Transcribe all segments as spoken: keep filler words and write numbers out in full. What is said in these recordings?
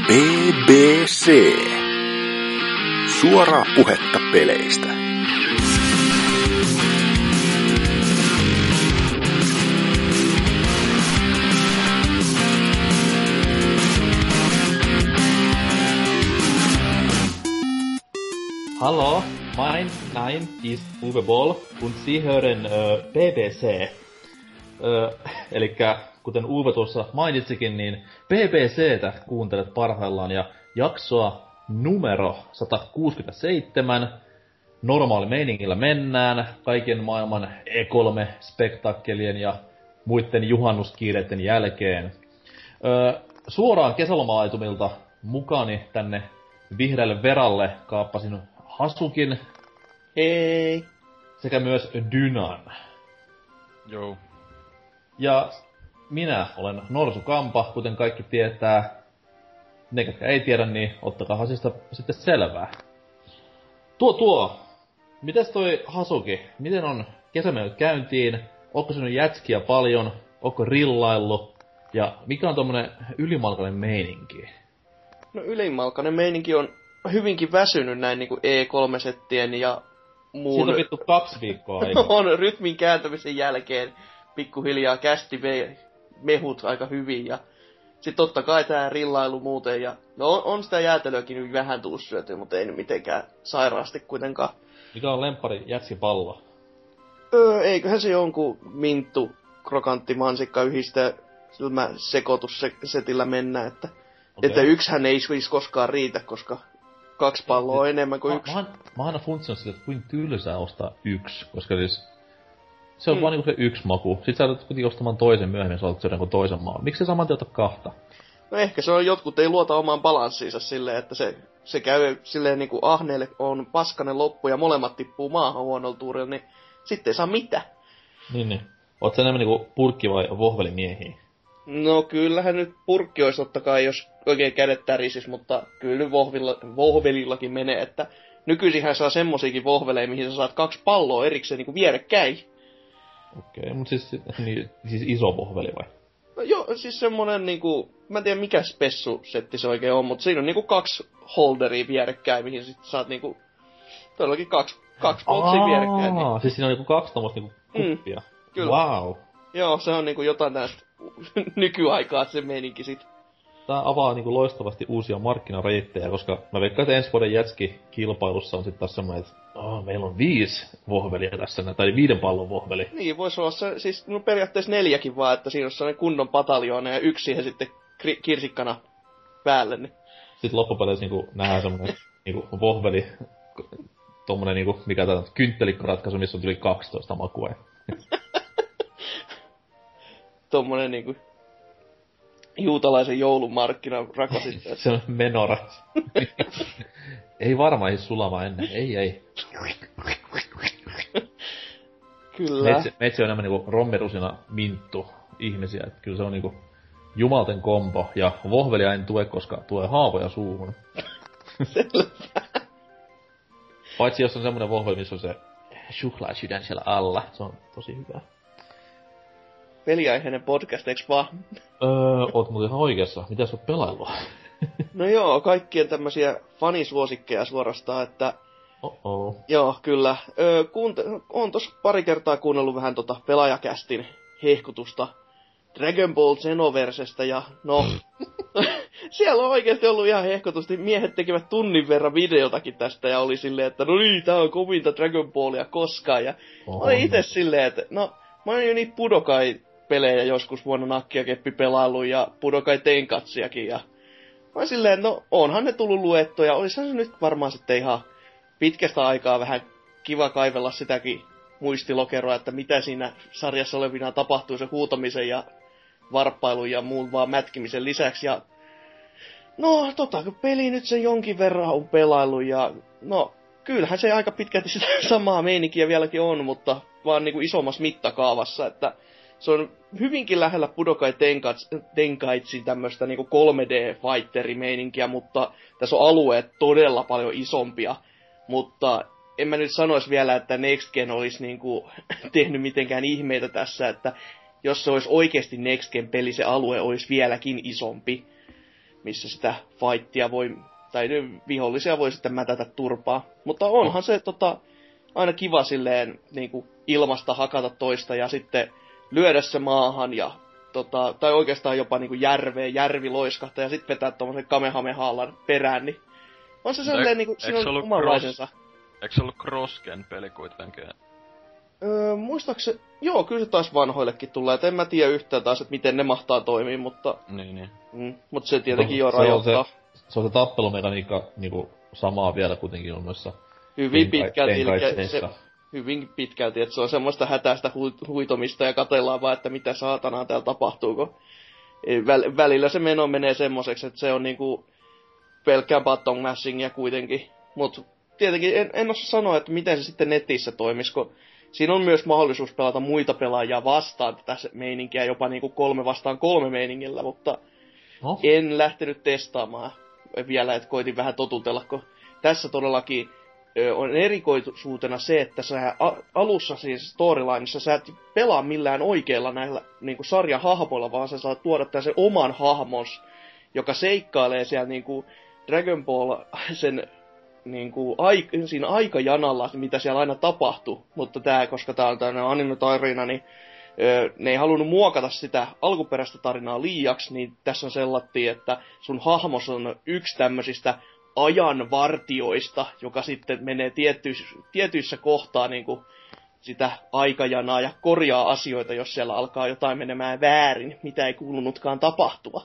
B B C. Suoraa puhetta peleistä. Hallo, mein Name ist Uwe Boll und Sie hören äh, B B C. Äh, elikkä kuten Uwe tuossa mainitsikin, niin B B C:tä kuuntelet parhaillaan ja jaksoa numero sata kuusikymmentäseitsemän. Normaali meiningillä mennään kaiken maailman E kolme -spektakkelien ja muiden juhannuskiireiden jälkeen. Öö, suoraan kesäloma-aitumilta mukani tänne vihreälle veralle kaappasin Hasukin. Hei! Sekä myös Dynan. Joo. Ja minä olen Norsu Kampa, kuten kaikki tietää. Ne, jotka ei tiedä, niin ottakaa Hasista sitten selvää. Tuo tuo, mites toi Hasuki? Miten on kesä mennyt käyntiin? Onko sinun jätskiä paljon? Onko rillaillu? Ja mikä on tommonen ylimalkainen meininki? No ylimalkainen meininki on hyvinkin väsynyt näin niinku E kolme -settien ja muun... Siitä on vittu kaksi viikkoa aikaa. on rytmin kääntämisen jälkeen pikkuhiljaa kästi me, mehut aika hyvin ja sit totta kai tää rillailu muuten ja no on, on sitä jäätelöäkin vähän tullut syötyä, mutta ei nyt mitenkään sairaasti kuitenkaan. Mikä on lemppari jätskipallo? Öö, eiköhän se jonkun minttu, krokantti, mansikka yhdistä silmä sekoitussetillä mennä, että, okay. että yksihän ei siis koskaan riitä, koska kaksi palloa on enemmän kuin mä, yksi. Mä, mä oon aina funtsinut sille, että kuinka tylsää ostaa yksi, koska siis se on mm. vaan niinku se yksi maku. Sit sä olet kuitenkin ostamaan toisen myöhemmin, sä olet syödä toisen maan. Miksi sä saman tien ota kahta? No ehkä se on, jotkut ei luota omaan balanssiinsa silleen, että se, se käy silleen niinku ahneelle on paskanen loppu ja molemmat tippuu maahan huonolla tuurilla, niin sitten ei saa mitään. Niin, niin. Oot sä enemmän niinku purkki- vai vohvelimiehiä? No kyllähän nyt purkki olisi totta kai, jos oikein kädet tärisis, mutta kyllä nyt vohvilla, vohvelillakin menee, että nykyisinhän saa semmosiakin vohveleja, mihin sä saat kaksi palloa erikseen niinku vierekkäin. Okei, okay, mut siis, niin, siis iso vohveli vai? No joo, siis semmonen niinku, mä en tiedä mikä spessu-setti se oikein on, mutta siinä on niinku kaksi holderia vierekkäin, mihin sit saat niinku, todellakin kaksi, kaksi poltsia vierekkäin. Niin. Siis siinä on niinku kaksi tommoista niinku kuppia. Mm, kyllä. Wow. Joo, se on niinku jotain tästä nykyaikaa se meininki sit. Tää avaa niinku loistavasti uusia markkinareittejä, koska mä veikkaan, että ensi vuoden jätski-kilpailussa on sit taas semmoinen, että oh, meillä on viisi vohvelia tässä, tai viiden pallon vohveli. Niin, voisi olla se, siis no periaatteessa neljäkin vaan, että siinä on sellainen kunnon pataljoona ja yksi siihen sitten kri- kirsikkana päälle. Niin. Sitten loppupeleissä niinku nähdään semmoinen niinku vohveli, tommonen niinku, mikä tää on, kynttelikkoratkaisu, missä on yli kaksitoista makua. Tommonen niinku juutalaisen joulumarkkinan rakositteet. Se on menora. Ei varmaan siis sulama ennen. Ei, ei. Kyllä. Metsä, metsä on enemmän niinku rommerusina minttu ihmisiä. Et kyllä se on niinku jumalten kombo. Ja vohvelia en tue, koska tulee haavoja suuhun. Selvä. Paitsi jos on semmonen vohveli, missä on se suklaasydän siellä alla. Se on tosi hyvä. Peliaiheinen podcast, eiks vaan? Öö, oot muuten ihan oikeassa. Mitä sä oot pelailua? No joo, kaikkien tämmösiä fanisuosikkeja suorastaan, että... Oh-oh. Joo, kyllä. Öö, kuunte- oon tossa pari kertaa kuunnellut vähän tota pelaajakästin hehkutusta Dragon Ball Xenoversestä ja no... siellä on oikeesti ollut ihan hehkutusti. Miehet tekevät tunnin verran videotakin tästä ja oli silleen, että no niin, tää on kovinta Dragon Ballia koskaan. Ja oh, mä olin ite silleen, että no... Mä oon jo niitä Budokai-pelejä joskus vuonna nakkia keppi pelailu ja Budokai Tenkatsiakin ja... Mä oon silleen, no onhan ne tullut luettoja, olishan se nyt varmaan sitten ihan pitkästä aikaa vähän kiva kaivella sitäkin muistilokeroa, että mitä siinä sarjassa olevina tapahtuu se huutamisen ja varppailun ja muun vaan mätkimisen lisäksi ja... No tota, kun peli nyt sen jonkin verran on pelailu ja... No, kyllähän se aika pitkälti sitä samaa meininkiä vieläkin on, mutta vaan niinku isommassa mittakaavassa, että se on hyvinkin lähellä Budokai Tenkaitsin tämmöstä niinku kolme D-fighteri-meininkiä, mutta tässä on alueet todella paljon isompia, mutta en mä nyt sanois vielä, että Next Gen olisi niinku tehnyt mitenkään ihmeitä tässä, että jos se olisi oikeesti Next Gen peli, se alue olisi vieläkin isompi. missä sitä fightia voi, tai vihollisia voi sitten mätätä turpaa. Mutta onhan se tota, aina kiva silleen niinku ilmasta hakata toista ja sitten lyödä se maahan ja tota, tai oikeastaan jopa niinku järveen, järvi loiskahtaa ja sitten vetää tommosen kamehamehallan perään, niin on se silleen niinku, siinä on omanlaisensa. Eikö se ollut cross-gen-peli kuitenkin? Öö, muistaakseni, joo, kyllä se taas vanhoillekin tulee, et en mä tiedä yhtään taas, että miten ne mahtaa toimia, mutta... Niin, niin. Mm, mutta se tietenkin jo se rajoittaa. On se, se on se tappelumekaniikka niinku samaa vielä kuitenkin on noissa... Hyvin pitkälti, eli se, hyvin pitkälti, että se on semmoista hätäistä hu- huitomista ja katellaan vaan, että mitä saatanaa täällä tapahtuu, kun väl- välillä se meno menee semmoiseksi, että se on niinku pelkkää button mashingia kuitenkin, mut tietenkin en, en osaa sanoa, että miten se sitten netissä toimisi, kun siinä on myös mahdollisuus pelata muita pelaajia vastaan tätä meininkiä, jopa niinku kolme vastaan kolme meiningillä, mutta no. En lähtenyt testaamaan vielä, että koitin vähän totutella, kun tässä todellakin ö, on erikoisuutena se, että sä a- alussa siis storylineissa sä et pelaa millään oikeilla näillä niinku sarjan hahmoilla, vaan sä saat tuoda sen oman hahmos, joka seikkailee siellä niinku Dragon Ball sen niinku aik- siinä aikajanalla, mitä siellä aina tapahtuu, mutta tää, koska tää on tämmönen anime-tarina, niin öö, ne ei halunnut muokata sitä alkuperäistä tarinaa liiaksi, niin tässä on sellattiin, että sun hahmos on yksi tämmöisistä ajanvartioista, joka sitten menee tiettyissä, tietyissä kohtaa niinku sitä aikajanaa ja korjaa asioita, jos siellä alkaa jotain menemään väärin, mitä ei kuulunutkaan tapahtua.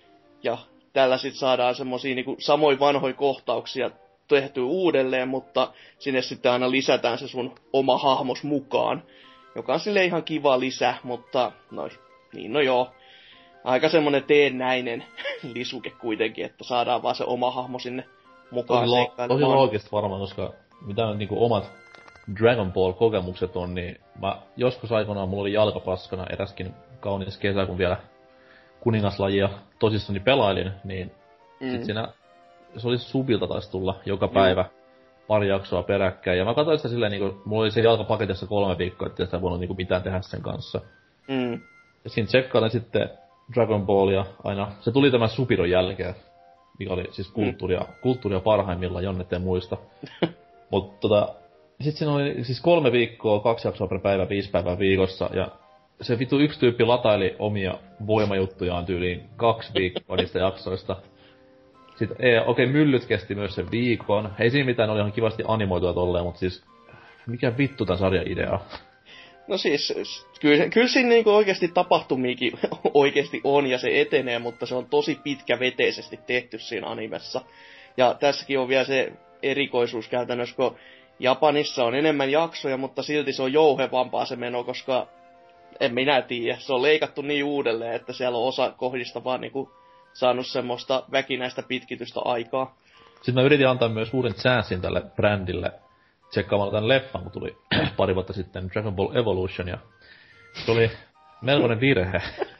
Ja tällä sitten saadaan semmosia niinku samoin vanhoja kohtauksia tehtyä uudelleen, mutta sinne sitten aina lisätään se sun oma hahmos mukaan, joka on sille ihan kiva lisä, mutta no, niin no joo. Aika semmonen teennäinen lisuke kuitenkin, että saadaan vaan se oma hahmo sinne mukaan. Tosi, lo- tosi loogista varmaan, koska mitä niinku omat Dragon Ball-kokemukset on, niin mä joskus aikoinaan mulla oli jalkapaskana eräskin kaunis kesä, kun vielä kuningaslajia tosissani pelailin, niin mm. sit siinä se oli subilta taisi tulla joka päivä mm. pari jaksoa peräkkäin. Ja mä katsoin sitä silleen, niinku, mulla oli se jalkapaketissa kolme viikkoa, ettei sitä voinut niinku mitään tehdä sen kanssa. Mm. Ja siinä tsekkailin sitten Dragon Ballia aina. Se tuli tämän Supiron jälkeen, mikä oli siis kulttuuria, mm. kulttuuria parhaimmillaan, Jonne ette muista. Mut tota, sit siinä oli siis kolme viikkoa, kaksi jaksoa per päivä, viisi päivää viikossa. Ja se vittu yksi tyyppi lataili omia voimajuttujaan tyyliin kaksi viikkoa niistä jaksoista. Sitten, okei, okay, myllyt kesti myös sen viikon. Ei siinä mitään, oli ihan kivasti animoitua tolleen, mutta siis mikä vittu tän sarjan idea? No siis, kyllä, kyllä siinä niinku oikeesti tapahtumiikin oikeesti on ja se etenee, mutta se on tosi pitkäveteisesti tehty siinä animessa. Ja tässäkin on vielä se erikoisuus käytännössä, kun Japanissa on enemmän jaksoja, mutta silti se on jouhevampaa se meno, koska en minä tiedä, se on leikattu niin uudelleen, että siellä on osa kohdista vaan niinku saanut semmoista väkinäistä pitkitystä aikaa. Sitten mä yritin antaa myös uuden chanssin tälle brändille tsekkaamalla tämän leffan, kun tuli pari vuotta sitten Dragon Ball Evolution, ja se oli melkoinen virhe.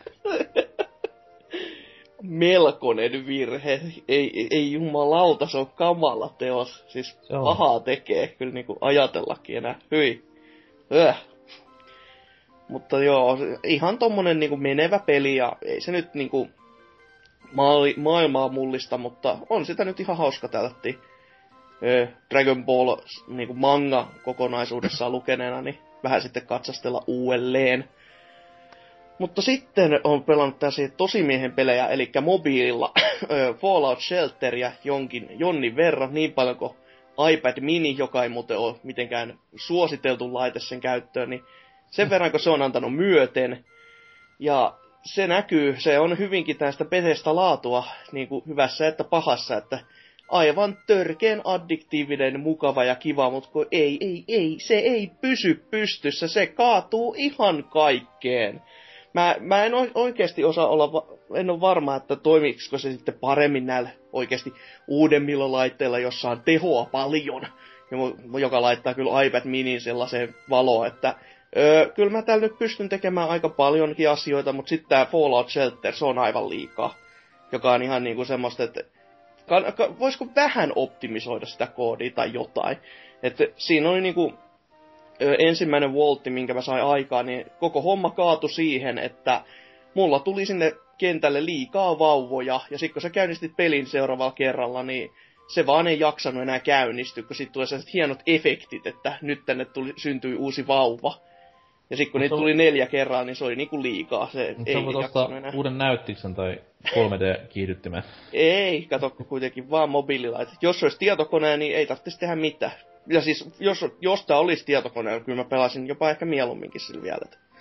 Melkoinen virhe. Ei, ei jumalauta, se on kamala teos. Siis pahaa tekee kyllä niinku ajatellakin enää. Hyi. Öh. Mutta joo, ihan tommonen niinku menevä peli, ja ei se nyt niinku maali, maailmaa mullista, mutta on sitä nyt ihan hauska tällätti. Dragon Ball niinku manga kokonaisuudessaan lukeneena, niin vähän sitten katsastella uudelleen. Mutta sitten on pelannut tässä tosimiehen pelejä, eli mobiililla Fallout Shelteria jonkin, jonnin verran, niin paljon kuin iPad mini, joka ei muuten ole mitenkään suositeltu laite sen käyttöön, niin sen verran kun se on antanut myöten. Ja se näkyy, se on hyvinkin tästä pesestä laatua, niin kuin hyvässä että pahassa, että aivan törkeen addiktiivinen, mukava ja kiva, mutta kun ei, ei, ei, se ei pysy pystyssä, se kaatuu ihan kaikkeen. Mä, mä en oikeasti osaa olla, en ole varma, että toimiksiko se sitten paremmin näillä oikeasti uudemmilla laitteilla, jossa on tehoa paljon, joka laittaa kyllä iPad minin sellaiseen valoon, että öö, kyllä mä täällä nyt pystyn tekemään aika paljonkin asioita, mutta sitten tää Fallout Shelter, se on aivan liikaa, joka on ihan niinku semmoista, että Kan, ka, voisiko vähän optimisoida sitä koodia tai jotain. Että siinä oli niinku ö, ensimmäinen voltti, minkä mä sain aikaan, niin koko homma kaatui siihen, että mulla tuli sinne kentälle liikaa vauvoja, ja sitten kun sä käynnistit pelin seuraavalla kerralla, niin se vaan ei jaksanut enää käynnistyä, kun sitten tulee sellaiset hienot efektit, että nyt tänne tuli, syntyi uusi vauva. Ja sitten kun niitä tuli neljä kerraa, niin se oli niinku liikaa, se Mut ei jaksanut jaksanut enää. uuden näyttiksen tai kolme D-kiihdyttimen. Ei, kato kuitenkin vaan mobiililaite. Jos olisi tietokone, niin ei tarvitsisi tehdä mitään. Ja siis, jos, jos tää olisi tietokone, niin kyllä mä pelasin jopa ehkä mieluumminkin sillä vielä.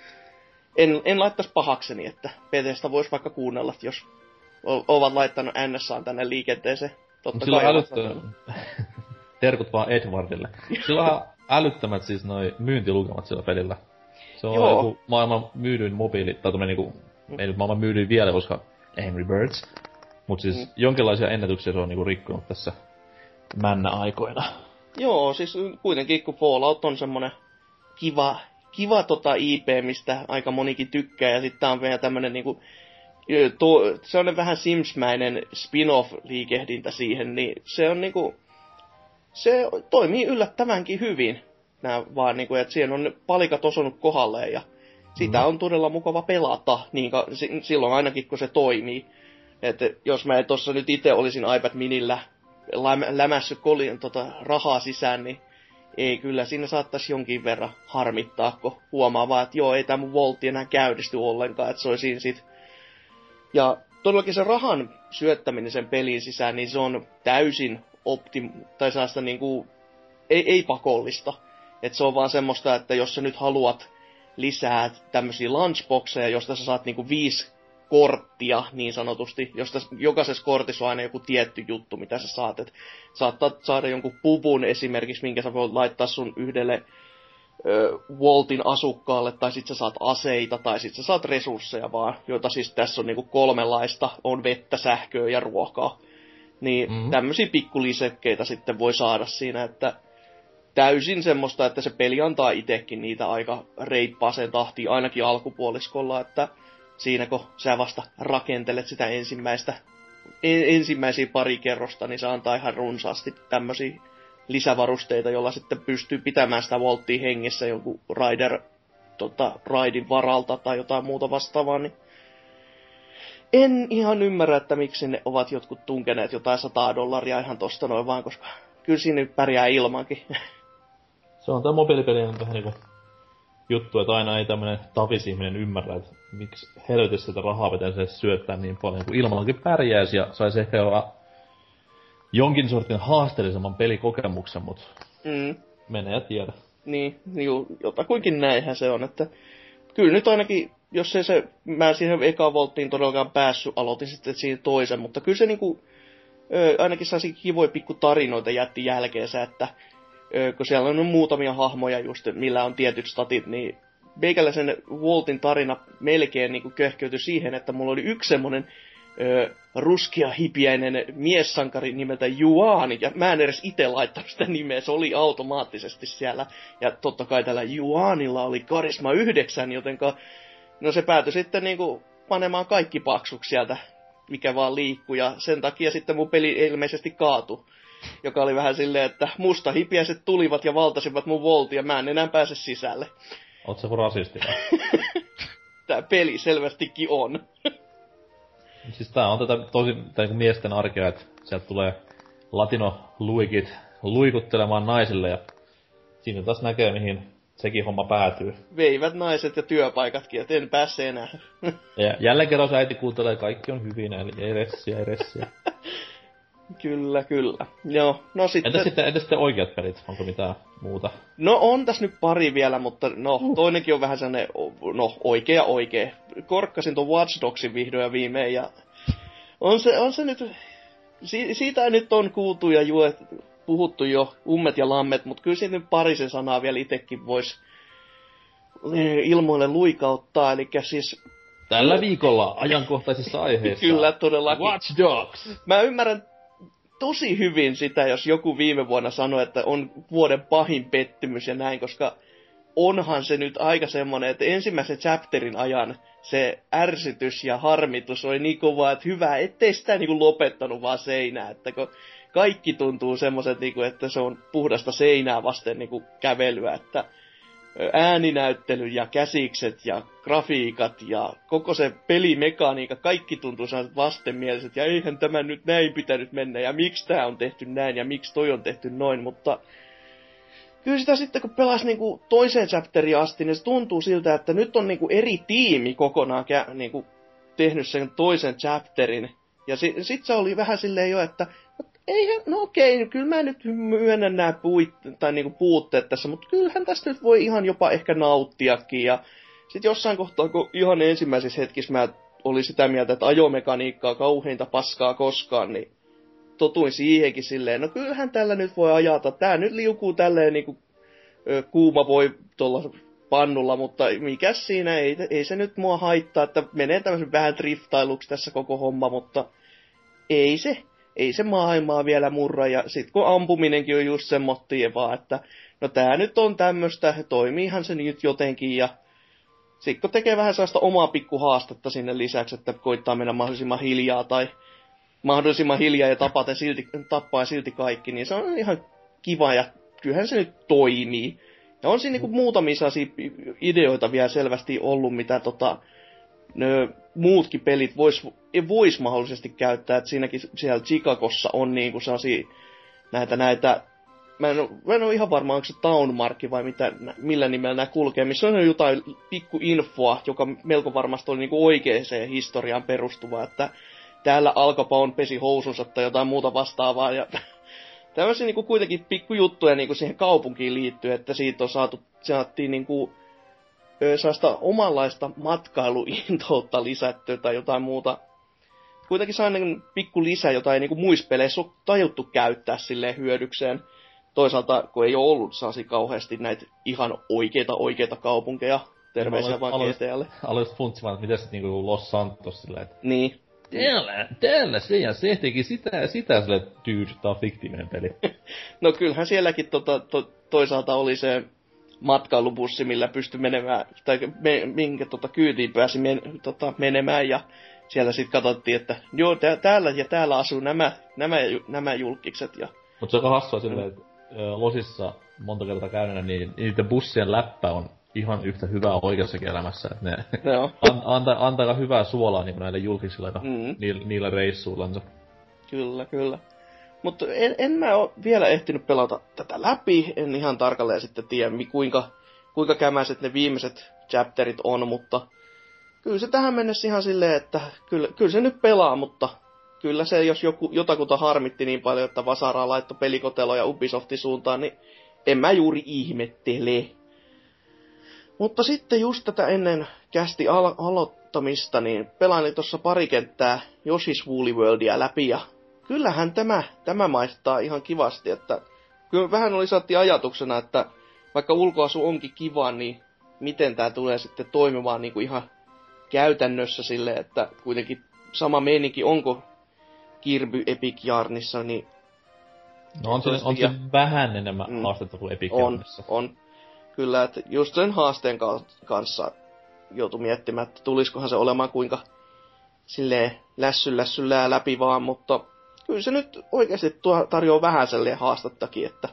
En, en laittaisi pahakseni, että P T:stä voisi vaikka kuunnella, jos o- ovat laittanut N S A:n tänne liikenteeseen. Totta Sillä kai on älyttö... Terkut vaan Edwardille. Sillä on ihan älyttömät siis noi myyntilukemat sillä pelillä. Se on Joo. joku maailman myydyin mobiili, tai tommonen niinku, mm. ei nyt maailman myydyin vielä, koska Angry Birds. Mut siis mm. jonkinlaisia ennätyksiä se on niinku rikkonut tässä männä aikoina. Joo, siis kuitenkin kun Fallout on semmonen kiva, kiva tota I P, mistä aika monikin tykkää, ja sitten tää on vielä tämmönen niinku, to, se on vähän Sims-mäinen spin-off-liikehdintä siihen, niin se on niinku, se toimii yllättävänkin hyvin. Nää vaan niinku, että siihen on palikat osunut kohdalleen, ja sitä mm. on todella mukava pelata, niin ka, silloin ainakin kun se toimii. Että jos mä tossa nyt itse olisin iPad minillä lämässyt kolin tota, rahaa sisään, niin ei kyllä siinä saattaisi jonkin verran harmittaa, kun huomaa vaan, että joo, ei tää mun voltti enää käynnisty ollenkaan, että se olisi siinä sit. Ja todellakin se rahan syöttäminen sen pelin sisään, niin se on täysin optim... tai sellaista niinku, ei, ei pakollista. Että se on vaan semmoista, että jos sä nyt haluat lisää tämmösiä lunchboxeja, josta sä saat niinku viisi korttia, niin sanotusti, josta jokaisessa kortissa on aina joku tietty juttu, mitä sä saat. Et saattaa saada jonkun puvun esimerkiksi, minkä sä voit laittaa sun yhdelle ö, Voltin asukkaalle, tai sit sä saat aseita, tai sit sä saat resursseja vaan, joita siis tässä on niinku kolmenlaista, on vettä, sähköä ja ruokaa. Niin mm-hmm. tämmösiä pikkulisekkeitä sitten voi saada siinä, että täysin semmoista, että se peli antaa itekin niitä aika reippaaseen tahtiin, ainakin alkupuoliskolla, että siinä kun sä vasta rakentelet sitä ensimmäistä, ensimmäisiä pari kerrosta, niin se antaa ihan runsaasti tämmöisiä lisävarusteita, jolla sitten pystyy pitämään sitä volttia hengissä jonkun rider, tota, raidin varalta tai jotain muuta vastaavaa, niin en ihan ymmärrä, että miksi ne ovat jotkut tunkeneet jotain sataa dollaria ihan tosta noin vaan, koska kyllä siinä nyt pärjää ilmankin. Se on tää mobiilipelien vähän niinku juttu, että aina ei tämmönen tavis-ihminen ymmärrä, että miksi helvetissä sitä rahaa pitäisi syöttää niin paljon, kun ilmallakin pärjäisi ja saisi ehkä olla jonkin sortin haasteellisemman pelikokemuksen, mut mm. menee ja tiedä. Niin, niin jotakuinkin näinhän se on, että kyllä nyt ainakin, jos ei se, mä siihen ekaan volttiin todellakaan päässyt, aloitin sitten siinä toisen, mutta kyllä se niinku, ö, ainakin saisi kivoja pikku tarinoita jätti jälkeensä, että ö, kun siellä on muutamia hahmoja just, millä on tietyt statit, niin meikäläisen Voltin tarina melkein niinku köhkeytyi siihen, että mulla oli yksi semmonen ö, ruskea hipiäinen miessankari nimeltä Juani, ja mä en edes itse laittanut sitä nimeä, se oli automaattisesti siellä, ja totta kai tällä Juanilla oli karisma yhdeksän, jotenka no se päätyi sitten niinku panemaan kaikki paksuksi sieltä, mikä vaan liikkui, ja sen takia sitten mun peli ilmeisesti kaatui, joka oli vähän silleen, että musta hipiäiset tulivat ja valtasivat mun Voltin, ja mä en enää pääse sisälle. Oot sä kun rasisti vai? Tää peli selvästikin on. Siis tää on tätä tosi tai miesten arkea, että sieltä tulee latino-luikit luikuttelemaan naisille ja siinä taas näkee mihin sekin homma päätyy. Veivät naiset ja työpaikatkin, et en pääse enää. Ja jälleen kerran se äiti kuuntelee, kaikki on hyvin, eli ei ressiä, ei ressiä. Kyllä, kyllä. Joo, no sitten... Entäs sitten, entäs sitten oikeat pelit? Onko mitään muuta? No on tässä nyt pari vielä, mutta no toinenkin on vähän sellainen, no oikea oikea. Korkkasin ton Watch Dogsin vihdoin ja viimein ja on se, on se nyt, si, siitä nyt on kuultu ja juet, puhuttu jo ummet ja lammet, mutta kyllä siitä nyt parisen sanaa vielä itekin vois ilmoille luikauttaa, eli siis... Tällä viikolla ajankohtaisissa aiheissa. Kyllä, todellakin. Watch Dogs! Mä ymmärrän tosi hyvin sitä, jos joku viime vuonna sanoi, että on vuoden pahin pettymys ja näin, koska onhan se nyt aika semmonen, että ensimmäisen chapterin ajan se ärsytys ja harmitus oli niin kovaa, että hyvä, ettei sitä niinku lopettanut vaan seinää, että kun kaikki tuntuu semmoiset, niinku, että se on puhdasta seinää vasten niinku kävelyä, että ääninäyttely ja käsikset ja grafiikat ja koko se pelimekaniikka, kaikki tuntuu sellaiset vastenmieliset, ja eihän tämä nyt näin pitänyt mennä, ja miksi tää on tehty näin, ja miksi toi on tehty noin, mutta kyllä sitä sitten, kun pelasi niinku toiseen chapteriin asti, niin se tuntuu siltä, että nyt on niinku eri tiimi kokonaan kä- niinku tehnyt sen toisen chapterin, ja si- sit se oli vähän silleen jo, että eihän, no okei, kyllä mä nyt myönnän nämä puit- tai niinku puutteet tässä, mutta kyllähän tästä nyt voi ihan jopa ehkä nauttiakin. Ja sitten jossain kohtaa, kun ihan ensimmäisissä hetkissä mä olin sitä mieltä, että ajomekaniikkaa kauheinta paskaa koskaan, niin totuin siihenkin silleen, no kyllähän tällä nyt voi ajata. Tää nyt liukuu tälleen niinku ö, kuuma voi tuolla pannulla, mutta mikäs siinä, ei, ei se nyt mua haittaa, että menee tämmöisen vähän driftailuksi tässä koko homma, mutta ei se. Ei se maailmaa vielä murra, ja sit kun ampuminenkin on just semmoittiin vaan, että no tää nyt on tämmöstä, toimiihan se nyt jotenkin, ja sit kun tekee vähän sellaista omaa pikkuhaastetta sinne lisäksi, että koittaa mennä mahdollisimman hiljaa, tai mahdollisimman hiljaa ja tapaa silti, tappaa silti kaikki, niin se on ihan kiva, ja kyllähän se nyt toimii. Ja on siinä niinku muutamia sellaisia ideoita vielä selvästi ollut, mitä tota, ne muutkin pelit vois, vois mahdollisesti käyttää, että siinäkin siellä Chicagossa on niinku sellaisia näitä näitä, mä en, mä en ole ihan varma, onko se Townmark vai mitä, millä nimellä nämä kulkee, missä on jotain pikku infoa, joka melko varmasti oli niinku oikeeseen historiaan perustuva, että täällä Al Capone pesi housunsa tai jotain muuta vastaavaa, ja tämmöisiä niinku kuitenkin pikkujuttuja niinku siihen kaupunkiin liittyen, että siitä on saatu, saattiin niinku sellaista omanlaista matkailuintoutta lisättyä tai jotain muuta. Kuitenkin saa niin pikku lisä, jota ei niin muissa peleissä ole tajuttu käyttää silleen hyödykseen. Toisaalta, kun ei ole ollut saasi kauheasti näitä ihan oikeita oikeita kaupunkeja. Terveisiä vaan G T A:lle. Aloisit funtsimaan, että miten sitten niinku Los Santos silleen, että niin. Täällä, täällä se ja se teki sitä ja sitä silleen, että dude, tää on fiktiivinen peli. No kyllähän sielläkin tota, to, toisaalta oli se matkailubussi, millä pystyi menemään, tai me, minkä tota, kyytiin pääsi men, tota, menemään, ja siellä sitten katsottiin, että joo, tää, täällä ja täällä asuu nämä, nämä, nämä julkikset. Ja mutta se on hassua silleen, että Losissa monta kertaa käyneenä, niin niiden bussien läppä on ihan yhtä hyvää oikeassakin elämässä, että ne an, anta, antaa hyvää suolaa niin näille julkisille mm. niille, niille reissuillansa. Kyllä, kyllä. Mutta en, en mä ole vielä ehtinyt pelata tätä läpi, en ihan tarkalleen sitten tiedä, kuinka, kuinka kämäiset ne viimeiset chapterit on, mutta kyllä se tähän mennessä ihan silleen, että kyllä, kyllä se nyt pelaa, mutta kyllä se, jos joku, jotakuta harmitti niin paljon, että Vasaraa laittoi pelikoteloja Ubisoftin suuntaan, niin en mä juuri ihmettele. Mutta sitten just tätä ennen kästi al- aloittamista, niin pelailin tuossa pari kenttää Yoshi's Woolly Worldia läpi, ja kyllähän tämä, tämä maistaa ihan kivasti, että kyllä vähän oli saatti ajatuksena, että vaikka ulkoasu onkin kiva, niin miten tämä tulee sitten toimimaan niin kuin ihan käytännössä silleen, että kuitenkin sama meininki onko Kirby Epic Yarnissa, niin no on se, on se vähän enemmän mm, haastetta kuin Epic Yarnissa. On, on. Kyllä, että just sen haasteen kanssa joutui miettimään, että tulisikohan se olemaan kuinka silleen lässy lässyllää läpi vaan, mutta kyllä se nyt oikeasti tuo tarjoaa vähän silleen haastattakin, että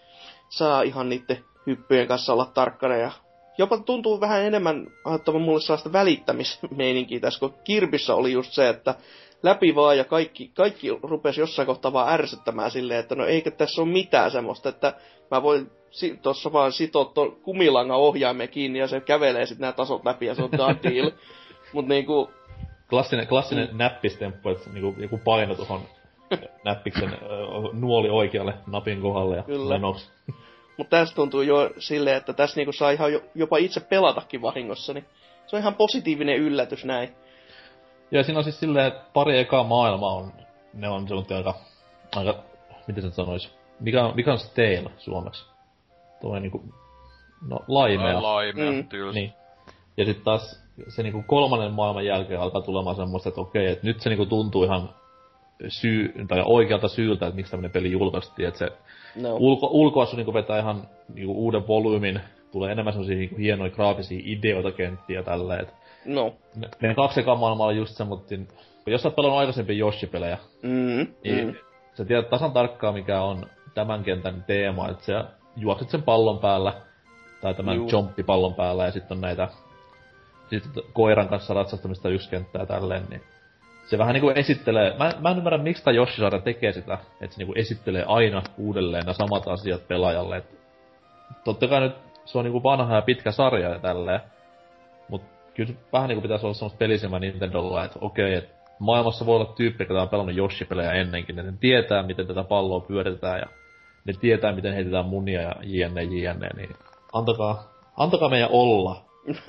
saa ihan niiden hyppyjen kanssa olla tarkkana, ja jopa tuntuu vähän enemmän aiheuttavan mulle sellaista välittämismeininkiä tässä, kun Kirbyssä oli just se, että läpi vaan ja kaikki, kaikki rupesi jossain kohtaa vaan ärsyttämään silleen, että no eikö tässä ole mitään semmoista, että mä voin si- tuossa vaan sitoa tuon kumilangan ohjaimen kiinni ja se kävelee sitten nämä tasot läpi ja se on done deal. Mut niinku Klassinen, klassinen mm. näppistemppu, että niinku joku paino tuohon näppiksen nuoli oikealle napin kohdalle ja menoksi. Mutta tässä tuntuu jo silleen, että tässä niinku saa ihan jopa itse pelatakin vahingossa, niin se on ihan positiivinen yllätys näin. Ja siinä on siis silleen, että pari ekaa maailmaa on, ne on semmoinen aika, aika, miten sen sanois, mikä on, mikä on stale suomeksi? Tuo niinku, no laimea. Laimea, mm. tylsä. Niin. Ja sit taas se niinku kolmannen maailman jälkeen alkaa tulemaan semmoista, että okei, että nyt se niinku tuntuu ihan syy, tai oikealta syyltä, että miksi tämmönen peli julkaistiin, että se no. ulko, ulkoasu niinku vetää ihan niinku uuden volyymin, tulee enemmän semmosia niinku hienoja graafisia ideoita kenttiä tälleen, että no. Ne, ne kaksi ekaa maailmaa oli just semmoittin, jos sä oot pelannut aikaisempia Yoshi-pelejä, mm, niin mm. sä tiedät tasan tarkkaan mikä on tämän kentän teema, että sä juokset sen pallon päällä, tai tämän Juu. jomppipallon päällä, ja sitten on näitä sitten koiran kanssa ratsastamista yksi kenttää tälleen, niin se vähän niinku esittelee, mä, mä en ymmärrä miksi tää Yoshi-sarja tekee sitä, että se niinku esittelee aina uudelleen nämä samat asiat pelaajalle, et totta kai nyt se on niinku vanha ja pitkä sarja ja tälleen, mut kyllä se vähän niinku pitäisi olla semmoista pelisemää Nintendolla, että okei, et maailmassa voi olla tyyppi, joka on pelannut Yoshi-pelejä ennenkin, ja ne tietää, miten tätä palloa pyöritetään, ja ne tietää, miten heitetään munia ja jne, jne, niin antakaa, antakaa meidän olla.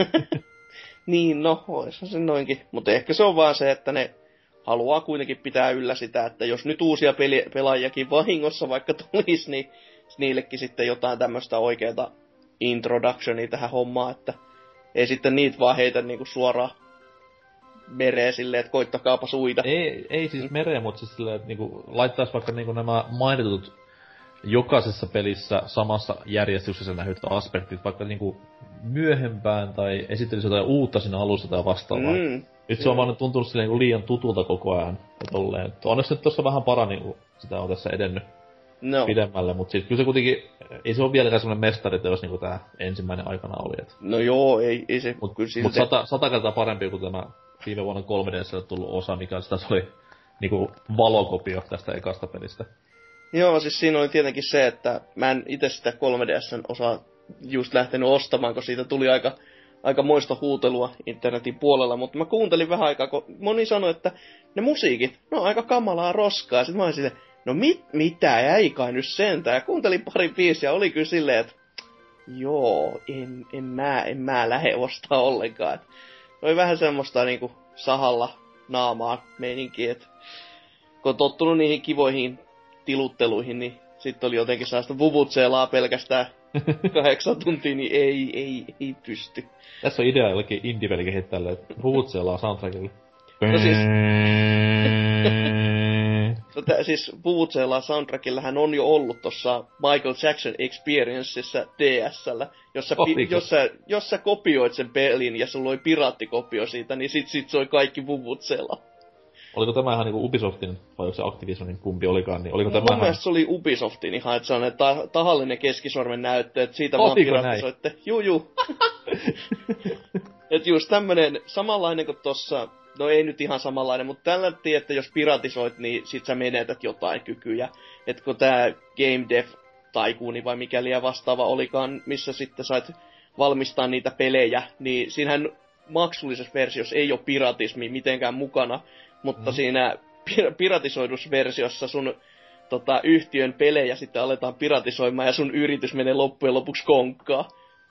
Niin, no, oishan se noinkin. Mutta ehkä se on vaan se, että ne haluaa kuitenkin pitää yllä sitä, että jos nyt uusia peli- pelaajakin vahingossa vaikka tulisi, niin niillekin sitten jotain tämmöistä oikeata introductionia tähän hommaan, että ei sitten niitä vaan heitä niinku suoraan mereen silleen, että koittakaapa suida. Ei, ei siis mereen, mutta siis silleen, että niinku laittais vaikka niinku nämä mainitut jokaisessa pelissä samassa järjestyksessä nähdyt aspektit, vaikka niinku myöhempään tai esittelisi jotain uutta siinä alussa tai vastaavaa. Mm, nyt se on vaan tuntunut silleen niinku liian tutulta koko ajan. Et olleen, et onneksi nyt tossa vähän parani, kun sitä on tässä edennyt no. pidemmälle, mutta sit kyllä se kuitenkin, ei se ole vieläkään semmonen mestariteos niinku tää ensimmäinen aikana oli. Et. No joo, ei, ei se mut, kyllä silti. Mut sata, sata kertaa parempi kuin tämä viime vuonna kolme D:ssä tullut osa, mikä sitä oli niinku valokopio tästä ekasta pelistä. Joo, siis siinä oli tietenkin se, että mä en itse sitä kolme D:n osaa just lähtenyt ostamaan, kun siitä tuli aika, aika moista huutelua internetin puolella, mutta mä kuuntelin vähän aikaa, kun moni sanoi, että ne musiikit, no aika kamalaa roskaa. Sitten mä olin silleen, no mit, mitä, ei kai nyt sentään. Ja kuuntelin pari biisiä, oli kyllä silleen, että joo, en, en, mä, en mä lähde ostaa ollenkaan. Et oli vähän semmoista niinku sahalla naamaa meininkiä, että kun on tottunut niihin kivoihin tilutteluihin, niin sitten oli jotenkin sellaista vuvutseelaa pelkästään kahdeksan tuntia, niin ei, ei, ei pysty. Tässä on idea jollekin indie-pelikehittäjälle, että vuvutseelaa soundtrackille. No siis... no tä, siis vuvutseelaa soundtrackillähän on jo ollut tossa Michael Jackson Experienceissa D S:llä, jossa, pi, jossa, jossa kopioit sen pelin ja sulla oli piraattikopio siitä, niin sit, sit soi kaikki vuvutseelaa. Oliko tämä ihan niinku Ubisoftin, vai onko se Activisionin, kumpi olikaan, niin oliko no, tämä mun ihan... mielestä se oli Ubisoftin ihan, että se on ta- tahallinen keskisormen näyttö, että siitä vaan piratisoitte. Juu, juu. Et just tämmönen samanlainen kuin tossa, no ei nyt ihan samanlainen, mutta tällä tiedät, että jos piratisoit, niin sit sä menetät jotain kykyjä. Et kun tää Game Dev Tycoon vai mikäli ja vastaava olikaan, missä sitten sait valmistaa niitä pelejä, niin siinähän maksullisessa versiossa ei ole piratismi mitenkään mukana, mutta mm. siinä pir- piratisoidussa versiossa sun tota, yhtiön pelejä sitten aletaan piratisoimaan ja sun yritys menee loppujen lopuksi konkkaan.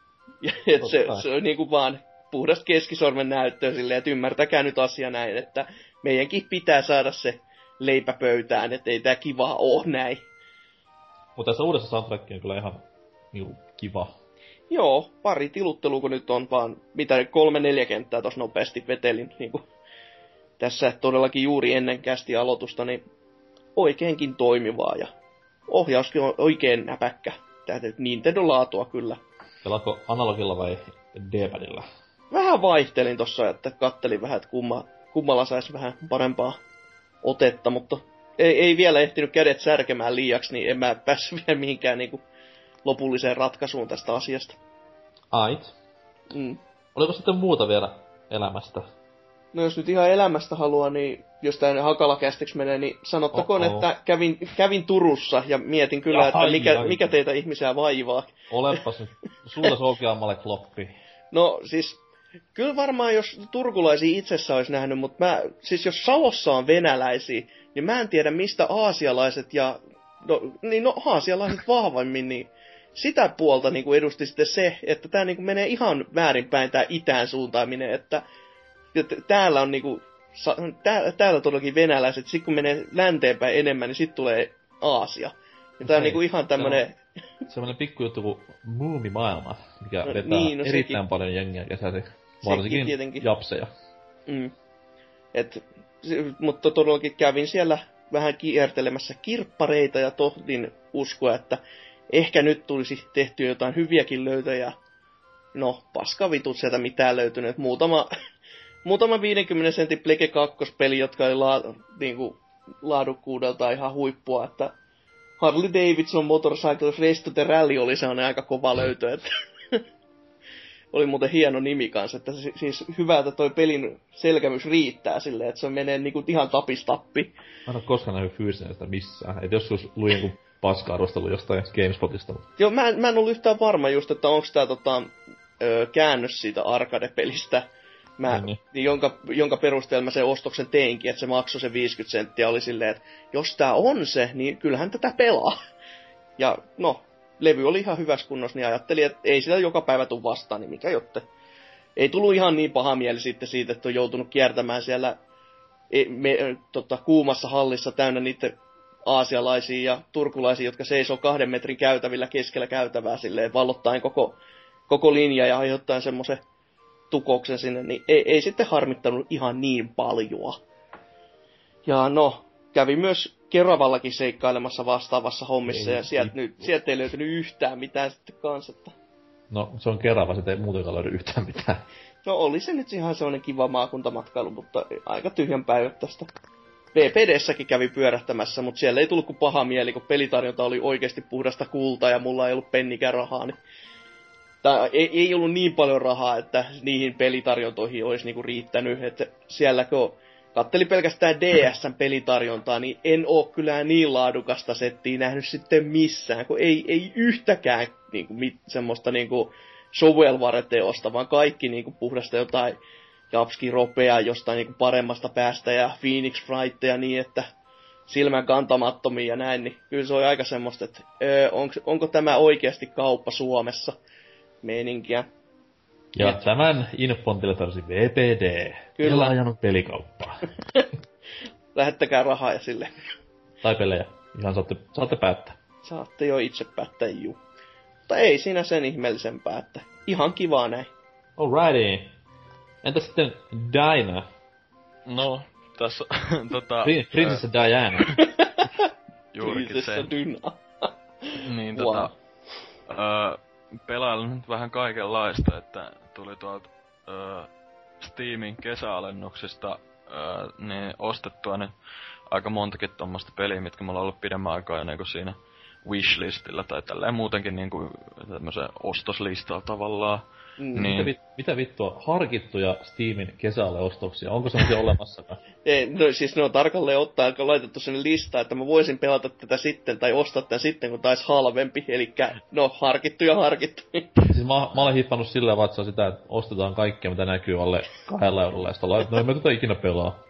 Ja et se, se on niinku vaan puhdasta keskisormen näyttöä silleen, että ymmärtäkää nyt asia näin, että meidänkin pitää saada se leipä pöytään, että ei tää kivaa oo näin. Mutta tässä uudessa soundtrack on kyllä ihan niinku kiva. Joo, pari tiluttelua kun nyt on vaan, mitä kolme neljä kenttää tossa nopeasti vetelin, niinku tässä todellakin juuri ennen kästi aloitusta, niin oikeinkin toimivaa ja ohjauskin on oikein näpäkkä. Täytyy Nintendo laatua kyllä. Pelaatko analogilla vai D-padilla? Vähän vaihtelin tossa, että kattelin vähän, että kumma, kummalla saisi vähän parempaa otetta, mutta ei, ei vielä ehtinyt kädet särkemään liiaksi, niin en mä päässyt vielä mihinkään niinku lopulliseen ratkaisuun tästä asiasta. Ait. Mm. Oliko sitten muuta vielä elämästä? No jos nyt ihan elämästä haluaa, niin jos tää hakalakästiksi menee, niin sanottakoon, oh, oh. että kävin, kävin Turussa ja mietin kyllä, ja että ai, mikä, ai. mikä teitä ihmisiä vaivaa. Olepas nyt sulle sokeammalle kloppi. No siis, kyllä varmaan jos turkulaisia itsessä olisi nähnyt, mutta mä, siis jos Salossa on venäläisiä, niin mä en tiedä mistä aasialaiset ja, no, niin no aasialaiset vahvemmin, niin sitä puolta niin kuin edusti sitten se, että tää niin kuin menee ihan väärinpäin tää itään suuntaaminen, että täällä on niinku, tää, täällä todellakin venäläiset, sit kun menee länteenpäin enemmän, niin sit tulee Aasia. Ja tää on niinku ihan tämmönen... Semmonen pikku juttu kuin muumimaailma, mikä no, vetää niin, no erittäin sekin, paljon jengiä kesäsi. Varsinkin tietenkin japseja. Mm. Et, mutta todellakin kävin siellä vähän kiertelemässä kirppareita ja tohdin uskoa, että ehkä nyt tulisi tehtyä jotain hyviäkin löytöjä. No, paskavitut sieltä mitään löytynyt. Muutama... Muutama viidenkymmenen sentin Plege kaksi-peli, jotka oli la, niinku, laadukkuudelta ihan huippua, että Harley Davidson Motorcycle Race to the Rally oli sellainen aika kova löytö, että oli muuten hieno nimi kanssa, että si- siis hyvä, että toi pelin selkämys riittää silleen, että se menee niinku ihan tapistappi. Mä en oo koskaan nähnyt fyysisenä sitä missään. Et joskus luin joku paska-arvostelu jostain GameSpotista. Joo, mä en, mä en ollut yhtään varma just, että onko tää tota, ö, käännös siitä arcade-pelistä, mä, niin. niin, jonka, jonka perusteella mä sen ostoksen teinkin, että se maksoi se viisikymmentä senttiä, oli silleen, että jos tää on se, niin kyllähän tätä pelaa. Ja no, levy oli ihan hyvässä kunnossa, niin ajattelin, että ei sitä joka päivä tule vastaan, niin mikä jotte. Ei tullut ihan niin paha mieli sitten siitä, että on joutunut kiertämään siellä e, me, tota, kuumassa hallissa täynnä niiden aasialaisia ja turkulaisia, jotka seisoo kahden metrin käytävillä keskellä käytävää silleen, vallottaen koko, koko linja ja aiheuttaen semmoisen tukoksen sinne, niin ei, ei sitten harmittanut ihan niin paljoa. Ja no, kävi myös Keravallakin seikkailemassa vastaavassa hommissa, ei, ja sieltä, nyt, sieltä ei löytynyt yhtään mitään sitten kanssa. Että... No, se on Kerava, se ei muutenkaan löydy yhtään mitään. No oli se nyt ihan sellainen kiva maakuntamatkailu, mutta aika tyhjän päivät tästä. V P D:ssäkin kävi pyörähtämässä, mutta siellä ei tullut kuin paha mieli, kun pelitarjonta oli oikeasti puhdasta kultaa ja mulla ei ollut pennikään rahaa. Niin... Tai ei, ei ollut niin paljon rahaa, että niihin pelitarjontoihin olisi niinku riittänyt. Että siellä kun katteli pelkästään D S:n pelitarjontaa, niin en oo kyllä niin laadukasta settiä nähnyt sitten missään, kun ei, ei yhtäkään niinku, mit, semmoista niinku shovelware-teosta, vaan kaikki niinku puhdasta jotain Japski Ropea jostain niinku paremmasta päästä ja Phoenix Frightia niin, että silmän kantamattomia ja näin, niin kyllä se on aika semmoista, että öö, onko, onko tämä oikeasti kauppa Suomessa meininkiä. Ja et... tämän infon teille tarvitsi V P D. Kyllä. Kyllä ajanut pelikauppaa. Lähettäkää rahaa ja sille. Tai pelejä. Ihan saatte, saatte päättää. Saatte jo itse päättää, juu. Mutta ei siinä sen ihmeellisempää, että ihan kivaa näin. Alrighty. Entä sitten Dinah? No, tässä tota... Prin- Prinsessa Diana. Juurikin se. Dyna. Niin wow. tota... Öö, pelaillut nyt vähän kaikenlaista, että tuli tuolta öö, Steamin kesäalennuksista öö, niin ostettua nyt aika montakin tommoista peliä, mitkä mulla on ollut pidemmän aikaa niinku siinä wishlistillä tai tälleen muutenkin niinku tämmösen ostoslistalla tavallaan. Mm. Niin. Mitä, vit, mitä vittua, harkittuja Steamin kesälle ostoksia? Onko semmosia olemassakaan? Ei, no siis ne on tarkalleen ottaen laitettu sinne listaan, että mä voisin pelata tätä sitten tai ostaa tämän sitten, kun taisi halvempi. Elikkä, no, harkittu ja harkittu. Siis mä, mä olen hippannut silleen vatsaa sitä, että ostetaan kaikkea, mitä näkyy alle kahdella eurolla. Ja sitten ollaan, että no en mä tätä ikinä pelaa.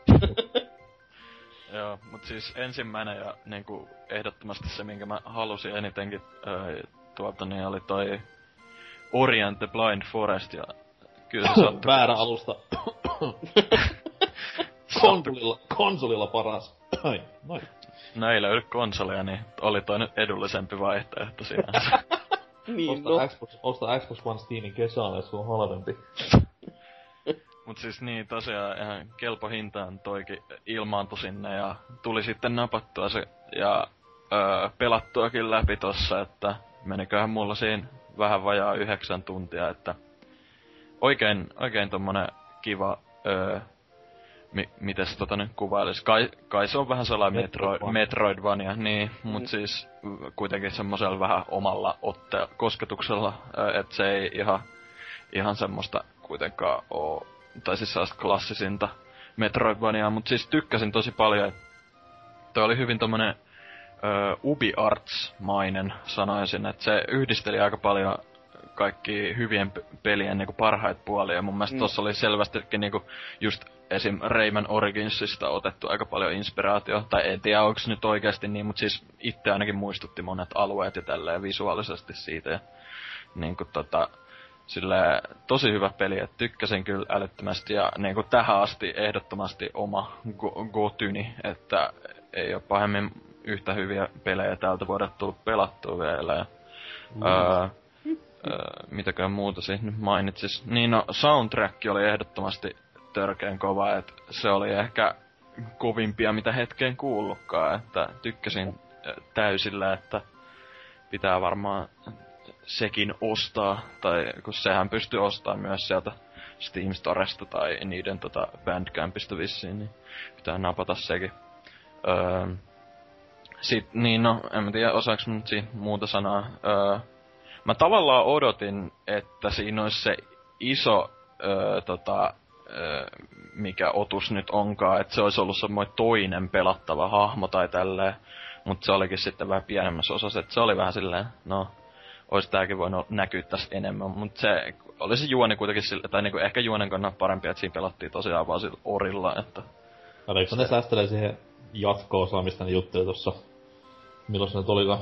Joo, mut siis ensimmäinen ja niinku ehdottomasti se, minkä mä halusin enitenkin öö, tuolta, niin oli toi Orient the Blind Forest, ja kyllä se sattui... Väärä alusta. konsolilla, konsolilla paras. Ai, noin. No ei löydy konsoleja, niin oli toi nyt edullisempi vaihtoehto sinänsä. niin, osta, no. Xbox, osta Xbox One Steamin kesällä, se on halvempi. Mut siis niin, tosiaan ihan kelpo hintaan toikin ilmaantui sinne ja tuli sitten napattua se ja öö, pelattuakin läpi tossa, että meniköhän mulla siinä vähän vajaa yhdeksän tuntia, että oikein, oikein tommonen kiva, öö, mi, mites tota nyt kuvailis, kai, kai se on vähän sellainen Metroid, Metroidvania, niin, mut mm. siis kuitenkin semmosella vähän omalla otte kosketuksella, öö, et se ei ihan, ihan semmoista kuitenkaan oo, tai siis sellaista klassisinta Metroidvaniaa, mut siis tykkäsin tosi paljon, että toi oli hyvin tommonen Uh, UbiArts-mainen, sanoisin, että se yhdisteli aika paljon kaikki hyvien p- pelien niinku parhaita puolia, ja mun mielestä mm. tossa oli selvästikin niinku just esim. Rayman Originsista otettu aika paljon inspiraatio, tai en tiedä onks nyt oikeesti niin, mut siis itse ainakin muistutti monet alueet ja tälleen visuaalisesti siitä, ja niinku tota, silleen tosi hyvä peli, että tykkäsin kyllä älyttömästi, ja niinku tähän asti ehdottomasti oma go- gotyni, että ei oo pahemmin yhtä hyviä pelejä tältä vuodelta tullut pelattua vielä, ja mm. öö, öö, mitäkään muuta siitä nyt mainitsis. Niin no, soundtrack oli ehdottomasti törkeen kova, että se oli ehkä kovimpia mitä hetkeen kuullutkaan, että tykkäsin täysillä, että pitää varmaan sekin ostaa, tai kun sehän pystyy ostamaan myös sieltä Steam Storesta tai niiden tota Bandcampista vissiin, niin pitää napata sekin. Öö, Sit, niin no, en mä tiedä osaaks nyt siitä muuta sanaa. Öö, mä tavallaan odotin, että siinä olisi se iso öö, tota, öö, mikä otus nyt onkaan, että se olisi ollut semmoinen toinen pelattava hahmo tai tälleen, mutta se olikin sitten vähän pienemmässä osassa, että se oli vähän silleen, no, olisi tääkin voinut näkyä tässä enemmän, mutta se oli se juoni kuitenkin sille, tai niinku ehkä juonen kannalta parempi, että siinä pelattiin tosiaan vaan sillä orilla, että... Oliko ne säästelee siihen jatko-osaan, mistä ne jutteli tossa, milloin se nyt olikaan?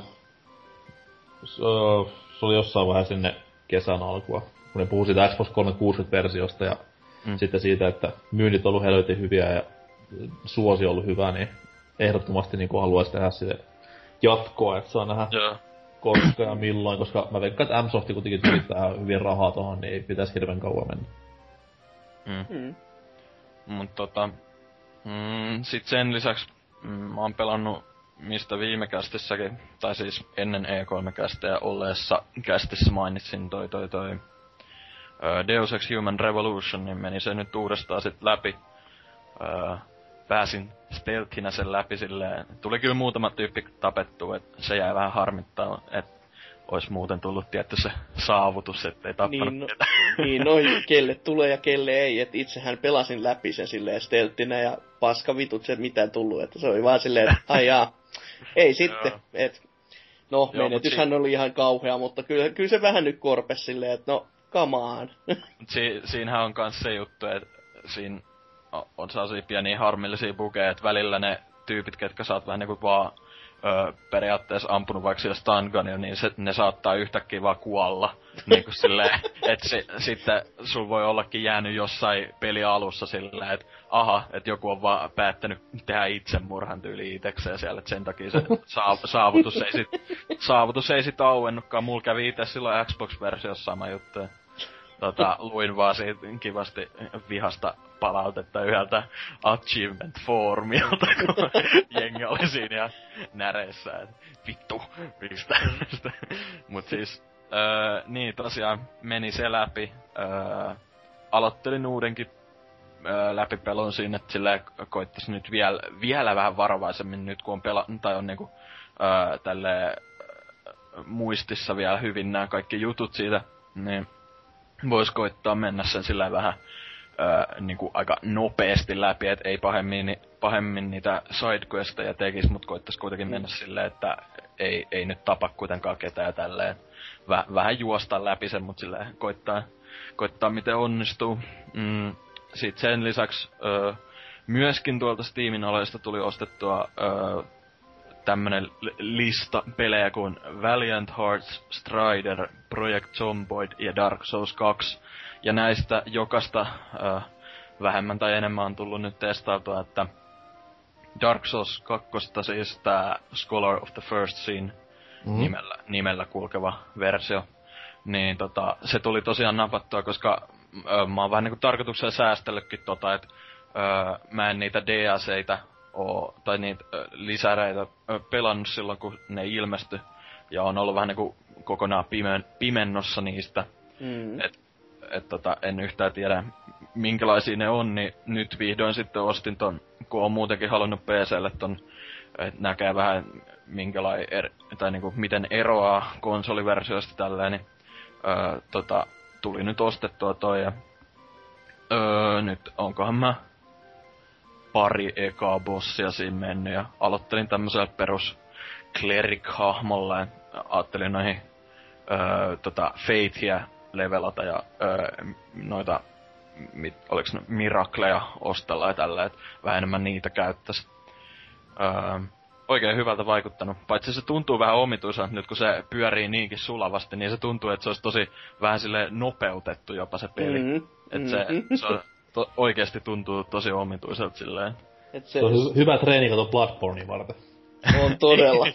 Se, se oli jossain vähän sinne kesän alkua, kun ne puhui siitä Xbox kolmesataakuusikymmentä-versiosta ja mm. sitten siitä, että myynnit on ollut helvetin hyviä ja suosi on ollut hyvä, niin ehdottomasti niin haluaisi tehdä sille jatkoa, että saa nähdä yeah. koska ja milloin, koska mä veikkaan, että M-Softi kuitenkin yrittää hyvin rahaa tohon, niin ei pitäisi hirveän kauan mennä. Mm. Mm. Mut tota... Mm, sit sen lisäksi mm, mä oon pelannut mistä viime kästissäkin, tai siis ennen E kolme -kästejä olleessa kästissä mainitsin toi toi toi uh, Deus Ex Human Revolution, niin meni se nyt uudestaan sit läpi. Uh, pääsin stealthinä sen läpi silleen, tuli kyllä muutama tyyppi tapettua, et se jäi vähän harmittaa, et ois muuten tullut tietty se saavutus, ettei tappanut niin, no, ketään. niin, no kelle tulee ja kelle ei, et itsehän pelasin läpi sen silleen stelttinä ja paska vitut se mitään tullut, että se oli vaan silleen, että ai jaa, ei sitten, et no menetyshän oli ihan kauhea, mutta kyllä, kyllä se vähän nyt korpesi silleen, että no come on. Si- siinähän on kans se juttu, että siinä on sellaisia pieniä harmillisia bugeja, että välillä ne tyypit, ketkä sä oot vähän niinku vaan Öö, periaatteessa ampunut vaikka sillä stun gunilla, niin se, ne saattaa yhtäkkiä vaan kuolla. Niinku silleen, että si, sitten sul voi ollakin jäänyt jossain peli alussa silleen, että aha, että joku on vaan päättänyt tehdä itsemurhan tyyli itekseen siellä, että sen takia se saav, saavutus ei sit, saavutus ei sit auennutkaan. Mulla kävi itse silloin Xbox-versiossa sama juttu. Tota, luin vaan siitä kivasti vihasta palautetta yhdeltä Achievement-foorumilta, kun jengi oli siinä ja näreissä, että vittu, mistä. Mut siis, öö, niin tosiaan meni se läpi. Öö, aloittelin uudenkin öö, läpipelun siinä, että silleen koittais nyt vielä, vielä vähän varovaisemmin nyt, kun on pela, tai on niinku öö, tälleen muistissa vielä hyvin nämä kaikki jutut siitä, niin vois koittaa mennä sen sillä vähän öö, niinku aika nopeesti läpi, et ei pahemmin, ni, pahemmin niitä sidequesteja tekis, mut koittais kuitenkin mennä silleen, että ei, ei nyt tapa kuitenkaan ketään tälleen. Väh, vähän juosta läpi sen, mut silleen koittaa, koittaa miten onnistuu. Mm, sit sen lisäksi öö, myöskin tuolta Steamin aloista tuli ostettua öö, tämmönen lista pelejä kuin Valiant Hearts, Strider, Project Zomboid ja Dark Souls kaksi. Ja näistä jokasta äh, vähemmän tai enemmän on tullut nyt testailtua, että Dark Souls kaksi, siis tää Scholar of the First Sin mm-hmm. nimellä, nimellä kulkeva versio, niin tota, se tuli tosiaan napattua, koska äh, mä oon vähän niinku tarkoituksella säästellytkin tota, että äh, mä en niitä D L C:itä oo, tai niitä äh, lisäreitä äh, pelannut silloin, kun ne ilmestyi. Ja on ollut vähän niinku kokonaan pimen, pimennossa niistä. Mm. Et, et tota, en yhtään tiedä, minkälaisia ne on, niin nyt vihdoin sitten ostin ton, kun on muutenkin halunnut P C:lle ton, että näkee vähän minkälainen, er, tai niinku miten eroaa konsoliversioista tälleen, niin öö, tota, tuli nyt ostettua toi, ja öö, nyt onkohan mä pari ekaa bossia siinä mennyt, ja aloittelin tämmöisellä perus cleric-hahmolla, ja ajattelin noihin öö, tota, Faithia levelata, ja öö, noita, mit, oliks ne Miracleja ostella ja tällä, että vähän enemmän niitä käyttäis. Öö, oikein hyvältä vaikuttanut. Paitsi se tuntuu vähän omituiselta nyt, kun se pyörii niinkin sulavasti, niin se tuntuu, että se olisi tosi vähän sille nopeutettu jopa se peli. Mm-hmm. Että se, se on, to, oikeesti tuntuu tosi omituiselta silleen. Et se, se on hy- hyvä treeni kato Bloodbornein varten. On todella.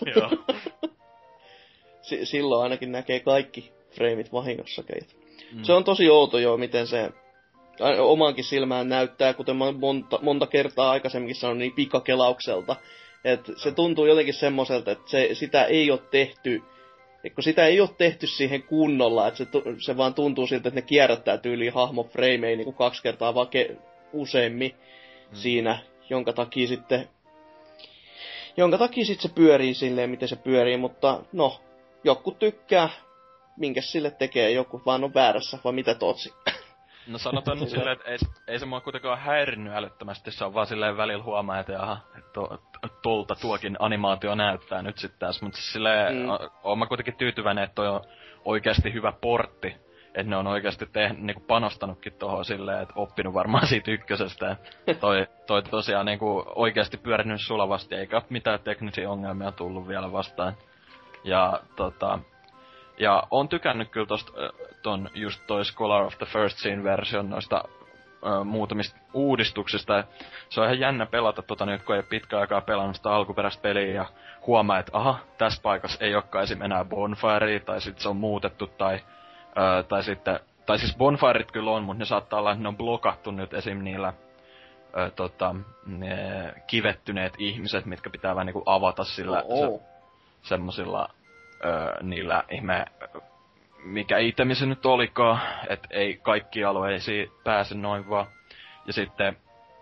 S- silloin ainakin näkee kaikki freimit vahingossa keitä. Mm. Se on tosi outo joo, miten se omankin silmään näyttää, kuten mä monta, monta kertaa aikaisemminkin sanoin, niin pikakelaukselta. Et se tuntuu jotenkin semmoiselta, että se, sitä ei ole tehty, kun sitä ei ole tehty siihen kunnolla, että se, se vaan tuntuu siltä, että ne kierrättää tyyliin hahmofreimejä niin kuin kaksi kertaa vaan ke- useammin mm. siinä, jonka takia sitten jonka takia sitten se pyörii silleen, miten se pyörii, mutta no, joku tykkää, minkä sille tekee, joku vaan on väärässä, vai mitä Tootsi? No sanotaan nyt silleen, että ei, ei se mua kuitenkaan häirinnyt älyttömästi, se on vaan silleen välillä huomaa, että jaha, to, tolta tuokin animaatio näyttää nyt sit tässä, mutta siis silleen, mm. oon mä kuitenkin tyytyväinen, että toi on oikeasti hyvä portti, että ne on oikeasti tehnyt, niinku panostanutkin tohon silleen, että oppinut varmaan siitä ykkösestä, toi, toi tosiaan niinku oikeasti pyörinyt sulavasti, eikä ole mitään teknisiä ongelmia tullut vielä vastaan. Ja tota, ja on tykännyt kyllä tosta, ton just toi Scholar of the First Sin-version noista ö, muutamista uudistuksista. Se on ihan jännä pelata tota nyt, kun ei ole pitkään aikaa pelannut sitä alkuperäistä peliä ja huomaa, että aha, tässä paikassa ei olekaan esim. Enää bonfirea, tai sit se on muutettu, tai, ö, tai sitten, tai siis bonfireit kyllä on, mutta ne saattaa olla, että ne on blokattu nyt esim. Niillä ö, tota, ne kivettyneet ihmiset, mitkä pitää vähän niinku avata sillä oh. se, semmosilla Öö, niillä ihme, mikä itemi se nyt olikaan, että ei kaikki alueisiin pääse noin vaan. Ja sitten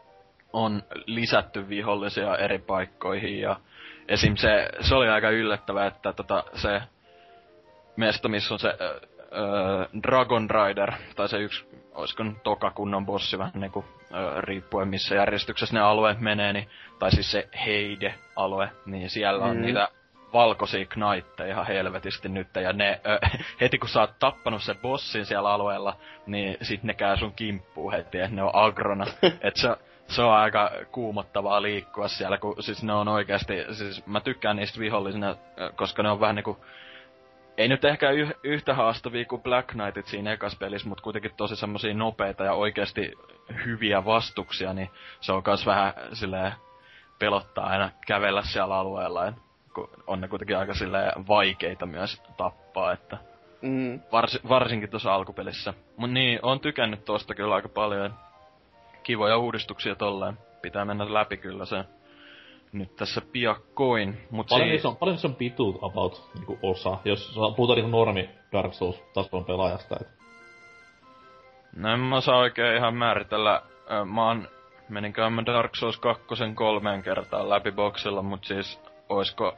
on lisätty vihollisia eri paikkoihin ja esim. se, se oli aika yllättävää, että tota, se mesta, missä on se öö, Dragon Rider, tai se yksi, olisiko nyt toka kunnon bossi vähän niinku, öö, riippuen missä järjestyksessä ne alueet menee, niin, tai siis se Heide-alue, niin siellä on mm. niitä valkoisia knaitteja ihan helvetisti nyt, ja ne, ö, heti kun sä oot tappanut sen bossin siellä alueella, niin sit ne käy sun kimppuun heti, et ne on agrona. Et se, se on aika kuumottavaa liikkua siellä, kun siis ne on oikeasti, siis mä tykkään niistä vihollisina, koska ne on vähän niinku, ei nyt ehkä yh, yhtä haastavia kuin Black Knightit siinä ekas pelissä, mut kuitenkin tosi semmosia nopeita ja oikeasti hyviä vastuksia, niin se on kans vähän silleen pelottaa aina kävellä siellä alueella, et on ne kuitenkin aika silleen vaikeita myös tappaa, että mm. vars, varsinkin tuossa alkupelissä. Mut niin, on tykännyt tosta kyllä aika paljon. Kivoja uudistuksia tolleen. Pitää mennä läpi kyllä se nyt tässä piakkoin. Mut paljon, siis... on, paljon se on pituut about niinku osa, jos puhutaan niinku normi Dark Souls tason pelaajasta. Et. No en mä saa oikein ihan määritellä. Mä oon, meninkään mä Dark Souls kakkosen kolmeen kertaan läpi boksilla, mut siis oisko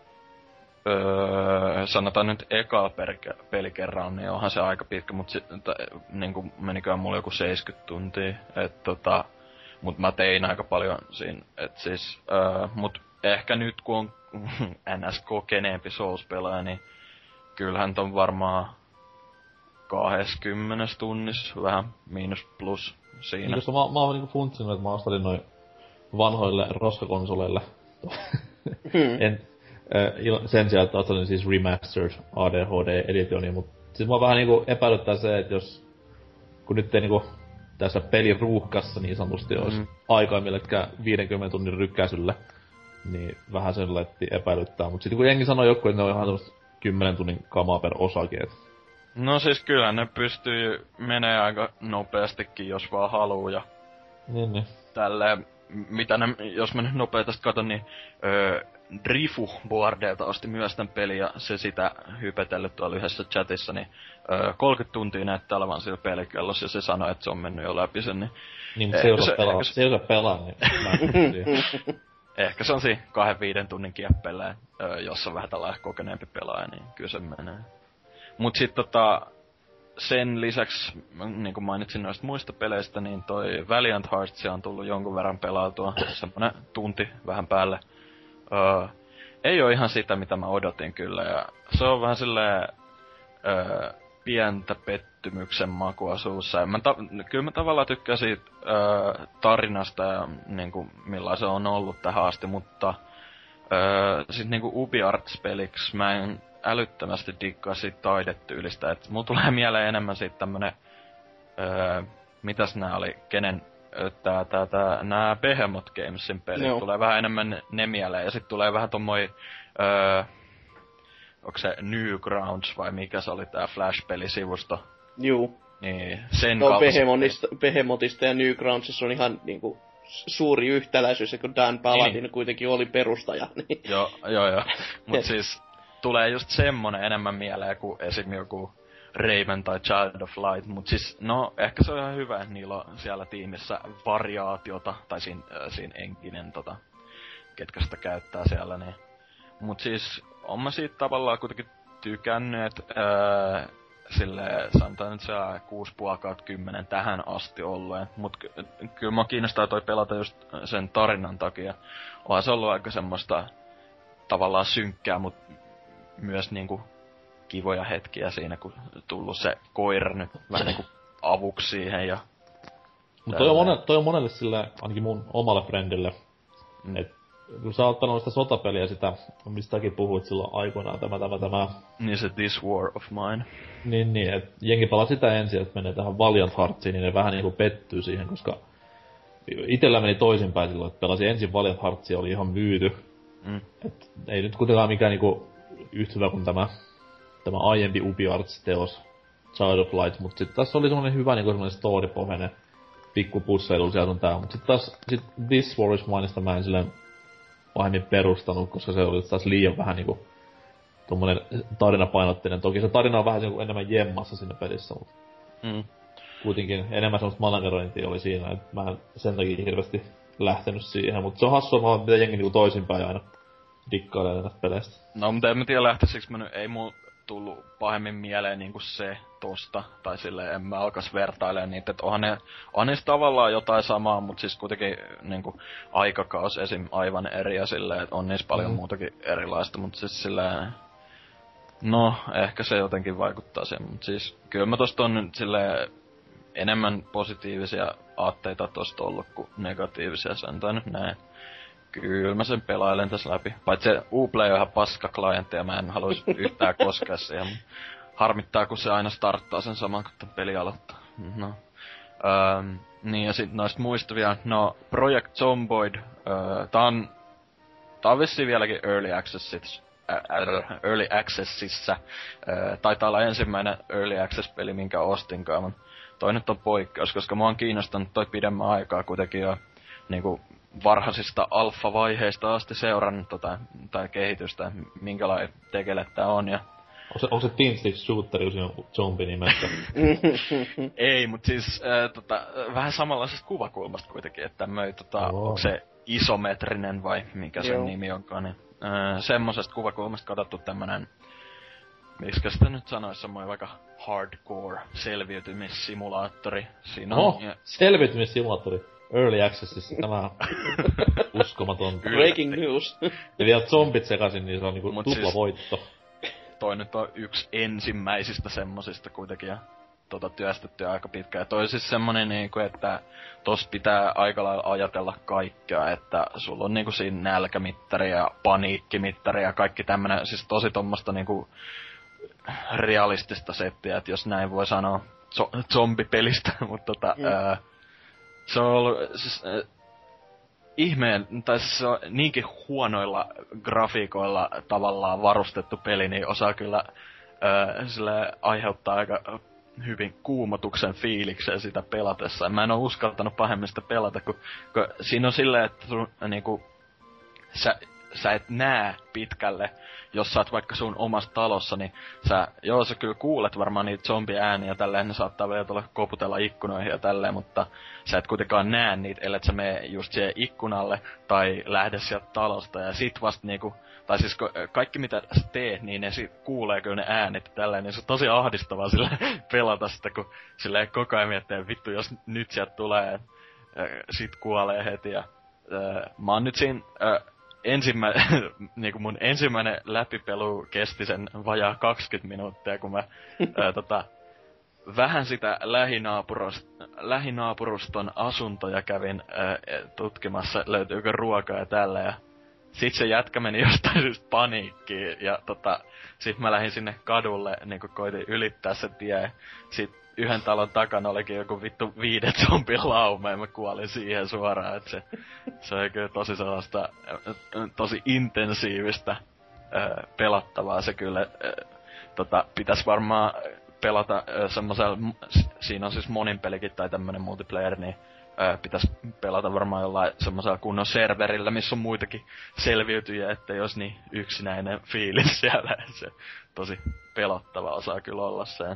Öö, sanotaan nyt eka pelikerran, niin onhan se aika pitkä, mut si- t- niinku menikään mulla joku seitsemänkymmentä tuntia, et tota, mut mä tein aika paljon siinä, et siis, öö, mut ehkä nyt kun on N S-kokeneempi Souls-pelaaja, niin kyllähän ton varmaan kaksikymmentä tunnissa, vähän miinus plus siinä. Niin, koska mä, mä oon niinku funtsinut, että mä ostelin noin vanhoille roskakonsoleille. hmm. en, sen sijaan, että ostelin siis Remastered A D H D-editioni, mut siis mä vähän niinku epäilyttää se, että jos, kun nyt ei niinku tässä peliruuhkassa niin sanotusti mm-hmm. olisi aikaa millekään viidenkymmenen tunnin rykkäisylle, niin vähän sen letti epäilyttää. Mut sit kun jengi sanoo joku, että ne on ihan semmoista kymmenen tunnin kamaa per osakin, et. No siis kyllä ne pystyy menee aika nopeastikin, jos vaan haluu ja niin, niin. Tälleen, mitä ne, jos mä nyt nopeasti katon, niin öö, Drifu Boardelta osti myös tän pelin ja se sitä hypetellyt tuolla yhdessä chatissa, niin öö, kolmekymmentä tuntia näyttää olevan sillä pelikellossa ja se sanoi, että se on mennyt jo läpi sen, niin... Niin, mutta se ei osaa pelaa, se, se ei osaa pelaa, niin ehkä se on siinä kahden viiden tunnin kieppeillä, öö, jos on vähän tällainen kokeneempi pelaaja, niin kyllä se menee. Mut sit tota, sen lisäksi, niin kuin mainitsin noista muista peleistä, niin toi Valiant Hearts on tullut jonkun verran pelautua, semmonen tunti vähän päälle. Öö, ei oo ihan sitä, mitä mä odotin kyllä, ja se on vähän silleen öö, pientä pettymyksen makua suussa. Mä ta- kyllä mä tavallaan tykkään siitä öö, tarinasta ja niinku, millainen se on ollut tähän asti, mutta öö, sit niinku UbiArts-peliksi mä en älyttömästi dikkaa siitä taidetyylistä, et mulla tulee mieleen enemmän siitä tämmönen, öö, mitäs nää oli, kenen, tää, tää, tää, nää Behemoth Gamesin pelit, no. Tulee vähän enemmän ne mieleen, ja sit tulee vähän tommoi, öö, onks se Newgrounds vai mikä se oli tää Flash-pelisivusto? Juu. Niin, sen no, Behemothista, Behemothista ja Newgroundsissa on ihan niinku suuri yhtäläisyys, kun Dan Paladin niin. Kuitenkin oli perustaja. Niin. Joo, joo, joo. Mut siis tulee just semmonen enemmän mieleen kuin esim. Joku Raven tai Child of Light, mut siis, no, ehkä se on ihan hyvä, että niillä on siellä tiimissä variaatiota, tai siinä, äh, siinä enkinen, tota, ketkä sitä käyttää siellä, niin. Mut siis, on mä siitä tavallaan kuitenkin tykännyt, että äh, silleen, sanotaan nyt se kuusi puoli kautta kymmenen tähän asti olleen. Mut ky- kyllä mua kiinnostaa toi pelata just sen tarinan takia. Onhan se ollut aika semmoista tavallaan synkkää, mut myös niinku kivoja hetkiä siinä, kun tullut se koira nyt vähän niinku avuksi siihen ja... Mut toi on, monelle, toi on monelle sille, ainakin mun omalle friendille, mm. et kun sä oot pelannut sitä sotapeliä sitä, mistäkin puhuit silloin aikoinaan, tämä, tämä, tämä... Niin se This War of Mine. Niin, niin, et jengi palaa sitä ensin, että menee tähän Valiant Heartsiin, niin ne vähän niinku pettyy siihen, koska itellä meni toisinpäin silloin, että pelasi ensin Valiant Heartsia ja oli ihan myyty. Mm. Et ei nyt kuitenkaan mikään niinku yhtä hyvä kuin tämä, tämä aiempi UbiArts-teos, Child of Light, mut sit tässä oli semmonen hyvä niinku semmonen storypohjainen pikku pusseilu sieltä on tää, mut sit taas sit This War of Mineista mä en silleen pahemmin perustanut, koska se oli taas liian vähän niinku tommonen tarinapainotteinen. Toki se tarina on vähän niinku enemmän jemmassa siinä pelissä, mutta mm. kuitenkin enemmän semmoista managerointia oli siinä, että mä en sen takia hirveästi lähtenyt siihen, mutta se on hassua, mitä jengi niinku toisinpäin aina dikkailee näistä peleistä. No, mutta en mä tiedä lähtisikö mä nyt, ei mulla tullut pahemmin mieleen niinku se tosta, tai silleen en mä alkas vertailemaan niitä, että onhan ne, onhan niistä tavallaan jotain samaa, mutta siis kuitenkin niinku aikakaus esim. Aivan eri ja silleen, että on niissä paljon mm. muutakin erilaista, mutta siis silleen, no, ehkä se jotenkin vaikuttaa siihen, mutta siis kyllä mä tosta on nyt silleen enemmän positiivisia aatteita tosta ollut kuin negatiivisia, sanotaan nyt näin. Kyllä mä sen pelailen tässä läpi. Paitsi se Uplay on ihan paska klientti ja mä en haluis yhtään koskea siihen. Harmittaa, kun se aina starttaa sen saman, kun tämän peli aloittaa. No. Öö, niin ja sit noista muista vielä. No, Project Zomboid. Öö, tää on... Tää on vissiin vieläkin Early Accessis. Äh, early Accessissa. Öö, taitaa olla ensimmäinen Early Access-peli, minkä ostinkaan. Toi nyt on poikkeus, koska mua on kiinnostanut toi pidemmän aikaa kuitenkin jo niinku varhaisista alfa-vaiheista asti seurannut tota, tai kehitystä, minkälainen tekele tää on. Ja... Onko se, onko se Teen Stick Shooter, jos on zombi nimessä? Ei, mut siis äh, tota, vähän samanlaisesta kuvakulmasta kuitenkin, että tämmöi, tota, oh. onko se isometrinen vai mikä sen Joo. nimi onkaan, niin äh, semmosesta kuvakulmasta katsottu tämmönen, miksikä sitä nyt sanois, semmoinen vaikka hardcore selviytymissimulaattori. Siinä on... Oh, ja... selviytymissimulaattori. Early Accessissa tämä uskomaton. Breaking news. Ja vielä zombit sekaisin, niin se on niinku tupla siis, voitto. Toi nyt on yksi ensimmäisistä semmosista kuitenkin ja tota työstettyä aika pitkään. Ja toi siis semmonen niinku, että tos pitää aika lailla ajatella kaikkea, että sulla on niinku siinä nälkämittari ja paniikkimittari ja kaikki tämmönen, siis tosi tommoista niinku realistista settiä, että jos näin voi sanoa zo- zombipelistä, mutta tota... Mm. Ää, se on ollut siis, äh, ihmeen, tai siis se on niinkin huonoilla grafiikoilla tavallaan varustettu peli, niin osaa kyllä äh, sille aiheuttaa aika hyvin kuumotuksen fiiliksen sitä pelatessa. Mä en oo uskaltanut pahemmin sitä pelata, kun, kun siinä on silleen, että sun, äh, niinku, sä, sä et näe pitkälle, jos sä oot vaikka sun omassa talossa, niin sä, joo sä kyllä kuulet varmaan niitä zombiääniä tälleen, ne saattaa vielä tulla koputella ikkunoihin ja tälleen, mutta sä et kuitenkaan näe niitä, ellei sä mene just siihen ikkunalle tai lähde sieltä talosta ja sit vasta niinku, tai siis kaikki mitä sä teet, niin ne sit kuulee kyllä ne äänet ja tälleen, niin se on tosi ahdistavaa sillä pelata sitä, kun silleen koko ajan miettii, vittu jos nyt sieltä tulee, sit kuolee heti ja äh, mä oon nyt siinä äh, Ensimmä, niinku mun ensimmäinen läpipelu kesti sen vajaa kaksikymmentä minuuttia, kun mä ää, tota, vähän sitä lähinaapuruston asuntoja kävin ää, tutkimassa, löytyykö ruokaa ja tällä. Ja sit se jätkä meni jostain syystä paniikkiin ja tota, sit mä lähdin sinne kadulle, niinku koitin ylittää se tie. Sit yhden talon takana olikin joku vittu viidet zombin lauma ja mä kuolin siihen suoraan, et se, se oli kyllä tosi sellaista, tosi intensiivistä ää, pelattavaa se kyllä, ää, tota, pitäis varmaan pelata semmosella, siinä on siis monin pelikin tai tämmönen multiplayer, niin ää, pitäis pelata varmaan jollain semmosella kunnon serverillä, missä on muitakin selviytyjiä, että jos niin yksinäinen fiilis siellä, se tosi pelottava osaa kyllä olla sen.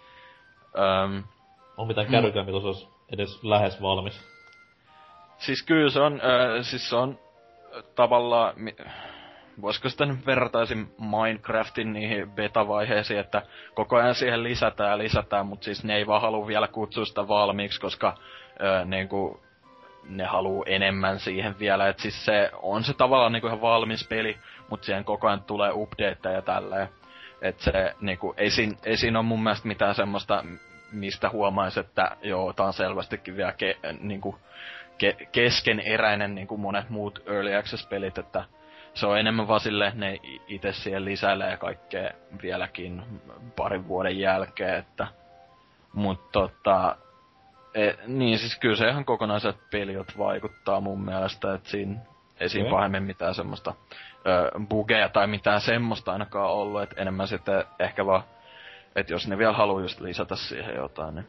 Öm, on mitään kärrykä, mitä se olisi edes lähes valmis. Siis kyllä se on, äh, siis se on tavallaan, mi, voisiko sitä nyt vertaisin Minecraftin niihin beta-vaiheisiin, että koko ajan siihen lisätään ja lisätään, mutta siis ne ei vaan halua vielä kutsua sitä valmiiksi, koska öö, niinku, ne haluu enemmän siihen vielä, että siis se on se tavallaan niinku ihan valmis peli, mutta siihen koko ajan tulee updateja ja tälleen. Että se niinku, ei, siinä, ei siinä ole mun mielestä mitään semmoista, mistä huomaisi, että joo, tää on selvästikin vielä ke, niinku, ke, keskeneräinen niinku monet muut Early Access-pelit, että se on enemmän vaan silleen, ne itse siihen lisäilee kaikkea vieläkin parin vuoden jälkeen, että mut tota, e, niin siis kyllä se ihan kokonaiset peliot vaikuttaa mun mielestä, että siinä ei siinä Okay. pahemmin mitään semmoista ö, bugeja tai mitään semmoista ainakaan ollut, että enemmän sitten ehkä vaan, että jos ne vielä haluaa just lisätä siihen jotain, niin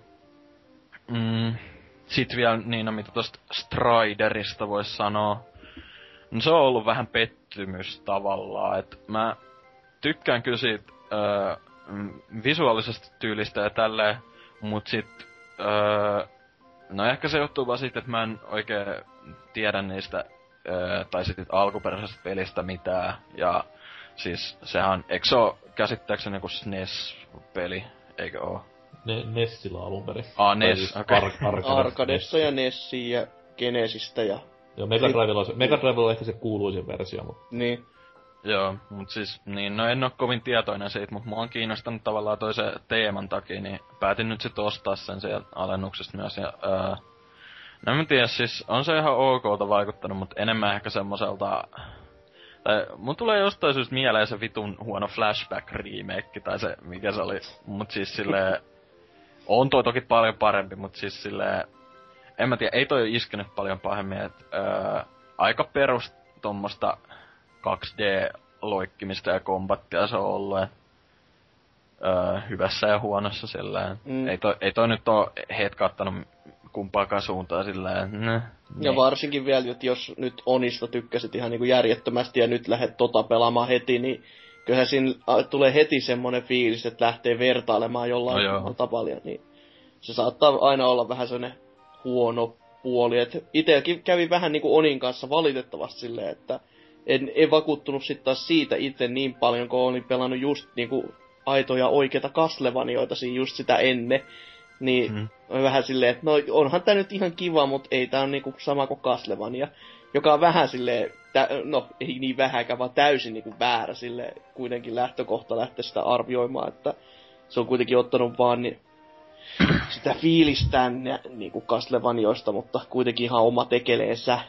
mm, sit vielä niin, no, mitä tosta Striderista vois sanoa, no se on ollut vähän pettymys tavallaan, että mä tykkään kyllä siitä öö, visuaalisesta tyylistä ja tälleen, mut sit öö, no ehkä se johtuu vaan siitä, että mä en oikein tiedä niistä öö, tai sit alkuperäisestä pelistä mitään, ja siis sehän, eikö se oo käsittääkseni joku S N E S-peli, eikö oo? Ne, Nessillä alun perin. Aa, Tai Ness, siis okei. Ar- Arcade, Arkadessa ja Nessiin ja Genesistä ja... Joo, Mega Drivella on, se, Mega Drivella on ehkä se kuuluisin versio, mutta... Niin. Joo, mut siis, niin, no en oo kovin tietoinen siitä, mut mua on kiinnostanut tavallaan toisen teeman takia, niin päätin nyt sit ostaa sen sieltä alennuksesta myös, ja öö, no en tiedä, siis on se ihan okolta vaikuttanut, mut enemmän ehkä semmoselta, tai mun tulee jostain syystä mieleen se vitun huono Flashback remake, tai se, mikä se oli, mut siis silleen, on toi toki paljon parempi, mut siis silleen, en mä tiedä, ei toi iskenyt paljon pahemmin, et öö, aika perus tommosta kaksi D-loikkimista ja kombattia se on ollut, et, öö, hyvässä ja huonossa silleen. Mm. Ei, toi, ei toi nyt oo hetkauttanut kumpaakaan suuntaan silleen, ne, Ja varsinkin vielä, että jos nyt Onista tykkäsit ihan niinku järjettömästi ja nyt lähdet tota pelaamaan heti, niin kyllähän siinä tulee heti semmonen fiilis, että lähtee vertailemaan jollain no tavalla, niin se saattaa aina olla vähän sellainen huono puoli. Et itelläkin kävi vähän niinku Onin kanssa valitettavasti silleen, että en, en vakuuttunut sit taas siitä itse niin paljon, kun olin pelannut just niinku aitoja oikeita Castlevaniaita siinä just sitä ennen. Niin hmm. on vähän silleen, että no onhan tää nyt ihan kiva, mutta ei tää on niinku sama kuin Castlevania. Joka on vähän silleen, tä, no ei niin vähäkään, vaan täysin niinku väärä silleen kuitenkin lähtökohta lähteä sitä arvioimaan, että se on kuitenkin ottanut vaan niin sitä fiilistään niinku Castlevanioista, mutta kuitenkin ihan oma tekeleensä.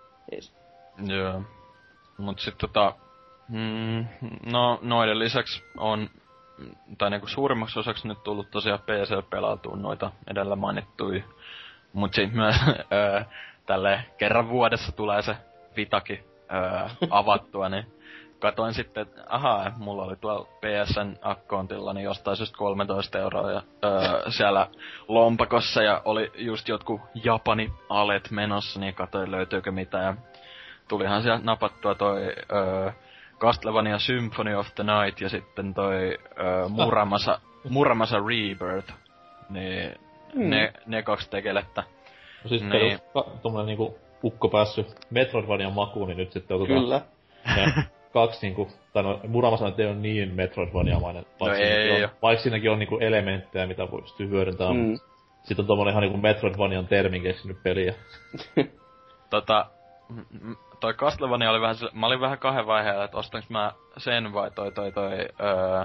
Joo. Mut sit tota, mm, no noiden lisäksi on, tai niinku suurimmaksi osaksi nyt tullut tosiaan P C-pelautuun noita edellä mainittuja. Mut sit myös öö, tälle kerran vuodessa tulee se Vitakin öö, avattua, niin katoin sitten, että ahaa, mulla oli tuolla P S N-akkoontilla niin jostain syystä kolmetoista euroa ja, öö, siellä lompakossa ja oli just jotkut Japani-alet menossa, niin katoin löytyykö mitään ja tulihan sieltä napattua toi öö, Castlevania Symphony of the Night ja sitten toi öö, Muramasa, Muramasa Rebirth, niin mm. ne, ne kaksi tekelettä. No siis niin. perus ka, tommonen niinku ukko päässyt Metroidvanian makuun, niin nyt sitten otetaan... Kyllä. Ne kaksi niinku, tai no Muramasa ei ole niin Metroidvaniamainen, no ei, on, vaikka siinäkin on niinku elementtejä, mitä pystyy hyödyntämään. Mm. Sitten on tommonen ihan niinku Metroidvanian termin keksinyt peliä. tota, toi Castlevania oli vähän, mä olin vähän kahden vaiheella, että ostanko mä sen vai toi toi toi, öö,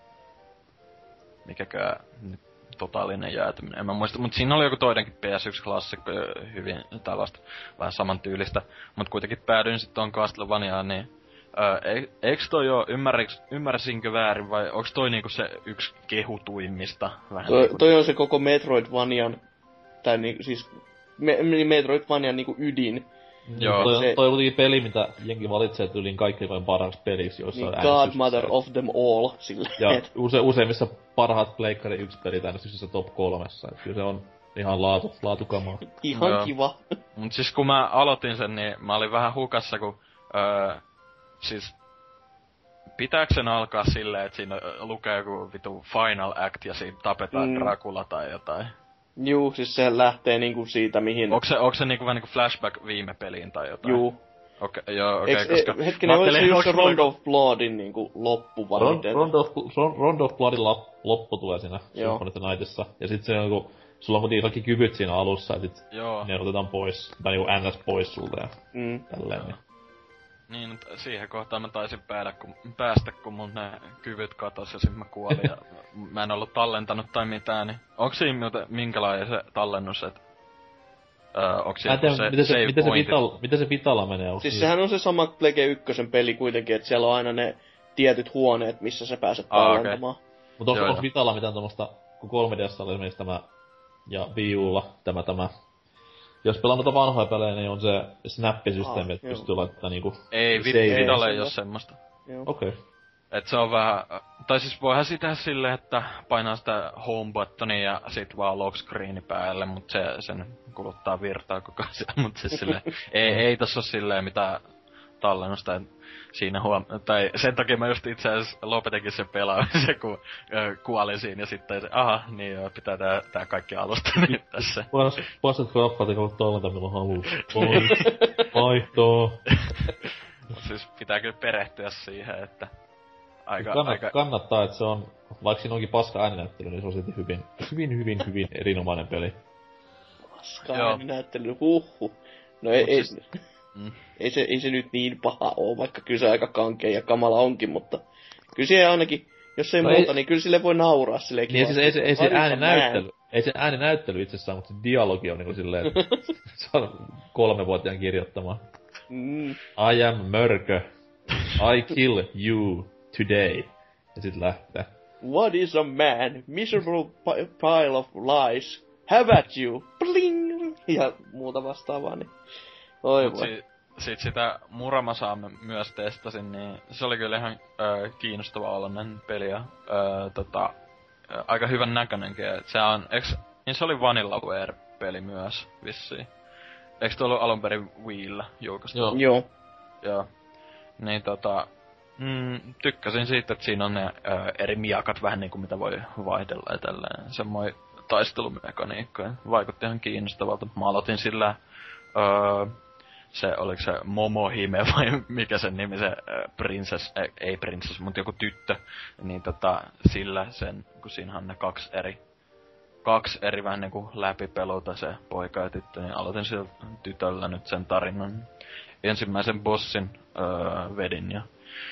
mikäkään nyt totaalinen jäätyminen, en mä muista, mut siinä oli joku toinenkin P S yksi-klassikko hyvin tällaista vähän samantyylistä, mut kuitenkin päädyin sit tuon Castlevaniaan, niin öö, eiks toi jo, ymmärsinkö väärin vai onks toi niinku se yksi kehutuimmista? Vähän toi, niinku... toi on se koko Metroidvanian, tai niinku siis, me, Metroidvanian niinku ydin. Joo. Toi, se, toi on kuitenkin peli, mitä jenki valitsee tyyliin kaikkein parhaaksi peliksi, joissa niin, on Godmother of them all, silleen. Ja use, useimmissa parhaat Pleikkari yksi pelit äänestyksissä top kolmessa, et kyllä se on ihan laatu, laatukamaa. Ihan no, kiva. Mut siis kun mä aloitin sen, niin mä olin vähän hukassa, kun öö, siis pitääkö sen alkaa silleen, että siinä lukee joku vitu Final Act ja siinä tapetaan mm. Dracula tai jotain? Juu, siis se lähtee niinku siitä, mihin... Onko se, onko se niinku vähän niinku flashback viime peliin tai jotain? Juu. Okei, okay, joo, okei, okay, Eks, koska... e, hetkinen, olis se just se Round niinku- of Bloodin niinku loppu vai Ron, miten? Round of, Ron, Round of Bloodin lap, loppu tulee siinä Joo. Symphony of the Nightissa. Ja sit se on niinku, sulla on kuitenkin kaikki kyvyt siinä alussa, ja sit Joo. ne otetaan pois, tai niinku ns pois sulta ja Mm. tälleen. Niin. Niin, mutta siihen kohtaan mä taisin päästä, kun, päästä, kun mun ne kyvyt katos ja sit mä kuolin ja mä en ollut tallentanut tai mitään, niin onks siinä muuten minkälainen se tallennus, et öö, onks Mä en siinä tiedä, se miten se, save miten se, pointit? vital, miten se Vitala menee. Onks Siis niin- sehän on se sama Plege ykkösen peli kuitenkin, että siellä on aina ne tietyt huoneet, missä sä pääset Aa, okei. tallentamaan. Mut onks, Joo, onks joo. Vitala mitään tommosta, kun kolme D:ssä oli esimerkiksi tämä, ja Wii Ulla tämä tämä. Jos pelaa noita vanhoja pelejä, niin on se snappisysteemi, Ah, että joo. pystyy laittamaan niinku... Ei, vi- save- Vitalle ei Ei oo semmoista. Joo. Okei. Okay. Et se on vähän, tai siis voihan sitä silleen, että painaa sitä home buttonia ja sit vaan lock screeni päälle, mut se sen kuluttaa virtaa koko ajan, mut siis silleen, ei, ei tossa oo silleen mitään tallennusta, et siinä huom... Tai sen takia mä just itse asiassa lopetinkin sen pelaamisen, kun ö, kuolin siinä ja sitten se, aha, niin joo, pitää tää, tää kaikki alusta nyt tässä. Paras, passet graffat eikä ollut tallenta milloin haluu. Pois. Vaihtoo. Mut siis pitää kyllä perehtyä siihen, että aika, Kannat, aika... Kannattaa, että se on, vaikka siinä onkin paska ääninäyttely, niin se on silti hyvin, hyvin, hyvin, hyvin erinomainen peli. Paskaa Joo. näyttely, huhhuh. No ei, ei, siis- Mm. ei, se, ei se nyt niin paha oo, vaikka kyllä se aika kankea ja kamala onkin, mutta kyllä siihen ainakin, jos ei No muuta, ei- niin kyllä sille voi nauraa silleen Niin ja siis ei se, ei se Harita ääninäyttely, ei se ääninäyttely itsessään, mutta se dialogi on niinku silleen, että se on kolmevuotiaan kirjoittama. Mm. I am mörkö. I kill you today. Ja sit lähtee. What is a man? Miserable pi- pile of lies. Have at you. Bling! Ja muuta vastaavaa, niin... Oi Mut voi. si- sit sitä Muramasaa mä myös testasin, niin se oli kyllä ihan ö, kiinnostava oloinen peli ja ö, tota, ö, aika hyvän näköinenkin. Et se on, eks, niin se oli Vanillaware-peli myös vissiin. Eiks tuo ollut alun perin Wiillä julkaistu? Joo. Joo. Joo. Niin tota, mm, tykkäsin siitä, että siinä on ne ö, eri miakat vähän niinku mitä voi vaihdella ja tälleen. Semmoinen taistelumekaniikka. Vaikutti ihan kiinnostavalta. Mä aloitin sillä, öö, se, oliko se Momohime vai mikä sen nimi, se ö, princess, ei, ei princess, mutta joku tyttö. Niin tota, sillä sen, kun siinä on ne kaksi eri, kaksi eri vähän niinku läpipeluta se poika ja tyttö, niin aloitin sillä tytöllä nyt sen tarinan. Ensimmäisen bossin öö, vedin ja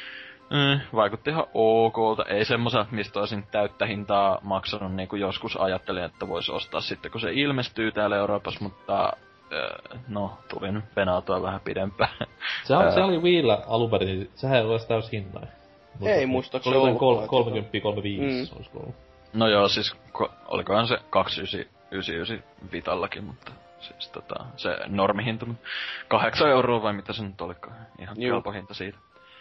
Mm, vaikutti ihan okolta. Ei semmosa, mistä olisin täyttä hintaa maksanut, niin kuin joskus ajattelin, että voisi ostaa sitten, kun se ilmestyy täällä Euroopassa, mutta öö, no, tulin venautua vähän pidempään. Se, on, Ää. se oli Wiillä alun perin, niin sehän ei ole edes täys hintaa. Ei muistaakseni Se oli ollutkaan, kol, kolmekymmentä kolmekymmentäviisi, Mm. olisiko ollut. No joo, siis ko, olikohan se kaksisataayhdeksänkymmentäyhdeksän Vitallakin, mutta siis tota, se normihinta, mutta kahdeksan euroa vai mitä se nyt olikaan, ihan Joo. kelpo hinta siitä.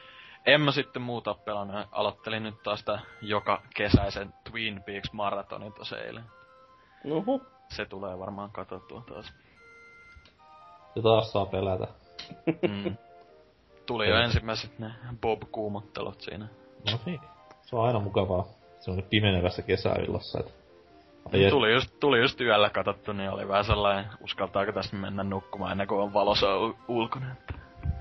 En mä sitten muuta pelannut, aloittelin nyt taas sitä joka kesäisen Twin Peaks maratonin tossa eilen. Nuhu. Se tulee varmaan katsottua taas. Ja taas saa pelätä. Mm. Tuli jo ensimmäiset ne Bob-kuumottelut siinä. No niin. Se on aina mukavaa. Se on pimenevässä kesäillassa, et... Ai et- Tuli just, tuli just yöllä katsottu, niin oli vähän sellainen, uskaltaako tästä mennä nukkumaan ennen kuin on valossa u- ulkona. Että.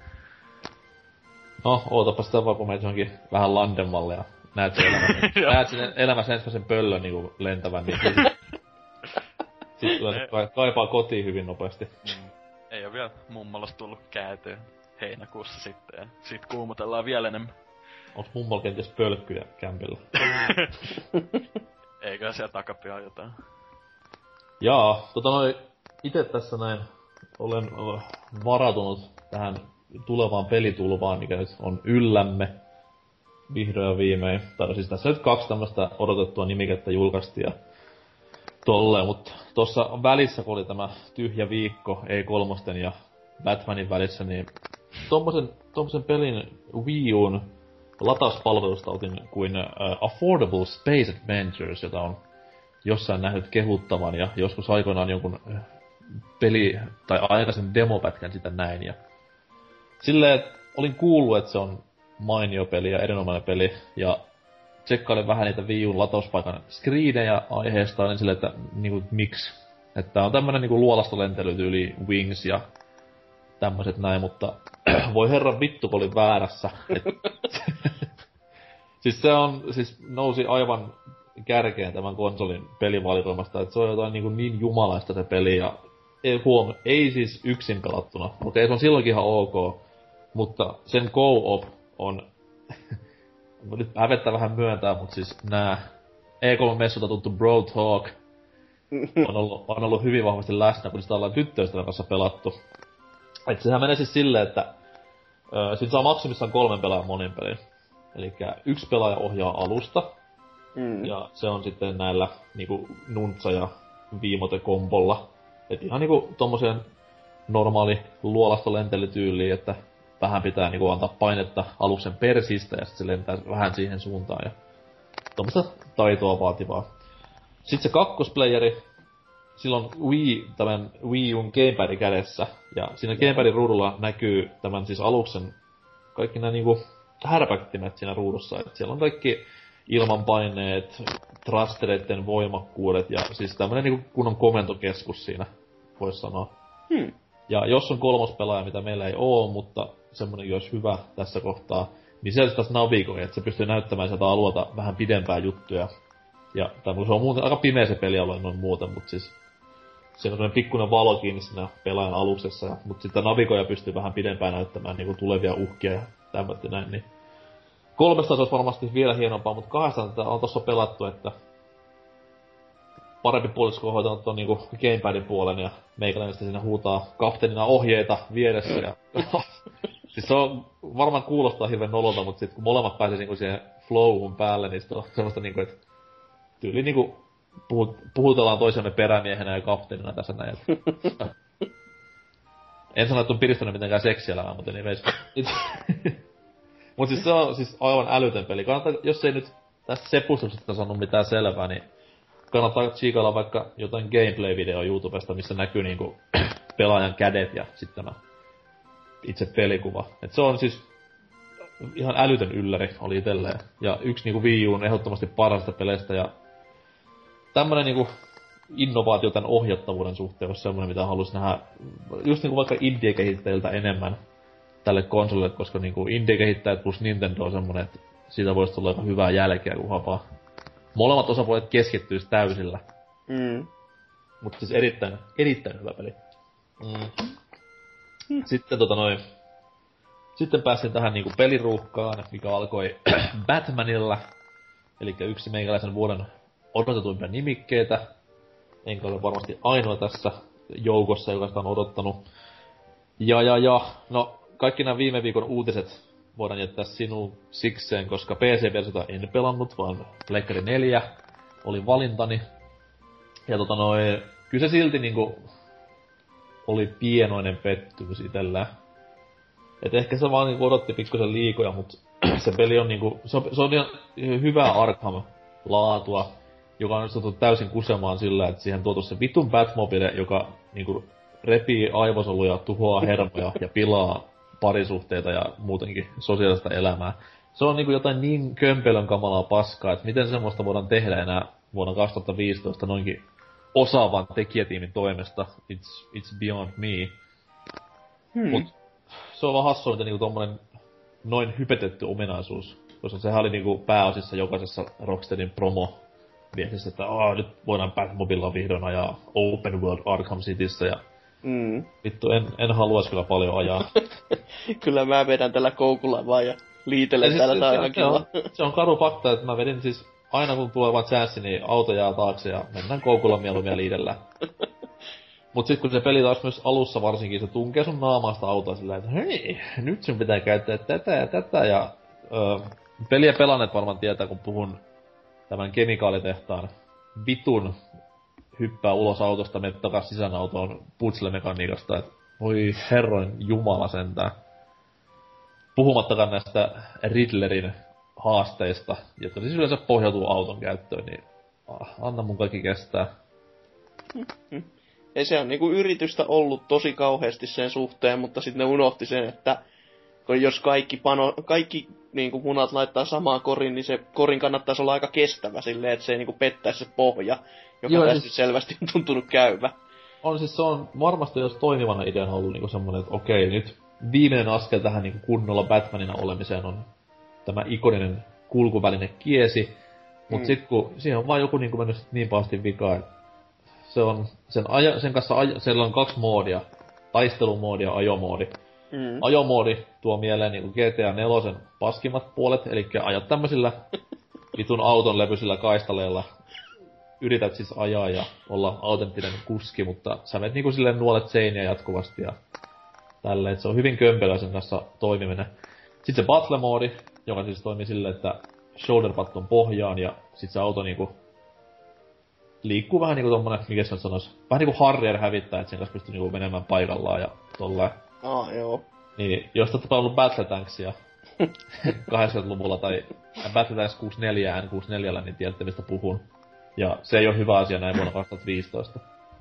No, ootapa sitä vaan, kun menet johonkin vähän landemmalle ja näet sen elämän, näet sen elämässä ensimmäisen pöllön niinku lentävän, niin sit, sit tulee ka- kaipaa kotiin hyvin nopeasti. Mm. Ei oo vielä mummolasta tullut käytyä heinäkuussa sitten. Ja sit kuumotellaan vielä enemmän. Onks mummolla kenties pölkkyjä kämpillä? Eikä siellä takapihan jotain. Jaa, tota noin, ite tässä näin olen ö, varautunut tähän tulevaan pelitulvaan, mikä nyt on yllämme vihdoin ja viimein. Tai no siis tässä nyt kaksi tämmöstä odotettua nimikettä julkaistiin ja tolleen, mutta tuossa välissä, kun oli tämä tyhjä viikko E kolme ja Batmanin välissä, niin tommosen, tommosen pelin Wii U:n latauspalvelusta otin kuin uh, Affordable Space Adventures, jota on jossain nähnyt kehuttavan ja joskus aikoinaan jonkun äh, peli, tai aikaisen demopätkän sitä näin. Ja silleen, olin kuullut, että se on mainio peli ja erinomainen peli, ja tsekkailin vähän niitä Wii U:n latauspaikan screenejä aiheesta, niin silleen, että niinku, miksi? Että on tämmönen niinku luolastolentelytyyli Wings, ja tämmöset näin, mutta voi herran vittu, kun olin väärässä. Et, siis se on, siis nousi aivan kärkeen tämän konsolin pelivalikoimasta, että se on jotain niin, niin jumalaista se peli, ja ei, huom, ei siis yksin pelattuna. Okei, se on silloinkin ihan ok, mutta sen co-op on, nyt hävettää vähän myöntää, mutta siis nää E kolme-messulta tuttu Bro Talk on ollut, on ollut hyvin vahvasti läsnä, kun sitä ollaan tyttöystävän kanssa pelattu. Et sehän menee siis silleen, että ö, sit saa maksimissaan kolmen pelaajan monin pelin. Elikkä yksi pelaaja ohjaa alusta, mm. ja se on sitten näillä niinku nuntsa- ja viimotekombolla. Et ihan niinku tommoseen normaali luolasta lentelytyyliin, että vähän pitää niinku antaa painetta aluksen persistä ja sit se lentää vähän siihen suuntaan ja tommoista taitoa vaativaa. Sitten se kakkosplayeri, silloin Wii, tämän Wii U:n gamepadin kädessä, ja siinä gamepadin ruudulla näkyy tämän siis aluksen kaikki nämä niinku härpäktimet siinä ruudussa, et siellä on kaikki ilmanpaineet, thrustereiden voimakkuudet ja siis tämmönen niinku kunnon komentokeskus siinä, vois sanoa. Hmm. Ja jos on kolmos pelaaja, mitä meillä ei oo, mutta semmonenkin olisi hyvä tässä kohtaa, niin se taas navigoi, että se pystyy näyttämään sieltä alueelta vähän pidempää juttuja. Ja tai se on muuten aika pimeä se pelialue noin muuten, mutta siis se on semmoinen pikkuinen valo kiinni siinä pelaajan aluksessa, ja, mutta sitten navigoija pystyy vähän pidempään näyttämään niinku tulevia uhkia ja tämmöistä näin, niin kolmesta se olisi varmasti vielä hienompaa, mutta kahdesta tätä on tossa pelattu, että parempi puolisko on hoitanut ton niinku gamepadin puolen ja meikäläinen sitten siinä huutaa kapteenina ohjeita vieressä ja siis se on varmaan kuulostaa hirveen nololta, mutta sit kun molemmat pääsee niinku siihen flowhun päälle, niin sit on semmoista niinku, että tyyli niinku puhut, puhutellaan toisemme perämiehenä ja kapteenina tässä näin. En sano, että on piristänyt mitenkään seksielämää, mutta niin veis. Mut siis se on siis aivan älytön peli. Kannattaa, jos ei nyt tästä sepustuksesta sanonut mitään selvää, niin kannattaa tsiikailla vaikka jotain gameplay-video YouTubesta, missä näkyy niinku pelaajan kädet ja sitten tämä itse pelikuva. Et se on siis ihan älytön ylläri oli itelleen. Ja yksi niinku Wii U:n ehdottomasti parhaista peleistä ja tämmönen niinku innovaatio tän ohjattavuuden suhteen olisi semmonen, mitä haluais nähdä just niinku vaikka indie-kehittäjiltä enemmän tälle konsolille, koska niinku indie-kehittäjät plus Nintendo on semmonen, että siitä voisi tulla aika hyvää jälkeä, kunhan vaan molemmat osapuolet keskittyis täysillä. Mm. Mutta siis erittäin, erittäin hyvä peli. Mm. Sitten tota noin... Sitten pääsin tähän niinku peliruuhkaan, mikä alkoi Batmanilla. Elikkä yksi meikäläisen vuoden odotetuimpia nimikkeitä. Enkä ole varmasti ainoa tässä joukossa, joka sitä on odottanut. Ja ja ja, no kaikki nämä viime viikon uutiset voidaan jättää sinun sikseen, koska P C-versiota en pelannut, vaan Pleikkari neljä oli valintani. Ja tota noin, kyllä se silti niinku oli pienoinen pettymys itellä. Et ehkä se vaan niinku odotti pikkusen liikoja, mut se peli on niinku, se on, se on ihan hyvää Arkham-laatua, joka on onnistuttu täysin kusemaan sillä, että siihen tuotu se vitun Batmobile, joka niinku repii aivosoluja, tuhoaa hermoja ja pilaa parisuhteita ja muutenkin sosiaalista elämää. Se on niinku jotain niin kömpelön kamalaa paskaa, että miten semmoista voidaan tehdä enää vuonna kaksituhattaviisitoista noinkin osaavan tekijätiimin toimesta. It's, it's beyond me. Hmm. Mut se on vaan hassua, miten niinku tommonen noin hypetetty ominaisuus. Koska sehän oli niinku pääosissa jokaisessa Rocksteadin promo viestissä, että aah, nyt voidaan Batmobilla vihdoin ajaa Open World Arkham Cityssä ja Mm. vittu, en, en haluais kyllä paljon ajaa. Kyllä mä vedän tällä koukulla vaan ja liitelen ja täällä siis, se, se, on, se on karu fakta, että mä vedin siis aina kun tulee vaan chanssi, niin auto jää taakse ja mennään koukulla mieluummin ja liidellään. Mut sit kun se peli taas myös alussa varsinkin, se tunkee sun naamasta autoa sillä että hei, nyt sun pitää käyttää tätä ja tätä ja öö, peliä pelanneet varmaan tietää, kun puhun tämän kemikaalitehtaan vitun hyppää ulos autosta, mene takas sisään autoon putsle-mekaniikasta, et voi herroin jumala sentään. Puhumattakaan näistä Riddlerin haasteista, jotka siis yleensä pohjautuu auton käyttöön, niin ah, anna mun kaikki kestää. Ei se on niinku yritystä ollut tosi kauheasti sen suhteen, mutta sitten ne unohti sen, että kun jos kaikki, pano, kaikki niinku munat laittaa samaan korin, niin se korin kannattaisi olla aika kestävä silleen, että se ei niinku pettäisi se pohja, joka Joo, tässä siis selvästi on tuntunut käyvä. On siis se on varmasti jos toimivana ideana ollut niinku semmonen, että okei, nyt viimeinen askel tähän niinku kunnolla Batmanina olemiseen on tämä ikoninen kulkuväline kiesi. Mut mm. sit kun siihen on vaan joku niinku mennyt niin pahasti vikaan, että se on sen, aja, sen kanssa aja, siellä on kaksi moodia. Taistelumoodi ja ajomoodi. Mm. Ajomoodi tuo mieleen niinku G T A neljä paskimmat puolet, eli ajat tämmösillä vitun auton levyisillä kaistaleilla. Yrität siis ajaa ja olla autenttinen kuski, mutta sä menet niinku silleen nuolet seiniä jatkuvasti ja tälleen, et se on hyvin kömpelöä sen kanssa toimiminen. Sitten se battle-moodi, joka siis toimii silleen, että shoulder on pohjaan ja sit se auto niinku liikkuu vähän niinku tommonen, mikä se sanois, vähän niinku Harrier hävittää, et sen kanssa pystyy niinku menemään paikallaan ja tolleen. Ah, joo. Niin, jos te olette ollut Battle Tanksia kahdeksankymmentäluvulla tai Battle Tanks kuusikymmentäneljä N kuusikymmentäneljä, niin tiedätte mistä puhun. Ja se ei oo hyvä asia näin vuonna kaksituhattaviisitoista.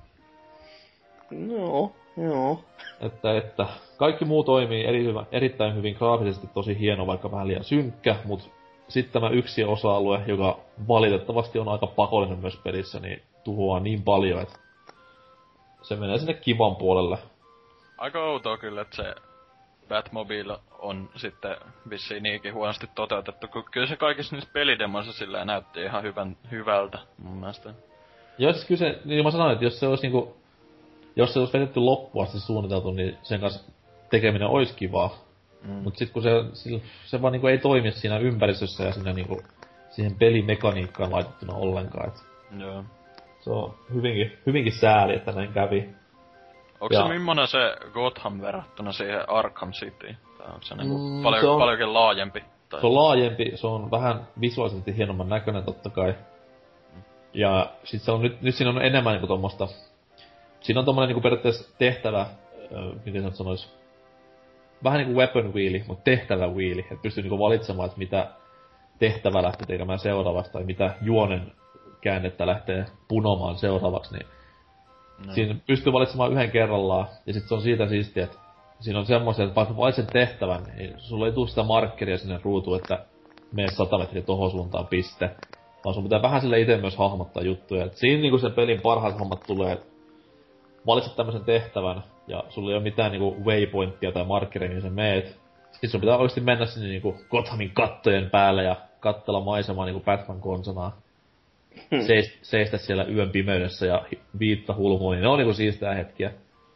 No, joo. Että, että kaikki muu toimii eri hyvä, erittäin hyvin graafisesti, tosi hieno, vaikka vähän liian synkkä, mut sitten tämä yksi osa-alue, joka valitettavasti on aika pakollinen myös pelissä, niin tuhoaa niin paljon, että se menee sinne kivan puolelle. Aika outoa kyllä, että se Batmobile on sitten vissiin niinkin huonosti toteutettu, kun kyllä se kaikissa niissä pelidemoissa silleen näytti ihan hyvän, hyvältä mun mielestä. Jos kyllä se, niin mä sanoin, että jos se olisi niinku, jos se olisi vedetty loppuun asti suunniteltu, niin sen kanssa tekeminen olisi kivaa. Mm. Mut sit kun se, se, se vaan niinku ei toimi siinä ympäristössä ja siinä niinku siihen pelimekaniikkaan laitettuna ollenkaan, et joo. Se on hyvinkin, hyvinkin sääli, että näin kävi. Onko ja se millainen se Gotham verrattuna siihen Arkham City? Tai onko se niinku mm, paljon, se on, paljonkin laajempi? Tai... Se on laajempi, se on vähän visuaalisesti hienomman näköinen totta kai. Mm. Ja sit se on nyt, nyt siinä on enemmän niinku tommoista... Siinä on tommonen niinku periaatteessa tehtävä, äh, miten se sanois... Vähän niinku weapon wheeli, mut tehtävä wheeli. Et pystyy niinku valitsemaan, että mitä tehtävä lähtee tekemään seuraavaksi, tai mitä juonen käännettä lähtee punomaan seuraavaksi, niin no. Siinä pystyy valitsemaan yhden kerrallaan, ja sit se on siitä siistiä, että siinä on semmoista, että vaikka valitset tehtävän, niin sulla ei tuu sitä markkeria sinne ruutuun, että mene sata metriä tohon suuntaan piste. Vaan sun pitää vähän sille ite myös hahmottaa juttuja. Et siinä niinku sen pelin parhaat hommat tulee, että valitset tämmösen tehtävän, ja sulla ei oo mitään niinku waypointtia tai markkeria, niin sä meet. Sitten sun pitää oikeesti mennä sinne niinku Gothamin kattojen päälle ja kattella maisemaa niinku Batman konsanaa. Hmm. Seist, seistä siellä yön pimeydessä ja viitta hulmuun, niin ne on niinku siistää hetkiä.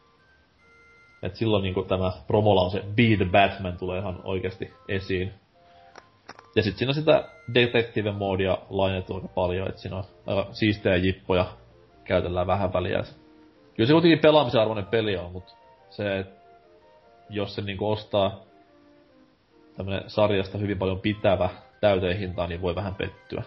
Et silloin niinku tämä promolause Be the Batman tulee ihan oikeesti esiin. Ja sit siinä on sitä detective-moodia lainettu aika paljon, et siinä on aika siistejä jippoja, käytellään vähän väliä. Kyllä se kuitenkin pelaamisen arvoinen peli on, mut se, et jos se niinku ostaa tämmönen sarjasta hyvin paljon pitävä täyteen hintaan, niin voi vähän pettyä.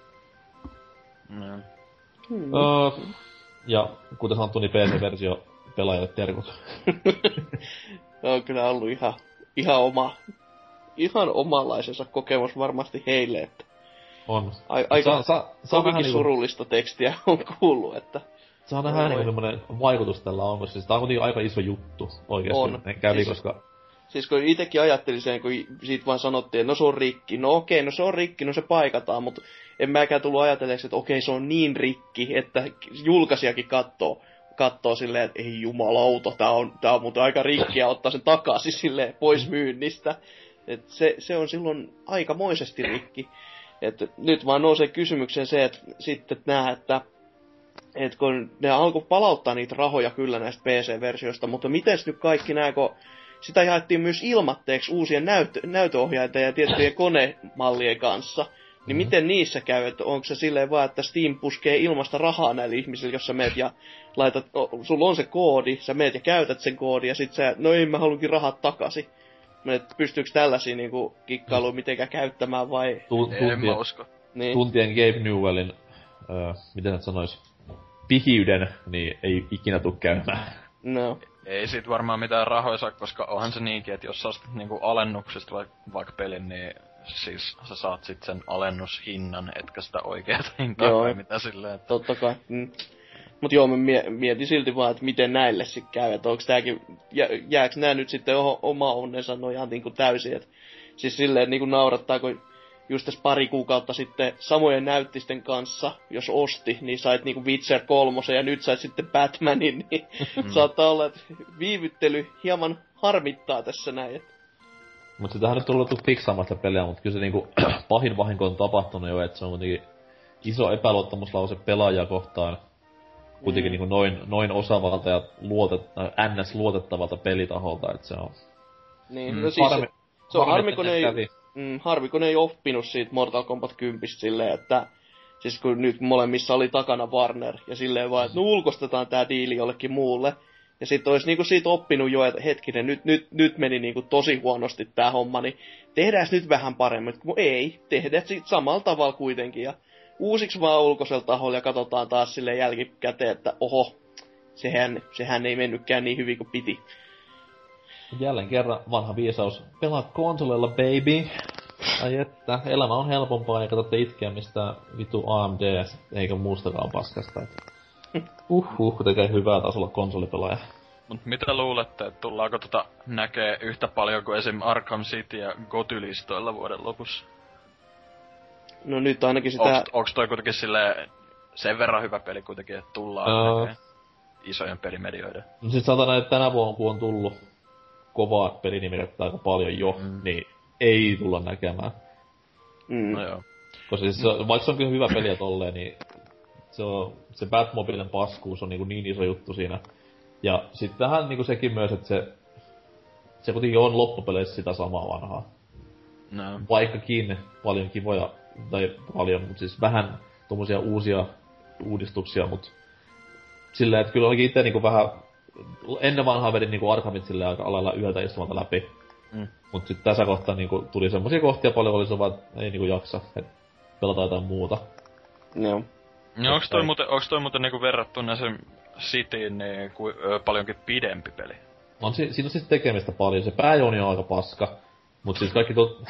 Mm. Hmm. Öö, ja kuten sanottu, niin P C-versio pelaajalle terkut. On kyllä ollut ihan, ihan oma, ihan omanlaisensa kokemus varmasti heille, että on. A, aika sa, sa, kovinkin niinku surullista tekstiä on kuullut, että saa nähdä niinku semmonen vaikutus tällä on, koska siis tää on kuitenkin aika iso juttu oikeesti, on. Kävi, siis, koska... Siis kun itekin ajattelin sen, kun siitä vaan sanottiin, että no se on rikki, no okei, no se on rikki, no se paikataan, mutta en mäkään tullut ajatelleeksi, että okei, se on niin rikki, että julkaisijakin kattoo, kattoo silleen, että ei jumalauta, tää on, tää on muuten aika rikki, ja ottaa sen takaisin silleen pois myynnistä. Et se, se on silloin aikamoisesti rikki. Et nyt vaan nousee kysymykseen se, että sitten nää, että et kun ne alkoi palauttaa niitä rahoja kyllä näistä P C-versioista, mutta miten nyt kaikki nää, kun sitä jaettiin myös ilmatteeksi uusien näytö- näytöohjainten ja tiettyjen konemallien kanssa. Niin mm-hmm. miten niissä käy, että onko se silleen vaan, että Steam puskee ilmasta rahaa näille ihmisille, jos sä meet ja laitat, no, sulla on se koodi, sä meet ja käytät sen koodin ja sit sä, no ei mä halunkin rahat takaisin. Pystyykö tällaisia niinku kikkailuja mitenkään käyttämään vai? Tu- en mä usko. Niin. Tuntien Gabe Newellin, öö, miten sä sanois, pihiyden, niin ei ikinä tuu käymään. No. Ei sit varmaan mitään rahoja saa, koska onhan se niinkin, että jos sä ostat niinku alennuksesta vaik- vaikka pelin, niin siis sä saat sit sen alennushinnan, etkä sitä oikeeta hintaa joo, vai mitä silleen. Että... Totta kai. Mm. Mut joo, mä mietin silti vaan, että miten näille sit käy, että onks tääkin, jä, jääks nää nyt sitten oho, oma onnensa nojaan niinku täysin, et siis silleen niinku naurattaa, kun just tässä pari kuukautta sitten samojen näyttisten kanssa, jos osti, niin sait niinku Witcher kolmosen ja nyt sait sitten Batmanin, niin mm. saattaa olla, että viivyttely hieman harmittaa tässä näin. Että... Mut sitähän nyt on tullut fiksaamaan sitä peliä, mut kyllä se niinku pahin vahinko on tapahtunut jo, että se on kuitenkin iso epäluottamuslause pelaajia kohtaan. Kuitenkin mm. niinku noin, noin osaavalta ja luotet, äh, ns. Luotettavalta pelitaholta, että se on... Niin, mm. no siis harmi, se, se on harmi, kun ei... Kävi. Mm, harvi, kun ei oppinut siitä Mortal Kombat kymmenen silleen, että siis kun nyt molemmissa oli takana Warner, ja silleen vaan, että no ulkostetaan tää diili jollekin muulle, ja sit ois niinku siitä oppinut jo, että hetkinen, nyt, nyt, nyt meni niinku tosi huonosti tää homma, niin tehdääs nyt vähän paremmin, kun ei, tehdään sit samalla tavalla kuitenkin, ja uusiksi vaan ulkoisella taholla, ja katsotaan taas silleen jälkikäteen, että oho, sehän, sehän ei mennytkään niin hyvin kuin piti. Jälleen kerran vanha viisaus. Pelaat konsolilla, baby. Ai että, elämä on helpompaa, eikä tarvitse itkeä mistään vitu A M D, eikä muustakaan paskasta. Uhuh, kun tekee hyvää tasolla konsolipelaaja. Mut mitä luulette, että tullaanko tota näkee yhtä paljon kuin esim. Arkham City ja Goty-listoilla vuoden lopussa? No nyt ainakin sitä... Onks, onks toi kuitenkin silleen sen verran hyvä peli kuitenkin, että tullaan uh... näkee isojen pelimedioiden? No sit sanotaan, että tänä vuonna kun on tullut kovaa pelinimikettä aika paljon jo, mm. niin ei tulla näkemään. Mm. No joo. Koska siis se, vaikka se on kyllä hyvä peliä tolleen, niin se, on, se Batmobilen paskuus on niin, niin iso juttu siinä. Ja sit tähän niin sekin myös, että se, se kuitenkin on loppupeleissä sitä samaa vanhaa. No. Vaikkakin paljon kivoja, tai paljon, mutta siis vähän tommosia uusia uudistuksia, mut silleen, että kyllä olikin itse niinku vähän ennen vanhaa vedin niinku Arkhamit silleen aika lailla yöltä istumalta läpi. Mm. Mut sit tässä kohtaa niinku tuli semmosia kohtia paljon, oli se vaan, ei niinku jaksa, et pelataan jotain muuta. Joo. No onks toi muuten, onks toi muuten niinku verrattuna sen Cityin niin kuin, ö, paljonkin pidempi peli? On, si- siinä on siis tekemistä paljon, se pääjuoni on aika paska, mut siis kaikki tuot...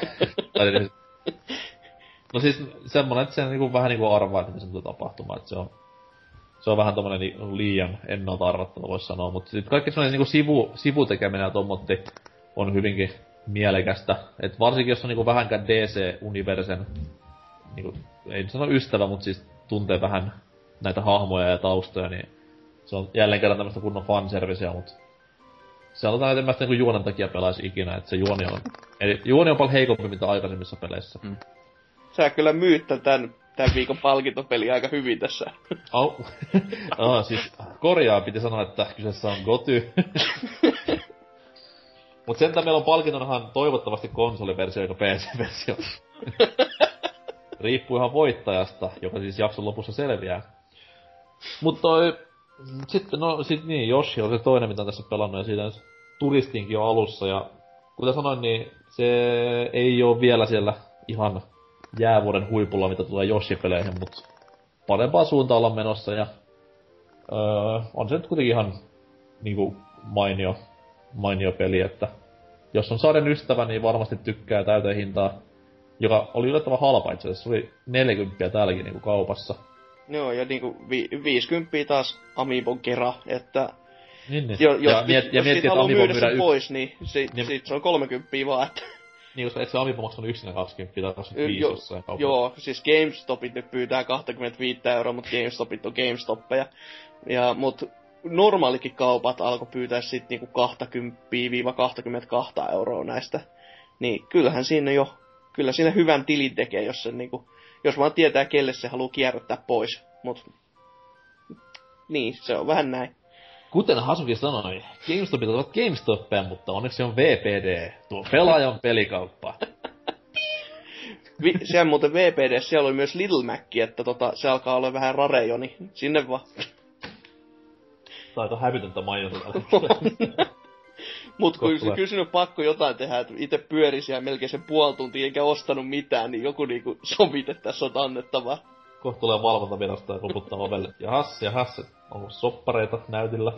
no siis semmonen, että se niinku vähän niinku arvaa, että se tulee tapahtumaan, että se on... Se on vähän tommonen li- liian ennalta arvattava, vois sanoa, mutta sit kaikki semmonen niinku sivu, sivutekeminen ja tommotti on hyvinkin mielekästä. Et varsinkin jos on niinku vähänkään D C-universen, niinku, ei sano ystävä, mut siis tuntee vähän näitä hahmoja ja taustoja, niin se on jälleen kerran tämmöstä kunnon fanserviceä, mut se on jotain enemmän niinku juonen takia pelaisi ikinä, että se juoni on... Eli juoni on paljon heikompi mitä aikaisemmissa peleissä. Hmm. Sä kyllä myyt tän, tän viikon palkintopeli aika hyvin tässä. Au. ah, siis korjaa piti sanoa, että kyseessä on Goty. Mut sentään meillä on palkintonahan toivottavasti konsoliversio eikä P C-versio. Riippuu ihan voittajasta, joka siis jakson lopussa selviää. Mut toi... Sitten, no sit niin, Yoshi on se toinen, mitä on tässä pelannut, ja siitä turistinkin jo alussa, ja kuten sanoin, niin se ei oo vielä siellä ihan jäävuoden huipulla, mitä tulee Yoshi-peleihin, mut parempaa suuntaan ollaan menossa, ja öö, on se nyt kuitenkin ihan niinku mainio, mainio peli, että jos on sarjan ystävä, niin varmasti tykkää täyteen hintaa, joka oli yllättävän halpa itse asiassa, se oli neljäkymmentä täälläkin niinku kaupassa. Joo, ja niinku vi- viisikymmentä taas Amiibon kera, että... Niin, niin. Jo, jos, ja, miet, jos ja miettii, haluaa myydä sen y- pois, niin sit, niin, sit se on kolmekymmentä vaan, että... Niin, koska eikö se Amiibo maksanut yksinä kaksikymmentä tai kaksikymmentäviisi jo, jossain kaupassa? Joo, siis GameStopit nyt pyytää kaksikymmentäviisi euroa, mutta GameStopit on GameStoppeja. Ja, mut normaalikin kaupat alkoi pyytää sit niinku kaksikymmentä kaksikymmentäkaksi euroa näistä. Niin kyllähän siinä jo, kyllä siinä hyvän tilin tekee, jos se niinku... Jos vaan tietää, kelle se haluaa kierrättää pois. Mut... Niin, se on vähän näin. Kuten Hasuki sanoi, GameStopit ovat GameStoppeja, mutta onneksi se on V P D, tuo pelaajan pelikauppa. Vi- siellä muuten V P D, siellä oli myös Little Mac, että tota, se alkaa olla vähän rarejo, niin sinne vaan. Tää on aika hävytöntä mainita tällä. Mut kun se kysynyt pakko jotain tehdä, että itse pyöri siellä melkein sen puoli tuntia eikä ostanut mitään, niin joku niinku sovite tässä on annettavaa. Kohta tulee valvontavirasto ja koputtaa ovelle. Jahas, jahas, onko soppareita näytillä?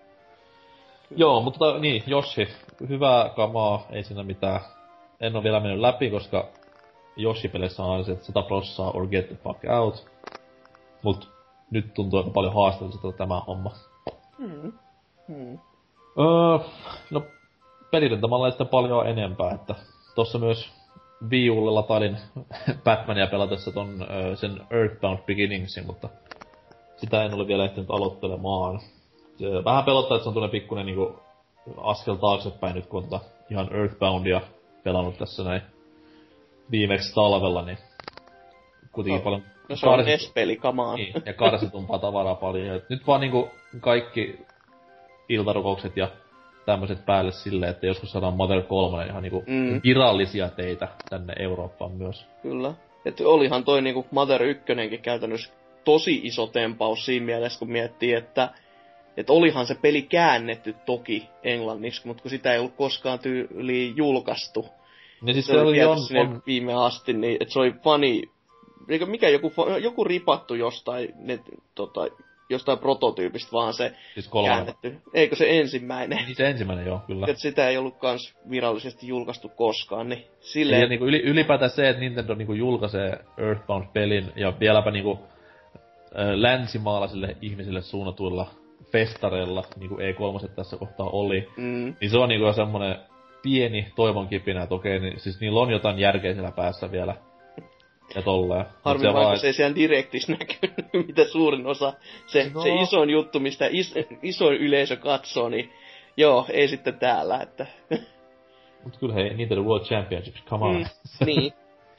Joo, mutta tota, niin, Yoshi, hyvää kamaa, ei siinä mitään. En oo vielä mennyt läpi, koska Yoshi-peleissä on aina se, että sata prossaa or get the fuck out. Mut nyt tuntuu aika paljon haasteelliselta tämä homma. Hmm. Hmm. Öö, no, pelirintamalla ei sitten paljon enempää, että tossa myös Wii Ulle latailin Batmania pelatessa ton ö, sen Earthbound Beginningsin, mutta sitä en ole vielä ehtinyt aloittelemaan. Se vähän pelottaa, että se on tuollainen pikkuinen niinku askel taaksepäin nyt, kun on tota ihan Earthboundia pelannut tässä näin viimeksi talvella, niin kuitenkin no, paljon... No se on S P-peli, come on. Niin, ja karsitumpaa tavaraa paljon. Et nyt vaan niinku kaikki iltarukoukset ja tämmöset päälle silleen, että joskus saadaan Mother kolme ihan niinku mm. virallisia teitä tänne Eurooppaan myös. Kyllä. Et olihan toi niinku Mother ykkönen käytännössä tosi iso tempaus siinä mielessä, kun miettii, että et olihan se peli käännetty toki englanniksi, mutta kun sitä ei ollut koskaan tyyliin julkaistu. Ja siis se, se oli on, on... viime asti, niin että se oli fani... Eikö mikä joku, joku ripattu jostain, ne, tota, jostain prototyypistä vaan se siis käännetty. Eikö se ensimmäinen? Niin se ensimmäinen joo, kyllä. Et sitä ei ollut kans virallisesti julkaistu koskaan, niin silleen... Ja niinku yli, ylipäätään se, että Nintendo niinku julkaisee Earthbound-pelin ja vieläpä niinku äh, länsimaalaisille ihmisille suunnatuilla festareilla, niinku E kolme tässä kohtaa oli, mm. niin se on niinku semmonen pieni toivonkipinä, että okei, niin siis niillä on jotain järkeä siellä päässä vielä. Ja tolleen. Harmi vaan, vaan, kun se ei siellä direktissä näkynyt, mitä suurin osa, se, no. se isoin juttu, mistä is, isoin yleisö katsoo, niin joo, ei sitten täällä, että... Mut kyllä hei, Nintendo World Championships, come on. Mm, niin.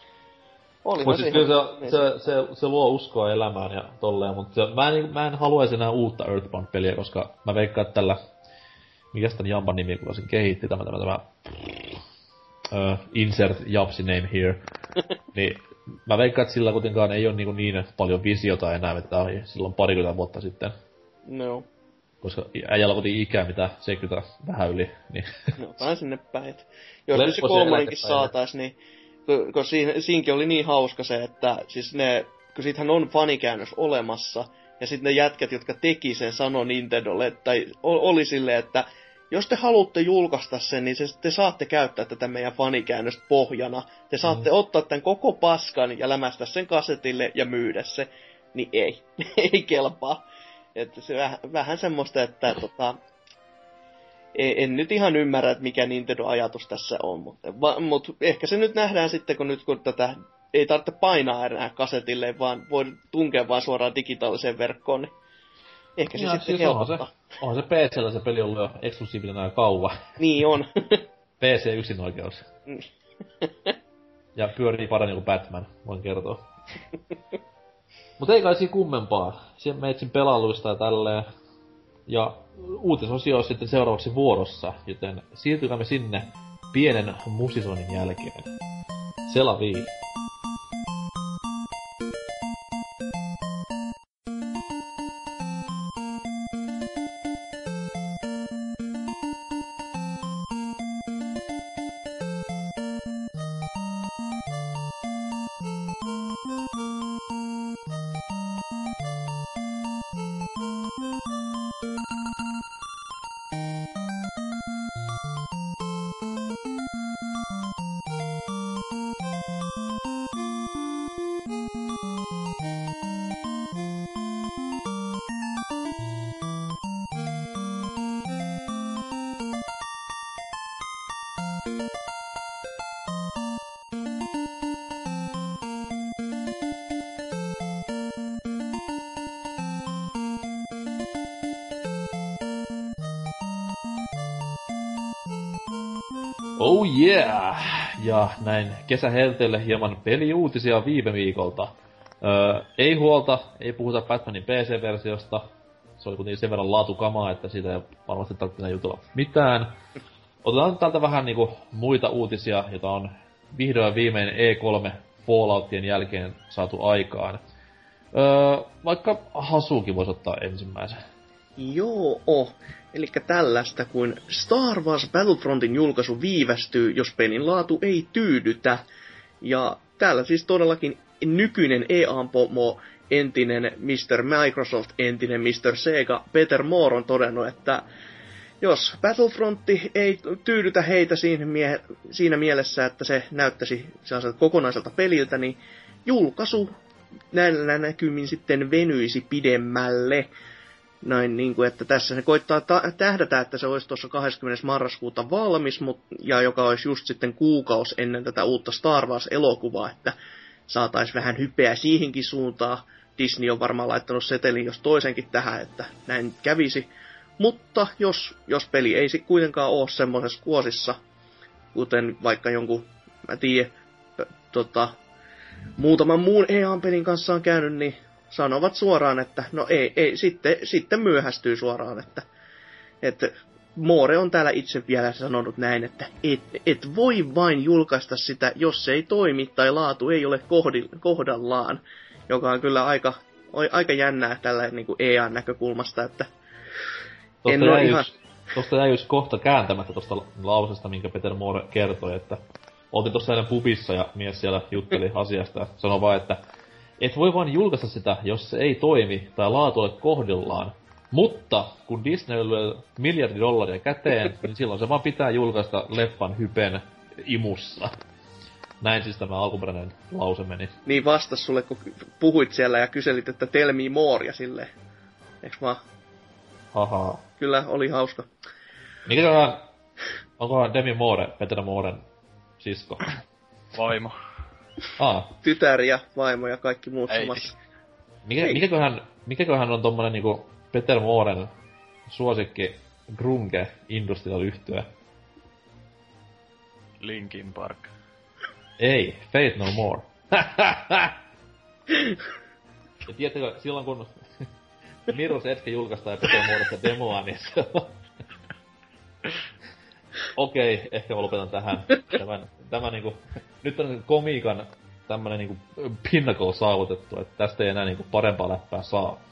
Mut siis kyllä se, se, se, se luo uskoa elämään ja tolleen, mutta mä en, mä en haluaisi enää uutta Earthbound-peliä, koska mä veikkaan, että tällä... Mikäs tän Jampan nimi, kun sen kehitti, tämä, tämä, tämä... Uh, insert Japsi name here. Niin... Mä veikkaan, että sillä kuitenkaan ei ole niin, niin paljon visiota enää, mitä oli silloin parikymmentä vuotta sitten. No. Koska äijällä oli ikää mitä seitsemänkymmentä vähän yli, niin... No, tai sinne päin. Jos nyt se kolmonenkin saatais, niin... Kun siinä, siinäkin oli niin hauska se, että siis ne... Kun siitähän on fanikäännös olemassa, ja sitten ne jätkät, jotka teki sen, sanoi Nintendolle, tai oli silleen, että... Jos te haluatte julkaista sen, niin se, te saatte käyttää tätä meidän fanikäännöstä pohjana. Te saatte mm. ottaa tämän koko paskan ja lämästä sen kasetille ja myydä se. Niin ei. ei kelpaa. Että se vähän, vähän semmoista, että tota, en, en nyt ihan ymmärrä, että mikä Nintendo-ajatus tässä on. Mutta va, mut ehkä se nyt nähdään sitten, kun nyt kun tätä ei tarvitse painaa enää kasetille, vaan voi tunkea vaan suoraan digitaaliseen verkkoon. Niin ehkä se ja sitten siis helpottaa. Onhan se, onhan se P C:llä se peli ollut jo eksklusiivisena jo kauan. Niin on. P C yksinoikeus. Ja pyörii paremmin kuin Batman, voin kertoa. Mut ei kai siinä kummempaa. Siihen me etsin pelailuista ja tälleen. Ja uutisosio on sitten seuraavaksi vuorossa, joten siirtykäämme sinne pienen musisoinnin jälkeen. Selavii. Oh yeah! Ja näin kesähelteille hieman peliuutisia viime viikolta. Öö, ei huolta, ei puhuta Batmanin P C-versiosta. Se oli kuitenkin sen verran laatukamaa, että siitä ei varmasti tarvitse jutella mitään. Otetaan täältä vähän niinku muita uutisia, joita on vihdoin viimein E kolme Falloutien jälkeen saatu aikaan. Öö, vaikka Hasuki voisi ottaa ensimmäisen. Joo, elikkä tällaista kuin Star Wars Battlefrontin julkaisu viivästyy, jos pelin laatu ei tyydytä. Ja täällä siis todellakin nykyinen E A-pomo, entinen mister Microsoft, entinen mister Sega, Peter Moore on todennut, että jos Battlefrontti ei tyydytä heitä siinä, mie- siinä mielessä, että se näyttäisi sellaiselta kokonaiselta peliltä, niin julkaisu näillä näkymin sitten venyisi pidemmälle. näin niin kuin, että tässä se koittaa ta- tähdätä, että se olisi tuossa kahdeskymmenes marraskuuta valmis, mut, ja joka olisi just sitten kuukausi ennen tätä uutta Star Wars-elokuvaa, että saataisiin vähän hypeä siihenkin suuntaan. Disney on varmaan laittanut setelin jos toisenkin tähän, että näin kävisi. Mutta jos, jos peli ei sitten kuitenkaan ole semmoisessa kuosissa, kuten vaikka jonkun, mä tiedän, tota, muutaman muun E A-pelin kanssa on käynyt, niin sanovat suoraan, että no ei, ei sitten, sitten myöhästyy suoraan, että, että Moore on täällä itse vielä sanonut näin, että et, et voi vain julkaista sitä, jos se ei toimi tai laatu ei ole kohdi, kohdallaan, joka on kyllä aika, aika jännää tällä niin kuin E A-näkökulmasta, että Tosta jäi, ihan... just, tosta jäi just kohta kääntämättä tosta lausesta, minkä Peter Moore kertoi, että oltiin tossa ennen pubissa ja mies siellä jutteli asiasta ja sanoi vaan, että et voi vaan julkaista sitä, jos se ei toimi tai laatu ole kohdillaan. Mutta kun Disney lyö miljardi dollaria käteen, niin silloin se vaan pitää julkaista leffan hypen imussa. Näin siis tämä alkuperäinen lause meni. Niin vastas sulle, kun puhuit siellä ja kyselit, että tell me more ja silleen. Eiks vaan? Haha. Kyllä, oli hauska. Mikäköhän, onkohan Demi Moore, Peter Mooren sisko? Vaimo. Aa. Tytär ja vaimo ja kaikki muut samassa. Mikä, mikäköhän, mikäköhän on tommonen niinku Peter Mooren suosikki grunge industrial yhtye? Linkin Park. Ei, Faith No More. Ja tiedättekö, silloin kun Mirror's Edge julkaistaan ja Peter Mooresta demoa, niin se on... Okei, okay, ehkä mä lopetan tähän. Tämän, tämän niinku... Nyt on komiikan tämmönen niinku pinnacle saavutettu, että tästä ei enää niinku parempaa läppää saa.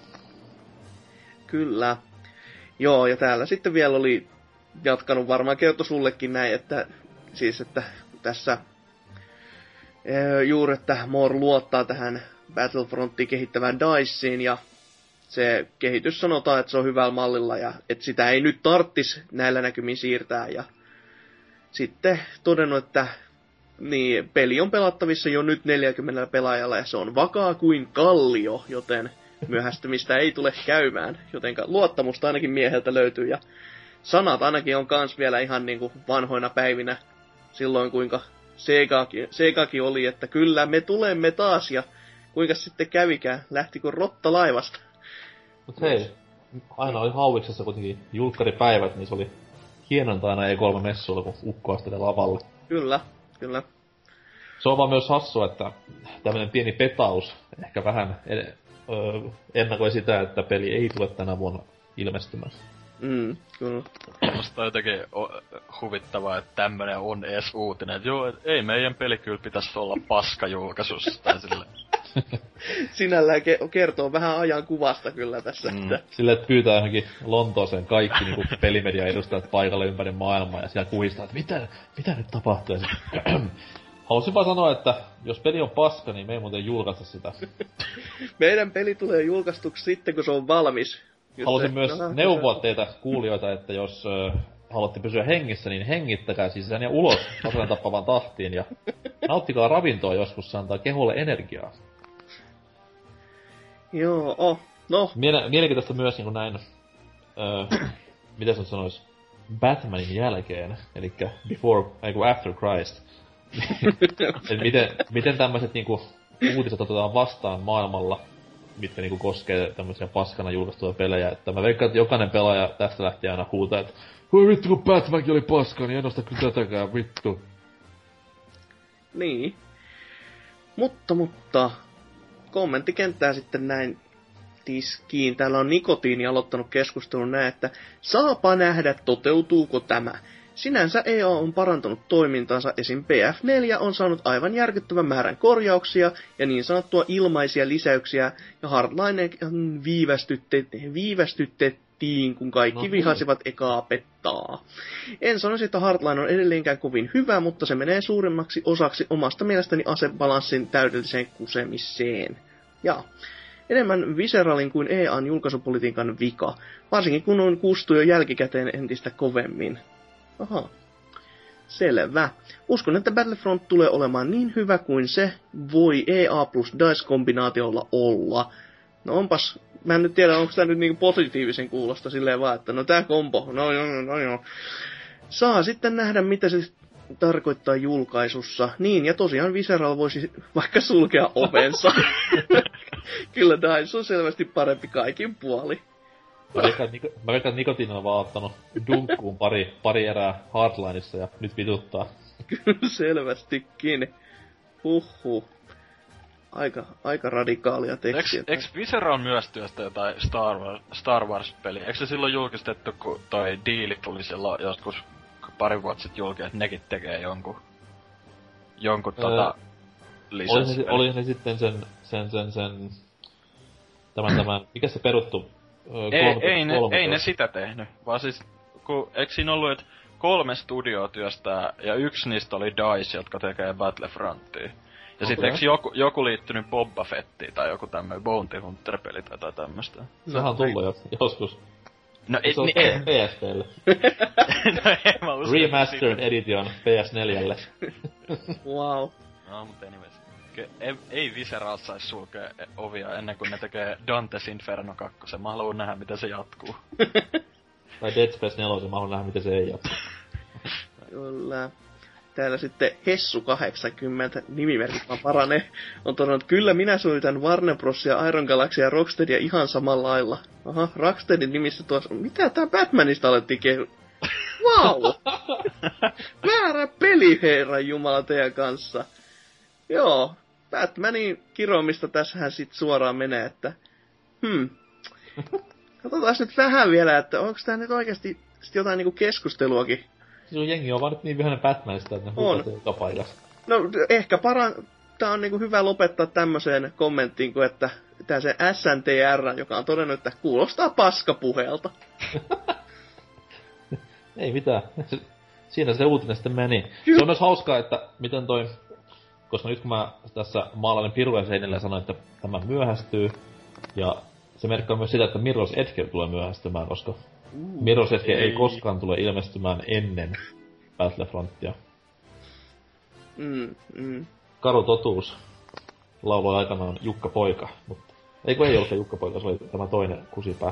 Kyllä. Joo, ja täällä sitten vielä oli jatkanut, varmaan kertoi sullekin näin, että siis, että tässä juuri, että Moore luottaa tähän Battlefrontia kehittävään DICEin, ja se kehitys sanotaan, että se on hyvällä mallilla, ja että sitä ei nyt tarttis näillä näkymin siirtää, ja sitten todennut, että niin, peli on pelattavissa jo nyt neljäkymmentä pelaajalla, ja se on vakaa kuin kallio, joten myöhästymistä ei tule käymään, joten luottamusta ainakin mieheltä löytyy, ja sanat ainakin on kans vielä ihan niinku vanhoina päivinä, silloin kuinka Segakin, Segakin oli, että kyllä me tulemme taas, ja kuinka sitten kävikään, lähtikö rotta laivasta. Mut hei, aina oli hauiksessa kuitenkin julkkaripäivät, niin se oli hienonta aina E kolme -messuilla, kun ukko asteli lavalle. Kyllä, kyllä. Se on vaan myös hassua, että tämmönen pieni petaus ehkä vähän ed- öö, ennakoi sitä, että peli ei tule tänä vuonna ilmestymään. Mm, kyllä. Musta on jotenkin o- huvittavaa, että tämmönen on edes uutinen. Et joo, et ei meidän peli kyllä pitäisi olla paskajulkaisussa tai silleen. Sinällään ke- kertoo vähän ajan kuvasta kyllä tässä. Mm. Että... Silleen, että pyytää johonkin Lontooseen kaikki niinku pelimedia edustajat paikalle ympäri maailmaa ja siellä kuhistaa, että mitä, mitä nyt tapahtuu. Haluaisin vaan sanoa, että jos peli on paska, niin me ei muuten julkaista sitä. Meidän peli tulee julkaistuksi sitten, kun se on valmis. Just Haluaisin se, myös no, neuvoa teitä kuulijoita, että jos äh, haluatte pysyä hengissä, niin hengittäkää sisään ja ulos tasojen tappavaan tahtiin ja nauttikaa ravintoa joskus, se antaa keholle energiaa. Joo, oh, no. Miele- mielenkiintoista myös niin kuin näin, äh, miten se sanois, Batmanin jälkeen, elikkä before, eiku after Christ. Et miten, miten tämmöiset niinku uutiset otetaan vastaan maailmalla, mitkä niinku koskee tämmöisiä paskana julkaistuja pelejä. Että mä veikkaan, että jokainen pelaaja tästä lähtee aina huutaa, että voi vittu kun Batmankin oli paska, niin en osta kyllä tätäkään, vittu. Niin. Mutta, mutta, kommenttikenttää sitten näin tiskiin. Täällä on Nikotiini aloittanut keskustelun näin, että saapa nähdä, toteutuuko tämä. Sinänsä E A on parantanut toimintansa, esim. P F neljä on saanut aivan järkyttävän määrän korjauksia ja niin sanottua ilmaisia lisäyksiä, ja Hardline viivästytte- viivästytettiin, kun kaikki no, vihasivat ekaa pettaa. En sanoisi, että Hardline on edelleenkään kovin hyvä, mutta se menee suurimmaksi osaksi omasta mielestäni asebalanssin täydelliseen kusemiseen. Ja enemmän Visceralin kuin E A:n julkaisupolitiikan vika, varsinkin kun on kustu jo jälkikäteen entistä kovemmin. Aha. Selvä. Uskon, että Battlefront tulee olemaan niin hyvä kuin se voi E A plus DICE-kombinaatiolla olla. No onpas mä en nyt tiedä, onko tää nyt niinku positiivisen kuulosta silleen vaan, että no tää kombo, no joo, no joo. Saa sitten nähdä, mitä se tarkoittaa julkaisussa. Niin, ja tosiaan Visceral voisi vaikka sulkea ovensa. Kyllä DICE on selvästi parempi kaikin puoli. Mä veikkaan, että Nikotiini on vaan ottanut dunkkuun pari, pari erää Hardlineissa ja nyt vituttaa. Kyllä selvästikin. Huhhuh. Aika, aika radikaalia tekstiä. Eks, eks Visceral myös työstä jotain Star Wars, Star Wars-peliä? Eikö se silloin julkistettu, kun toi diili tuli silloin joskus pari vuotta sitten julki, että nekin tekee jonkun, jonkun öö, tota lisenssipeli? Oli ne sitten sen, sen, sen, sen, tämän, tämän, mikä se peruttu? Öö, ei, ei, ne, ei ne sitä tehnyt, vaan siis, kun, eikö siinä ollut, että kolme studioa työstää, ja yksi niistä oli DICE, jotka tekee Battlefrontia. Ja okay. Sitten eikö joku, joku liittynyt Boba Fettiin, tai joku tämmöinen Bounty Hunter-peli tai jotain tämmöstä? Sehän on tullut jo, joskus. No se on ei, P S P:lle. No ei mä uskon. Remastered Edition P S neljälle. Wow. No, mutta anyways. Ei, ei Visceral sais sulkea ovia ennen kuin ne tekee Dante's Inferno kaksi. Mä haluan nähdä, miten se jatkuu. Tai Dead Space neljä, mä haluan nähdä, miten se ei jatkuu. Kyllä. Täällä sitten Hessu kahdeksankymmentä, nimimerkit vaan paranee, on todennut, että kyllä minä suunnitan Warner Bros. Ja Iron Galaxy ja Rocksteadia ihan samalla lailla. Aha, Rocksteadin nimissä tuossa, mitä tää Batmanista alettiin kehu? Vau! Wow! Väärä peli, herran jumala, teidän kanssa. Joo, Batmanin kiromista tässähän sit suoraan menee, että hmm. Katsotaan nyt vähän vielä, että onko tää nyt oikeasti sit jotain niinku keskusteluakin. Siis jengi on vaan nyt niin vihainen Batmanista, että ne huutaa joka paikassa. No ehkä paran... Tää on niinku hyvä lopettaa tämmöiseen kommenttiin, kuin että tää se S N T R, joka on todennut, että kuulostaa paskapuheelta. Ei mitään. Siinä se uutinen sitten meni. Se on myös hauskaa, että miten toi... Koska nyt kun mä tässä maalailen pirujen seinille ja sanoin, että tämä myöhästyy. Ja se merkkaa myös sitä, että Mirror's Edge tulee myöhästymään, koska uh, Mirror's Edge ei. ei koskaan tule ilmestymään ennen Battlefrontia. Mm, mm. Karu totuus. Lauloi aikanaan Jukka Poika, mutta... Eikö ei ollut se Jukka Poika, se oli tämä toinen kusipää.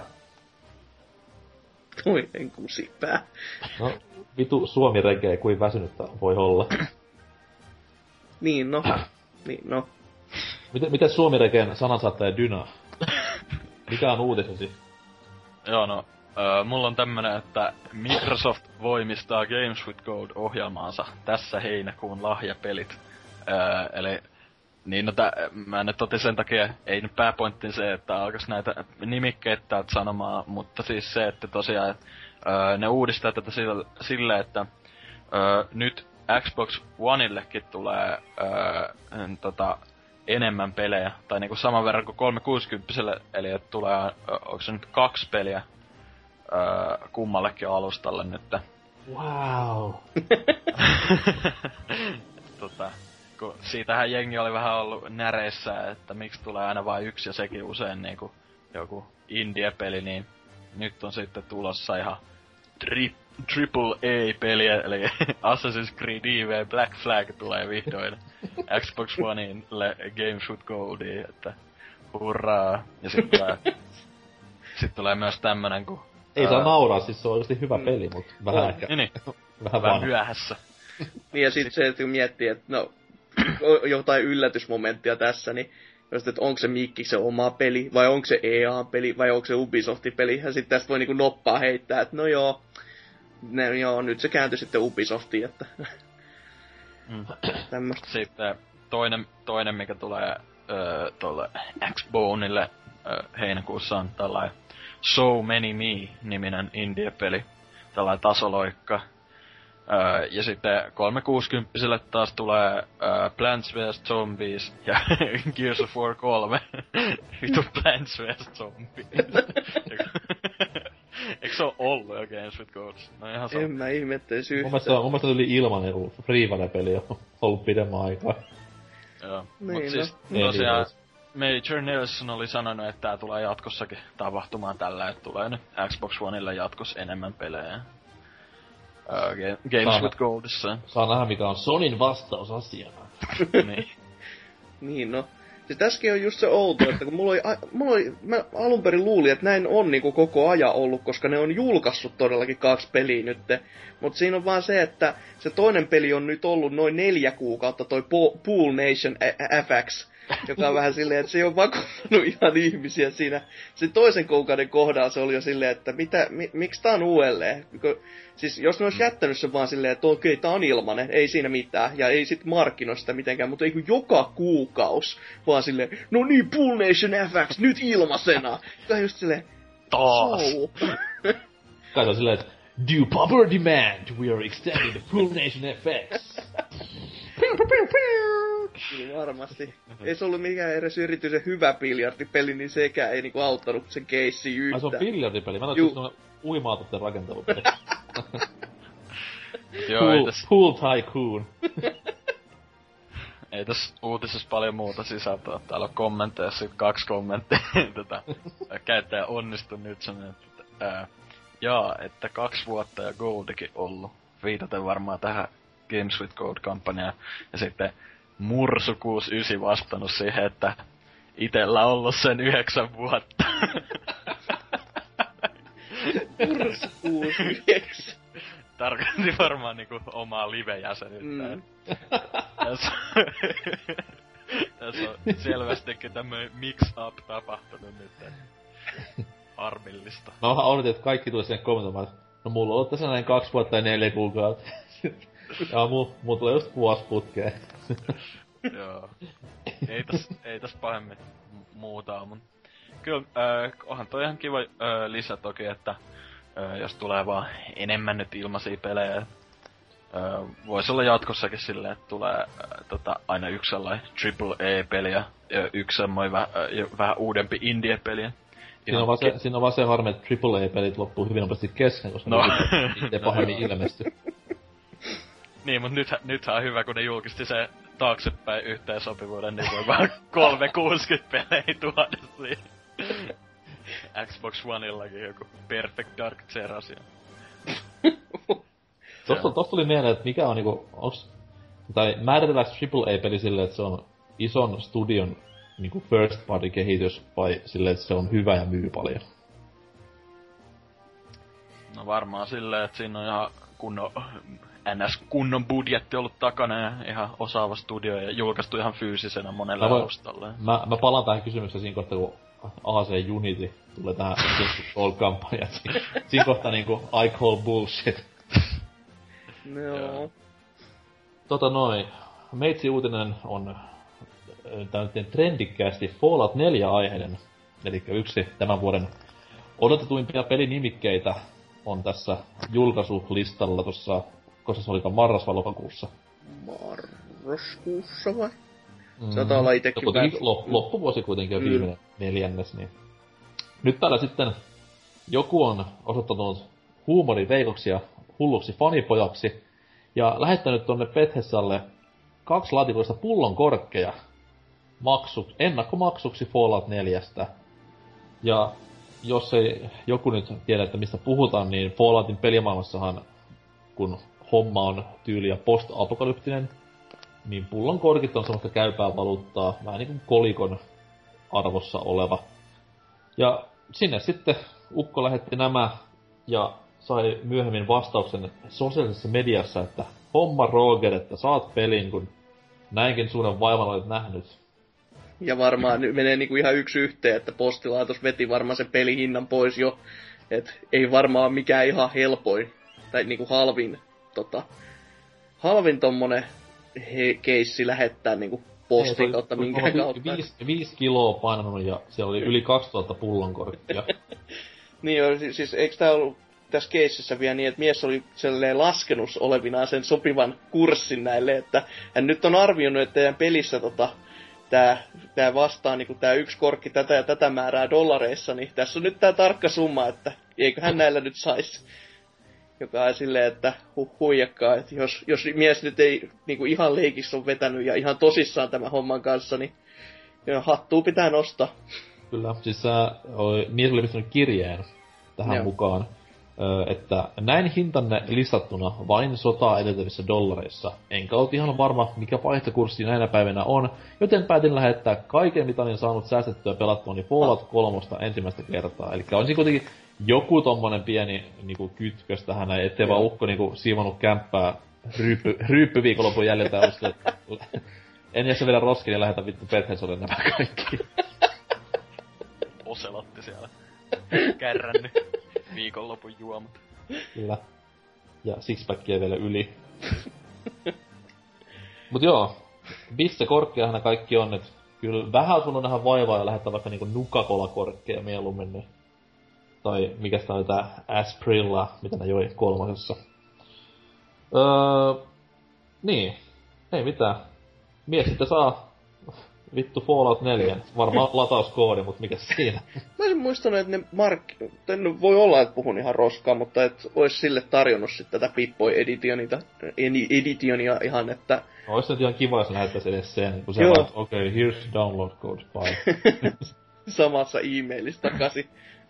Toinen kusipää. No, vitu Suomi regee, kuin väsynyttä voi olla. Niin no, niin no. Miten, miten Suomi regeen sanansaattaja Dyna? Mikä on uutisesi? Joo no, äh, mulla on tämmönen, että Microsoft voimistaa Games with Gold-ohjelmaansa tässä heinäkuun lahjapelit. Äh, eli, niin no tä, mä nyt otin sen takia, ei nyt pääpointtin se, että alkas näitä nimikkeitä täältä sanomaan, mutta siis se, että tosiaan äh, ne uudistaa tätä silleen, että äh, nyt Xbox Oneillekin tulee äh, tota, enemmän pelejä, tai niinku saman verran kuin kolmesataakuusikymmentä, eli että tulee, äh, onko se nyt kaksi peliä äh, kummallekin alustalle nyt. Wow! tota, kun siitähän jengi oli vähän ollut näreissä, että miksi tulee aina vain yksi ja sekin usein niinku joku indie-peli, niin nyt on sitten tulossa ihan tri- Triple A-peliä, eli Assassin's Creed I V Black Flag tulee vihdoin Xbox Oneille Games with Goldiin, että hurraa. Ja sit tulee, sit tulee myös tämmönen ku... Ei saa nauraa, siis se on oikeesti hyvä peli, mut vähän ehkä... Niin, vähän vähän myöhässä. Niin ja sit, sit se, että kun miettii, että no, jotain yllätysmomenttia tässä, niin just, että onko se Mikki se oma peli, vai onko se E A-peli, vai onko se Ubisoftin peli, ja sit tästä voi niinku noppaa heittää, että no joo, ne, joo, nyt se kääntyi sitten Ubisoftiin, että... Mm. Tämmöstä. Sitten toinen, toinen mikä tulee öö, tuolle X-Boneille öö, heinäkuussa on tällainen So Many Me-niminen indie-peli, tällainen tasoloikka. Öö, ja sitten kolmesataakuusikymmentä taas tulee öö, Plants vs Zombies ja Gears of War kolme. Vitu Plants vs Zombies. Eikö se oo ollut jo Games with Gods? No ihan en mä ihmetteis yhtään. Mun mielestä, mun mielestä tuli ilmanen Freevale-peli on ollut pidemmän aikaa. Joo, niin, mut siis no. tosiaan Major Nelson oli sanonut, että tää tulee jatkossakin tapahtumaan tällä, että tulee nyt Xbox Oneille jatkos enemmän pelejä. Uh, Games Saa with Goldissa. Saa nähdä mikä on Sonyn vastaus asiaan. niin. Niin no. Siis tässäkin on just se outo, että kun mulla oli, a, mulla oli mä alun perin luulin, että näin on niinku koko ajan ollut, koska ne on julkaissut todellakin kaksi peliä nytte. Mut siinä on vaan se, että se toinen peli on nyt ollut noin neljä kuukautta, toi po- Pool Nation F X. Joka on vähän silleen, että se ei ole vakuuttanut ihan ihmisiä siinä. Se toisen kuukauden kohdalla se oli jo silleen, että mitä, mi, miksi tää on uudelleen? Siis jos ne olisi jättänyt sen vaan silleen, että okei, tää on ilmanen, ei siinä mitään, ja ei sit markkinoi sitä mitenkään, mutta ei kun joka kuukaus vaan silleen, no niin, Pool Nation F X, nyt ilmasena! Joka just silleen, taas! So. Kai se on silleen, että due popular demand, we are extending the Pool Nation F X. Kyllä varmasti. Ei se ollut mikään edes erityisen hyvä biljardipeli, niin sekään ei niinku auttanut sen keissi yhtään. Ai se on biljardipeli? Mä näytin, että se on uimaatotten rakentelupeli. pool, pool Tycoon. Ei tässä uutisessa paljon muuta sisältöä. Täällä on kommenteissa kaksi kommenttia. Tätä käyttäjä onnistu nyt sanoo, että ää, jaa, että kaksi vuotta ja Goldikin ollut. Viitaten varmaan tähän Games with Gold-kampanjaan. Ja sitten Mursu kuusikymmentäyhdeksän vastannut siihen, että itellä on ollut sen yhdeksän vuotta. Mursu kuusikymmentäyhdeksän. Tarkoitti varmaan niinku omaa live-jäsenyyttä. Mm. Tässä, tässä on selvästikin tämmönen mix-up tapahtunut nyt. Harmillista. Mä vähän odotin, että kaikki tulee siihen kommentoimaan, että no mulla on ollut tässä näin kaksi vuotta ja neljä kuukautta. Ja mu, mu tulee just vuosi putkeen. Joo. Ei täs, ei täs pahemmin muuta, mut kyllä, äh, onhan toi ihan kiva äh, lisä toki, että äh, jos tulee vaan enemmän nyt ilmaisia pelejä, äh, vois olla jatkossakin silleen, että tulee äh, tota, aina yksi sellainen triple A-peli ja yksi semmoinen väh, äh, vähän uudempi indie-peli. Siinä on, se, siinä on vaan se harmi, että triple A-pelit loppuu hyvin nopeasti kesken, koska no. ne pahemmin ilmestyy. Niin, mut nythän, nythän on hyvä, kun ne julkisti se taaksepäin yhteensopivuuden, niin voi vaan kolmesataakuusikymmentä pelejä tuoda siihen. Xbox Oneillakin joku Perfect Dark Zerasia. Tosta, tosta tuli mieleen, että mikä on niinku, onks, tai määritelläänkö triple A-peli silleen, että se on ison studion niinku first party kehitys, vai silleen, että se on hyvä ja myy paljon? No varmaan silleen, että siinä on ihan kunnon N S-kunnon budjetti ollut takana ja ihan osaava studio ja julkaistu ihan fyysisenä monelle mä alustalle. Mä, mä palaan tähän kysymykseen siinä kohtaa, kun A C Unity tulee tähän Gold-kampanjaan. Siinä kohtaa niinku I call bullshit. No. Tota noin. Meitsi uutinen on tämmöinen trendikkäästi Fallout neljä aiheinen. Eli yksi tämän vuoden odotetuimpia pelinimikkeitä on tässä julkaisulistalla tossa, koska se olikaan marras- vai lokakuussa? Marraskuussa vai? Mm. Saattaa olla itekin no, kuitenkin lop, loppuvuosi kuitenkin on mm. viimeinen neljännes, niin... Nyt täällä sitten joku on osoittanut huumoriveikoksi ja hulluksi fanipojaksi ja lähettänyt tonne Bethesdalle kaksi laatikoista pullon korkkeja maksu, ennakkomaksuksi Fallout neljästä. Ja jos ei joku nyt tiedä, että mistä puhutaan, niin Falloutin pelimaailmassahan, kun homma on tyyliä post-apokalyptinen, niin pullon korkit on semmoista käypää valuuttaa, vähän niin kuin kolikon arvossa oleva. Ja sinne sitten ukko lähetti nämä ja sai myöhemmin vastauksen sosiaalisessa mediassa, että homma Roger, että saat pelin, kun näinkin suuren vaivan olet nähnyt. Ja varmaan nyt menee niinku ihan yksi yhteen, että postilaitos veti varmaan sen pelihinnan pois jo. Et ei varmaan mikään ihan helpoin, tai niinku halvin, tota, halvin tommonen he, keissi lähettää niinku postin ei, kautta minkään kautta. Viisi, viisi kiloa painanut ja siellä oli yli kaksituhatta pullonkorkkia. Niin joo, siis, siis eikö tää ollut tässä keississä vielä niin, että mies oli sellainen laskenut olevinaan sen sopivan kurssin näille, että hän nyt on arvioinut, että teidän pelissä tota, tää, tää vastaa niinku tää yksi korkki tätä ja tätä määrää dollareissa, niin tässä on nyt tää tarkka summa, että eiköhän näillä nyt sais. Joka on silleen, että hu- huijakkaa, että jos, jos mies nyt ei niinku ihan leikissä on vetänyt ja ihan tosissaan tämän homman kanssa, niin hattua pitää nostaa. Kyllä, siis sä, mies oli pistänyt kirjeen tähän Joo. mukaan. että näin hintanne listattuna vain sotaa edeltävissä dollareissa. Enkä ollut ihan varma, mikä vaihtokurssi näinä päivinä on, joten päätin lähettää kaiken, mitä olin saanut säästettyä pelattuani Fallout kolme ensimmäistä kertaa. Eli olisi kuitenkin joku tommonen pieni niinku kytkös tähän näin, ettei vaan ukko niinku siivonut kämppää ryyppy, ryyppy viikonlopun jäljiltä ja olisi, että en jässä vielä roskiin ja lähetä vittu Bethesdalle nämä kaikki. Oselotti siellä kärrännyt viikonlopun juomat. Kyllä. Ja sixpackia vielä yli. Mut joo, bisse korkkeahan kaikki on, et kyllä vähän on tullut nähdä vaivaa ja lähettää vaikka niinku Nuka-Cola-korkkeja mieluummin, niin. Tai mikä sitä oli tää Asprilla, mitä ne joi kolmosessa. Öö, niin, ei mitään. Mies sitten saa vittu Fallout neljä. Varmaan latauskoodi, mut mikä siinä? Mä olisin muistanut, että ne mark... Tai voi olla, että puhun ihan roskaa, mutta et ois sille tarjonnut sit tätä Pip-Boy editionita, editionia ihan, että... No, ois nyt ihan kiva, jos lähettäis edes sen, kun se vaan, okei, okay, here's download code, bye. Samassa e-mailissa takaisin.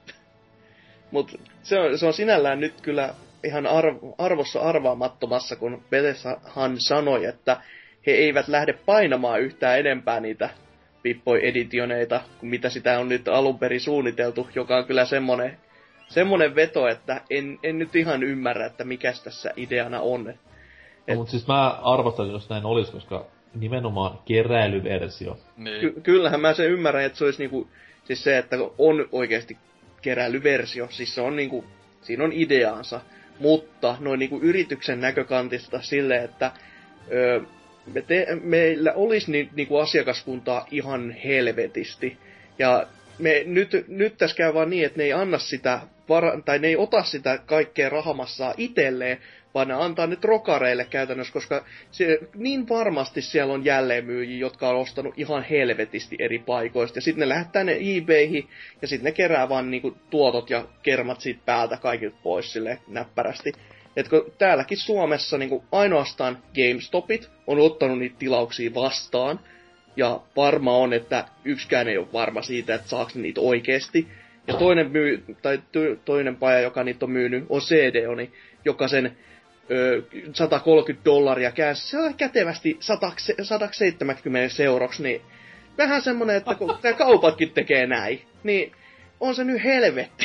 Mut se on, se on sinällään nyt kyllä ihan arv- arvossa arvaamattomassa, kun Bethesdahan sanoi, että he eivät lähde painamaan yhtään enempää niitä Pip-Boy-editioneita, kuin mitä sitä on nyt alun perin suunniteltu, joka on kyllä semmonen, semmonen veto, että en, en nyt ihan ymmärrä, että mikäs tässä ideana on. Et... No, mut siis mä arvostan, jos näin olisi, koska nimenomaan keräilyversio. Niin. Ky- kyllähän mä sen ymmärrän, että se olisi niinku, siis se, että on oikeesti keräilyversio, siis se on niinku, siinä on ideaansa, mutta noin niinku yrityksen näkökantista silleen, että öö, me te, meillä olisi ni, niinku asiakaskuntaa ihan helvetisti, ja me nyt, nyt tässä käy vaan niin, että ne ei anna sitä, var, tai ne ei ota sitä kaikkea rahamassaa itselleen, vaan ne antaa nyt rokareille käytännössä, koska se, niin varmasti siellä on jälleenmyyjiä, jotka on ostanut ihan helvetisti eri paikoista. Ja sitten ne lähettää ne eBayhin, ja sitten ne kerää vaan niinku tuotot ja kermat siitä päältä kaikilta pois silleen näppärästi. Et kun täälläkin Suomessa niinku ainoastaan GameStopit on ottanut niitä tilauksia vastaan, ja varma on, että yksikään ei ole varma siitä, että saako niitä oikeesti. Ja toinen, myy, tai toinen paja, joka niitä on myynyt, on C D O N, joka sen ö, sata kolmekymmentä dollaria käänsi kätevästi sata seitsemänkymmentä euroksi, niin vähän semmonen, että kun tää kaupatkin tekee näin, niin on se nyt helvetti.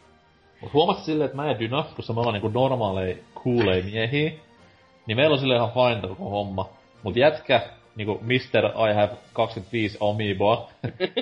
Mut huomasit silleen, että mä ja Dyna, koska me ollaan niinku normaaleja, coolei miehiä, niin meillä on silleen ihan fine koko homma. Mut jätkä, niinku mister I have kaksikymmentäviisi Amiiboa,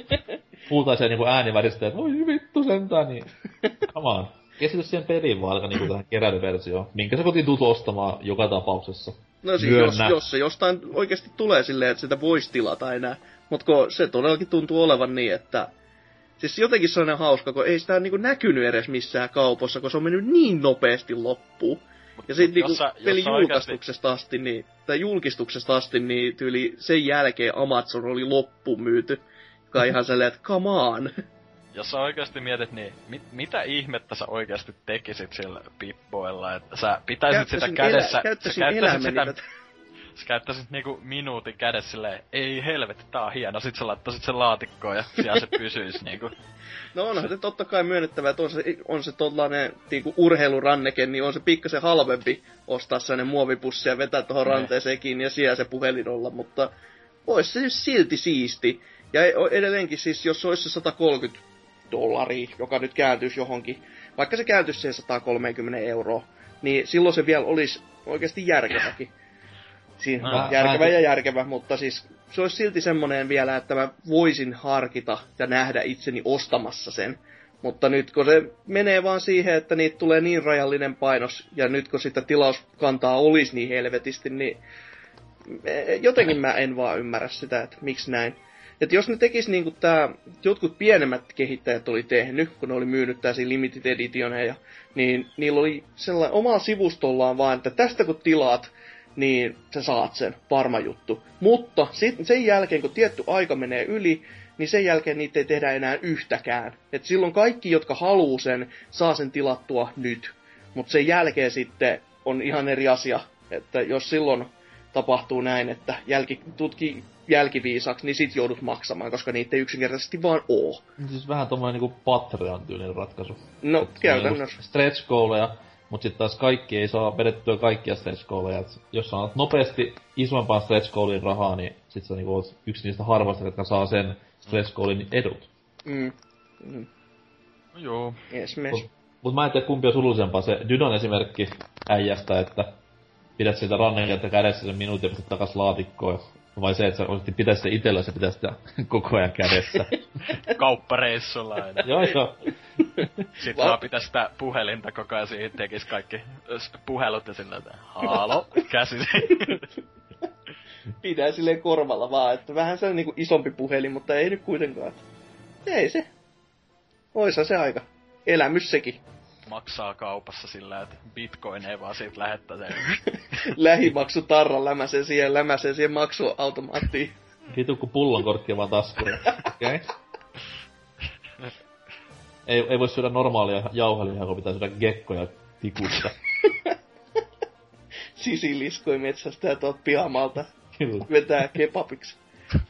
puhutaan siellä niinku ääniväristä, että voi vittu sentään, niin come on. Keskity siihen peliin vaan alkaa niinku tähän keräilyversioon, minkä sä kotiin tuut ostamaan joka tapauksessa. No siis jos, jos se jostain oikeesti tulee silleen, että sitä voisi tilata enää. Mut kun se todellakin tuntuu olevan niin, että... Siis jotenkin se on hauska, kun ei sitä niinku näkynyt edes missään kaupassa, kun se on mennyt niin nopeasti loppuun. Ja sit niinku pelin julkaistuksesta asti, niin, tai julkistuksesta asti, niin tyyli sen jälkeen Amazon oli loppuun myyty. Joka ihan sellainen, että come on. Jos sä oikeesti mietit, niin mit, mitä ihmettä sä oikeesti tekisit sillä Pip-Boylla, että sä pitäisit sitä kädessä... Elä, käyttäisin elämäni tätä. Sä käyttäisit niinku minuutin kädessä silleen, ei helvetti, tää on hieno, sit sä laittaisit sen laatikkoon ja siellä se pysyis niinku. No onhan se totta kai myönnettävä, että on se, on se tollanen niinku urheiluranneke, niin on se pikkasen halvempi ostaa sellainen muovipussi ja vetää tohon ranteeseen kiinni ja siellä se puhelin olla, mutta ois se silti siisti. Ja edelleenkin siis, jos olisi se sata kolmekymmentä dollaria, joka nyt kääntyisi johonkin, vaikka se kääntyisi siihen sata kolmekymmentä euroa, niin silloin se vielä olisi oikeasti järkeväkin. Siinä no, järkevä mä... ja järkevä, mutta siis se olisi silti semmoinen vielä, että mä voisin harkita ja nähdä itseni ostamassa sen. Mutta nyt kun se menee vaan siihen, että niitä tulee niin rajallinen painos, ja nyt kun sitä tilauskantaa olisi niin helvetisti, niin jotenkin mä en vaan ymmärrä sitä, että miksi näin. Että jos ne tekis niinku tää, jotkut pienemmät kehittäjät oli tehnyt, kun ne oli myynyt tällaisia limited editioneja, niin niillä oli sellainen omalla sivustollaan vaan, että tästä kun tilaat, niin sä saat sen, varma juttu. Mutta sit, sen jälkeen, kun tietty aika menee yli, niin sen jälkeen niitä ei tehdä enää yhtäkään. Et silloin kaikki, jotka haluu sen, saa sen tilattua nyt. Mutta sen jälkeen sitten on ihan eri asia, että jos silloin tapahtuu näin, että jälki, tutki jälkiviisaaksi, niin sit joudut maksamaan, koska niitä ei yksinkertaisesti vaan oo. Siis vähän tommonen niinku Patreon-tyylinen ratkaisu. No, et käytännössä. Stretch goaleja, mut sit taas kaikki ei saa vedettyä kaikkia stretch goaleja. Et jos saat nopeasti isompaan stretch goalin rahaa, niin sit sä niinku oot yksi niistä harvoista, jotka saa sen stretch goalin edut. Mm. Mm. No joo. Yes, mes. Mut, mut mä en tiedä kumpi on surullisempaa, se Dydon esimerkki äijästä, että pidät siitä rannenkenttä kädessä sen minuutin ja pistät takas laatikkoon. Vai se, että sä oikeesti pitäis se itellä, se pitäis sitä koko ajan kädessä. Kauppareissulla aina. Joo, joo. Sitten vaan pitäis sitä puhelinta koko ajan siihen, tekis kaikki puhelut ja sillä, että haalo, käsi. Pidää silleen korvalla vaan, että vähän se on niinku isompi puhelin, mutta ei nyt kuitenkaan. Ei se. Oisa se aika. Elämys sekin. Maksaa kaupassa sillä, että bitcoin ei vaan siitä lähettää sen. Lähimaksu tarra lämäsee siihen, lämäsee siihen maksuautomaattiin. Vitu kun pullonkorkkia vaan taskuun. Okei. Okay. Ei, ei voi syödä normaalia jauhelihaa, kun pitää syödä gekkoja tikusta. Sisiliskoi metsästä ja tuot pihamaalta. Kyllä. Vetää kebabiksi.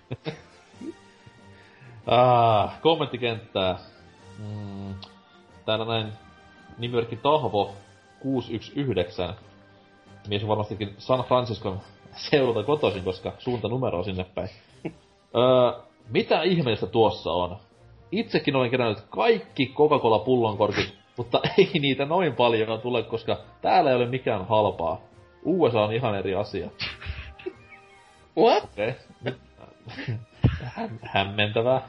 ah, kommenttikenttää. Mm, täällä näin nimimerkki Tahvo kuusi yksi yhdeksän. Mies on varmastikin San Franciscon seudulta kotoisin, koska suunta numero on sinne päin. öö, mitä ihmeellistä tuossa on? Itsekin olen kerännyt kaikki Coca-Cola-pullonkorkit, mutta ei niitä noin paljon tule, koska täällä ei ole mikään halpaa. U S A on ihan eri asia. What? Okei. Okay. Häm- hämmentävää.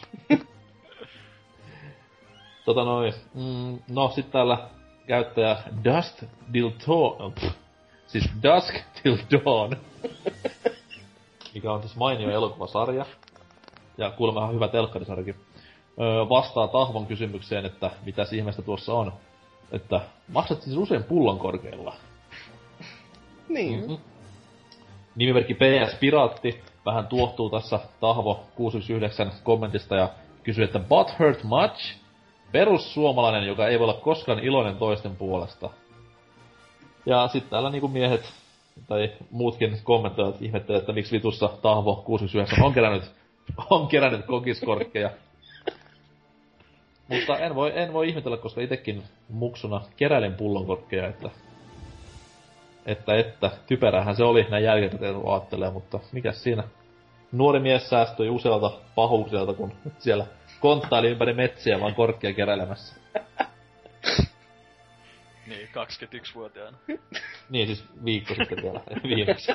tota noin. Mm, no sit täällä käyttäjä Dust Till Dawn. Siis Dusk Till Dawn. Mikä on siis mainio elokuvasarja. Ja kuulemma ihan hyvä telkkarisarjakin. Öö, vastaa Tahvon kysymykseen, että mitäs ihmeestä tuossa on. Että maksat siis usein pullonkorkeilla. Niin. Mm-hmm. Nimimerkki P S Piraatti vähän tuohtuu tässä Tahvo kuusi yksi yhdeksän kommentista ja kysyy, että but hurt much? Perussuomalainen, joka ei voi olla koskaan iloinen toisten puolesta. Ja sitten täällä niinku miehet tai muutkin kommentoijat ihmettelevät, että miksi vitussa Tahvo kuusi yksi yhdeksän on kerännyt, on kerännyt kokiskorkkeja. Mutta en voi, en voi ihmetellä, koska itekin muksuna keräilen pullonkorkkeja, että... Että, että, typerähän se oli, näin jälkikäteen aattelee, mutta mikäs siinä? Nuori mies säästyi usealta pahuukselta, kun siellä konttaili ympäri metsiä vaan korkkia keräilemässä. Niin, kaksikymmentäyksivuotiaana. Niin, siis viikko sitten vielä, viimeksi.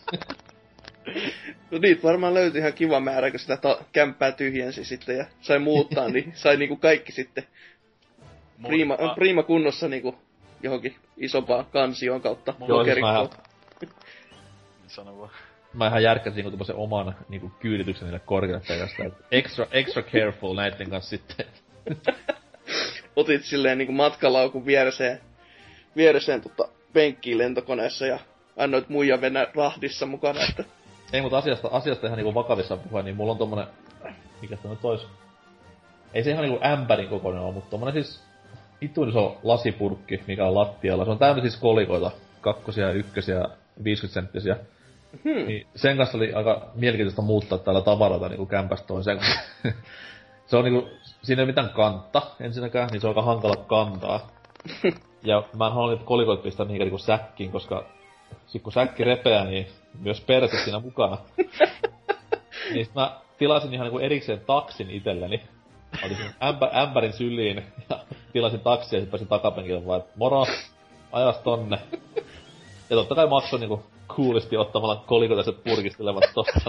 No niitä varmaan löytyi ihan kiva määrä, kun sitä ta- kämppää tyhjensi sitten ja sai muuttaa, niin sai niinku kaikki sitten prima, prima kunnossa niinku johonkin isompaan kansioon kautta lokerikkoon. Sano vaan. Mä ihan järkkäsin niinku tommosen oman niinku kyydityksen niille korkeille pelkästään. Extra, extra careful näitten kanssa sitten. Otit silleen niinku matkalaukun viereseen, viereseen tota penkkiin lentokoneessa ja annoit muijan mennä rahdissa mukana, että... Ei, mutta asiasta, asiasta ihan niinku vakavissa puhuen, niin mulla on tommonen... Mikä tämä tois? Ei se ihan niinku ämpärin kokoinen ole, mutta tommonen siis... Vittuun iso lasipurkki, mikä on lattialla. Se on täynnä siis kolikoita. Kakkosia, ykkösiä, viisikymmentä senttisiä. Hmm. Niin sen kanssa oli aika mielenkiintoista muuttaa täällä tavaroita niinku kämpästä toiseen. Se on niinku... Siinä ei ole mitään kantta ensinnäkään, niin se on aika hankala kantaa. Ja mä en halua niitä kolikoita pistää mihinkään niinku säkkiin, koska... Sit kun säkki repeää, niin myös perse siinä mukana. Niin sit mä tilasin ihan niinku erikseen taksin itselleni. Mä otin sen ämpä, ämpärin syliin ja tilasin taksia ja sit pääsin takapenkille vaan, että moro, ajas tonne. Ja totta kai maksoin niinku coolisti ottamalla kolikotaiset purkistelevat tossa.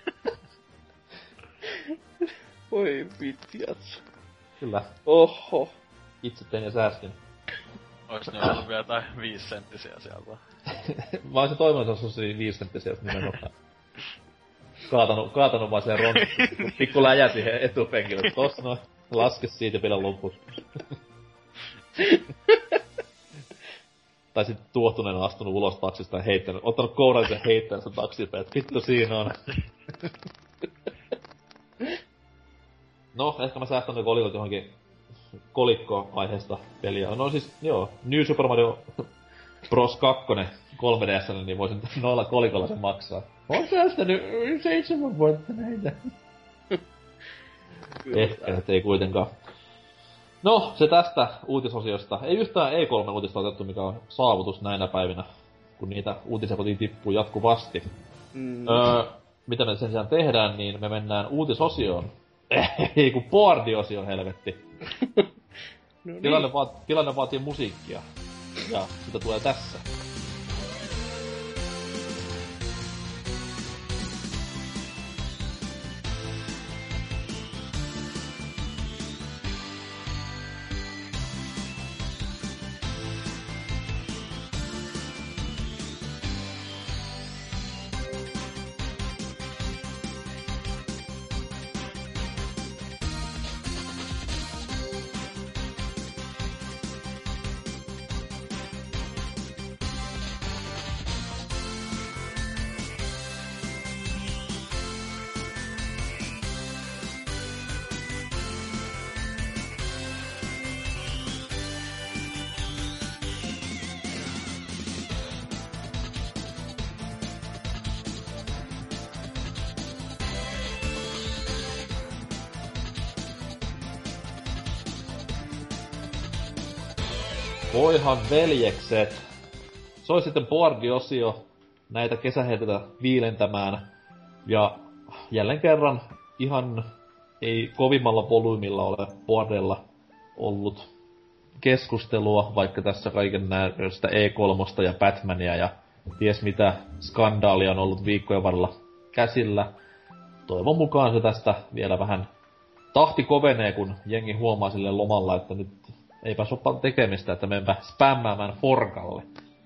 Voi vittiats. Kyllä. Oho. Itse tein ja säästin. Ois ne ollut vielä jotain viisisenttisiä sieltä? Mä oisin toivonut, että se olisi viisisenttisiä nimenomaan. Kaatanut, kaatanut vaan sen rontti. Pikku läjä siihen etupenkille. Tossa noin. Laske siitä ja pidä loput. Tai sit tuohtuneena astunut ulos taksista ja heittänyt. Ottanut kourallisen ja heittänyt sen taksipeen. Vittu siinä on. No, ehkä mä säästän ne kolikot johonkin kolikko-aiheesta peliä. No siis, joo. New Super Mario Bros kaksi kolme D S:lle, niin voisin noilla kolikolla sen maksaa. Oon säästänyt seitsemän vuotta näitä. Ehkä, et ei kuitenkaan. No, se tästä uutisosiosta. Ei yhtään E kolme uutista otettu, mikä on saavutus näinä päivinä, kun niitä uutisia kotiin tippuu jatkuvasti. Mm. Öö, mitä me sen sijaan tehdään, niin me mennään uutisosioon. Ei kun boardi-osio, helvetti. no niin. tilanne, vaat, tilanne vaatii musiikkia. Ja sitä tulee tässä. Voihan veljekset. Se oli sitten boardi-osio näitä kesäheitetä viilentämään. Ja jälleen kerran ihan ei kovimmalla volyymilla ole boardilla ollut keskustelua, vaikka tässä kaiken näköistä E kolme ja Batmania ja ties mitä skandaalia on ollut viikkojen varrella käsillä. Toivon mukaan se tästä vielä vähän tahti kovenee, kun jengi huomaa silleen lomalla, että nyt eipä soppa tekemistä, että menpä spämmäämään forkalle.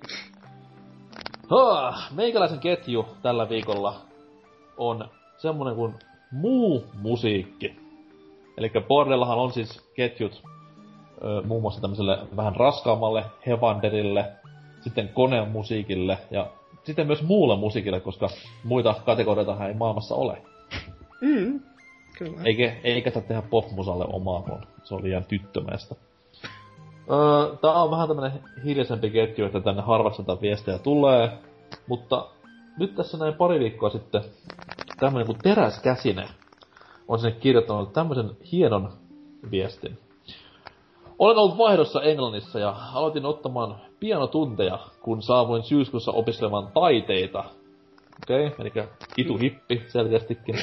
Ah, meikäläisen ketju tällä viikolla on semmonen kuin muu musiikki. Elikkä Bordellahan on siis ketjut ö, muun muassa tämmöiselle vähän raskaammalle Hevanderille, sitten koneen musiikille ja sitten myös muulle musiikille, koska muita kategorioitahan ei maailmassa ole. Mm, kyllä. Eikä, eikä sitä tehdä popmusalle omaa, kun se on liian tyttömäistä. Öö, tää on vähän tämmönen hiljaisempi ketju, että tänne harvassa tätä viestejä tulee. Mutta nyt tässä näin pari viikkoa sitten tämmönen kuin Teräskäsinen on sinne kirjoittanut tämmösen hienon viestin. Olen ollut vaihdossa Englannissa ja aloitin ottamaan pianotunteja, kun saavuin syyskuussa opiskelemaan taiteita. Okei, okay, elikkä itu hippi selkeästikin.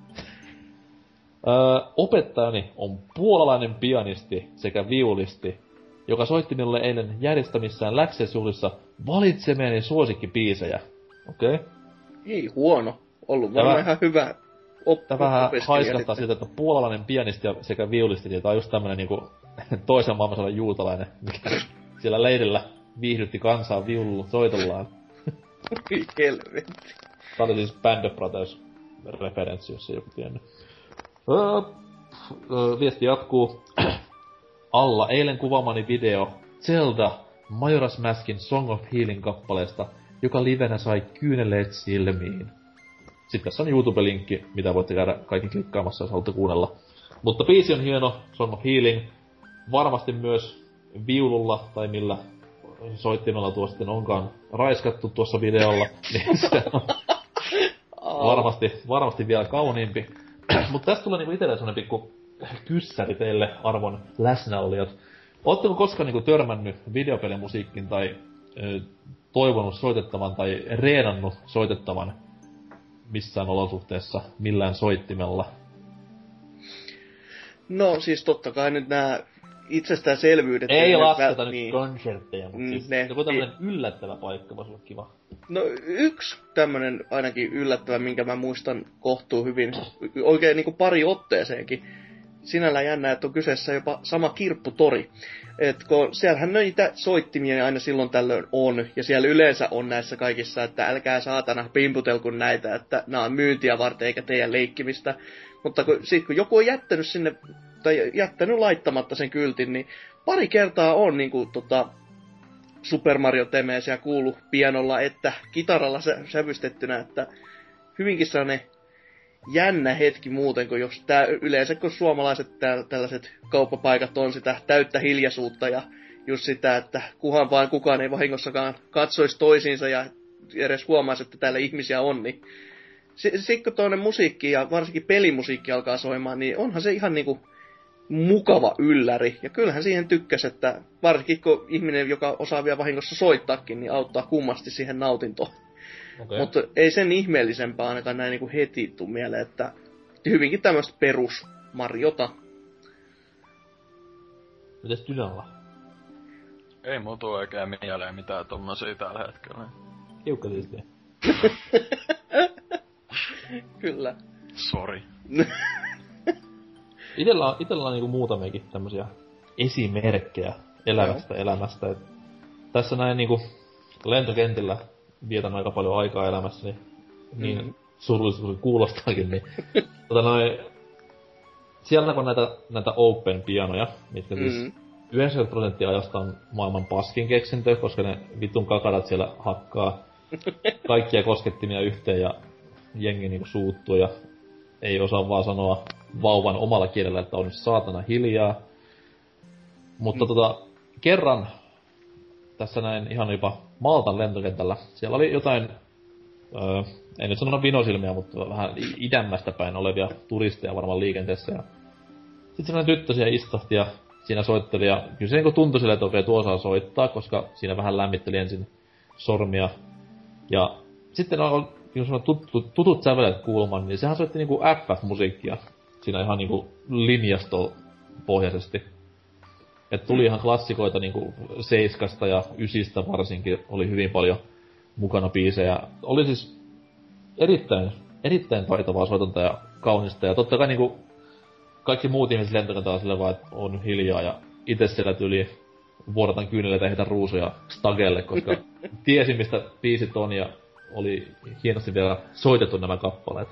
Öö, opettajani on puolalainen pianisti sekä viulisti, joka soitti minulle eilen järjestämissään läksiäisjuhlissa valitsemieni suosikkibiisejä. Okei. Okay. Ei huono. Ollut varmaan ihan hyvä op- Tää vähän haiskahtaa siitä, että puolalainen pianisti ja sekä viulisti, niin tää on just tämmönen niinku toisen maailmansodan juutalainen, mikä siellä leirillä viihdytti kansaa viululla soitollaan. Helvetti. Tää oli siis Band of Brothers-referenssi, jos ei joku tiennyt. Öö, öö, viesti jatkuu. Alla eilen kuvaamani video Zelda Majora's Maskin Song of Healing-kappaleesta, joka livenä sai kyyneleet silmiin. Sitten tässä on YouTube-linkki, mitä voitte käydä kaikki klikkaamassa, jos haluatte kuunnella. Mutta biisi on hieno, Song of Healing. Varmasti myös viululla, tai millä soittimella tuo sitten onkaan raiskattu tuossa videolla, niin se on varmasti, varmasti vielä kauniimpi. Mutta tästä tulee niinku itselleen semmonen pikku kyssäri teille, arvon läsnäolijat. Ootteko koskaan niinku törmännyt videopelimusiikkiin tai ö, toivonut soitettavan tai reenannut soitettavan missään olosuhteessa millään soittimella? No siis totta kai nyt nää itsestäänselvyydet... Ei lasketa nyt, nyt niin. konsertteja, mutta siis ne, joku tämmönen ei. Yllättävä paikka voisi olla kiva. No yksi tämmönen ainakin yllättävä, minkä mä muistan kohtuu hyvin, oikein niinku pari otteeseenkin. Sinällään jännä, että on kyseessä jopa sama kirpputori. Et kun siellähän niitä soittimia aina silloin tällöin on, ja siellä yleensä on näissä kaikissa, että älkää saatana pimputelko näitä, että nämä on myyntiä varten eikä teidän leikkimistä. Mutta kun, sit, kun joku on jättänyt sinne, tai jättänyt laittamatta sen kyltin, niin pari kertaa on niinku tota Super Mario Temeesiä kuulu pianolla, että kitaralla sävystettynä, että hyvinkin sellainen jännä hetki muuten, kun jos tää, yleensä kun suomalaiset tää, tällaiset kauppapaikat on sitä täyttä hiljaisuutta ja just sitä, että kuhan vaan kukaan ei vahingossakaan katsoisi toisiinsa ja edes huomaisi, että täällä ihmisiä on, niin sitten kun tuonne musiikki ja varsinkin pelimusiikki alkaa soimaan, niin onhan se ihan niinku mukava ylläri. Ja kyllähän siihen tykkäs, että varsinkin kun ihminen, joka osaa vielä vahingossa soittaakin, niin auttaa kummasti siihen nautintoon. Okay. Mutta ei sen ihmeellisempää ainakaan näin niinku heti tuu mieleen, että hyvinkin tämmöistä perus Mariota. Mites Dynalla? Ei mulla tuu oikein mieleen mitään tommosia tällä hetkellä. Hiukka tietysti. Kyllä. Sori. Itellä on, itellä on niinku muutamiakin tämmösiä esimerkkejä elävästä no. elämästä. Et tässä näin niinku lentokentillä vietän aika paljon aikaa elämässäni. Niin mm-hmm. surullisesti kun kuulostaakin, niin tota noin, siellä on näitä, näitä open pianoja, mitkä siis mm-hmm. yhdeksänkymmentä prosenttia ajasta on maailman paskin keksintö, koska ne vitun kakarat siellä hakkaa kaikkia koskettimia yhteen ja jengi niinku suuttuu ja ei osaa vaan sanoa vauvan omalla kielellä, että on saatana hiljaa. Mutta mm. tota, kerran tässä näin ihan jopa Maltan lentokentällä, siellä oli jotain, öö, en nyt sanona vinosilmiä, mutta vähän idämmästä päin olevia turisteja varmaan liikenteessä. Ja sitten sellainen tyttö siellä istahti ja siinä soitteli ja kyllä se niin tuntui silleen, että okei, tuo saa soittaa, koska siinä vähän lämmitteli ensin sormia. Ja sitten on tutut, tutut sävelet kuulemaan, niin sehän soitti niinku F F-musiikkia siinä ihan niinku linjastopohjaisesti. Et tuli ihan klassikoita niinku seiskasta ja ysistä varsinkin, oli hyvin paljon mukana biisejä. Oli siis erittäin, erittäin taitavaa soitonta ja kaunista. Ja totta kai niinku kaikki muut ihmiset lentokentällä silleen vaan, että on hiljaa ja itse siellä tyli vuodatan kyyneleitä ja heitän ruusuja stagelle, koska tiesin mistä biisit on ja oli hienosti vielä soitettu nämä kappaleet.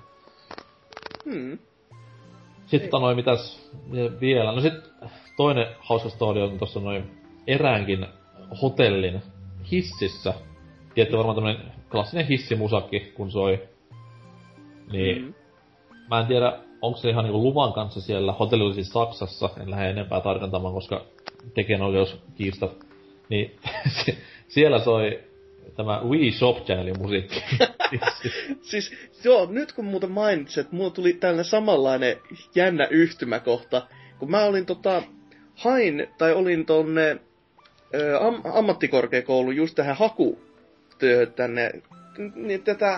Hmm. Sitten noin mitäs vielä? No sit toinen hauska story on tossa noin eräänkin hotellin hississä. Tiedätte varmaan tämmönen klassinen hissimusakki, kun soi. Niin hmm. mä en tiedä, onko se ihan niinku luvan kanssa siellä. Hotelli oli siis Saksassa, en lähde enempää tarkentamaan, koska tekijänoikeuskiistat. Niin siellä soi tämä Wii Shop Channelin musiikki. Siis joo, nyt kun muuta mainitsit, mulla tuli tällainen samanlainen jännä yhtymäkohta. Kun mä olin tota, hain, tai olin tonne ö, am, ammattikorkeakouluun just tähän hakutyöhön tänne, niin tätä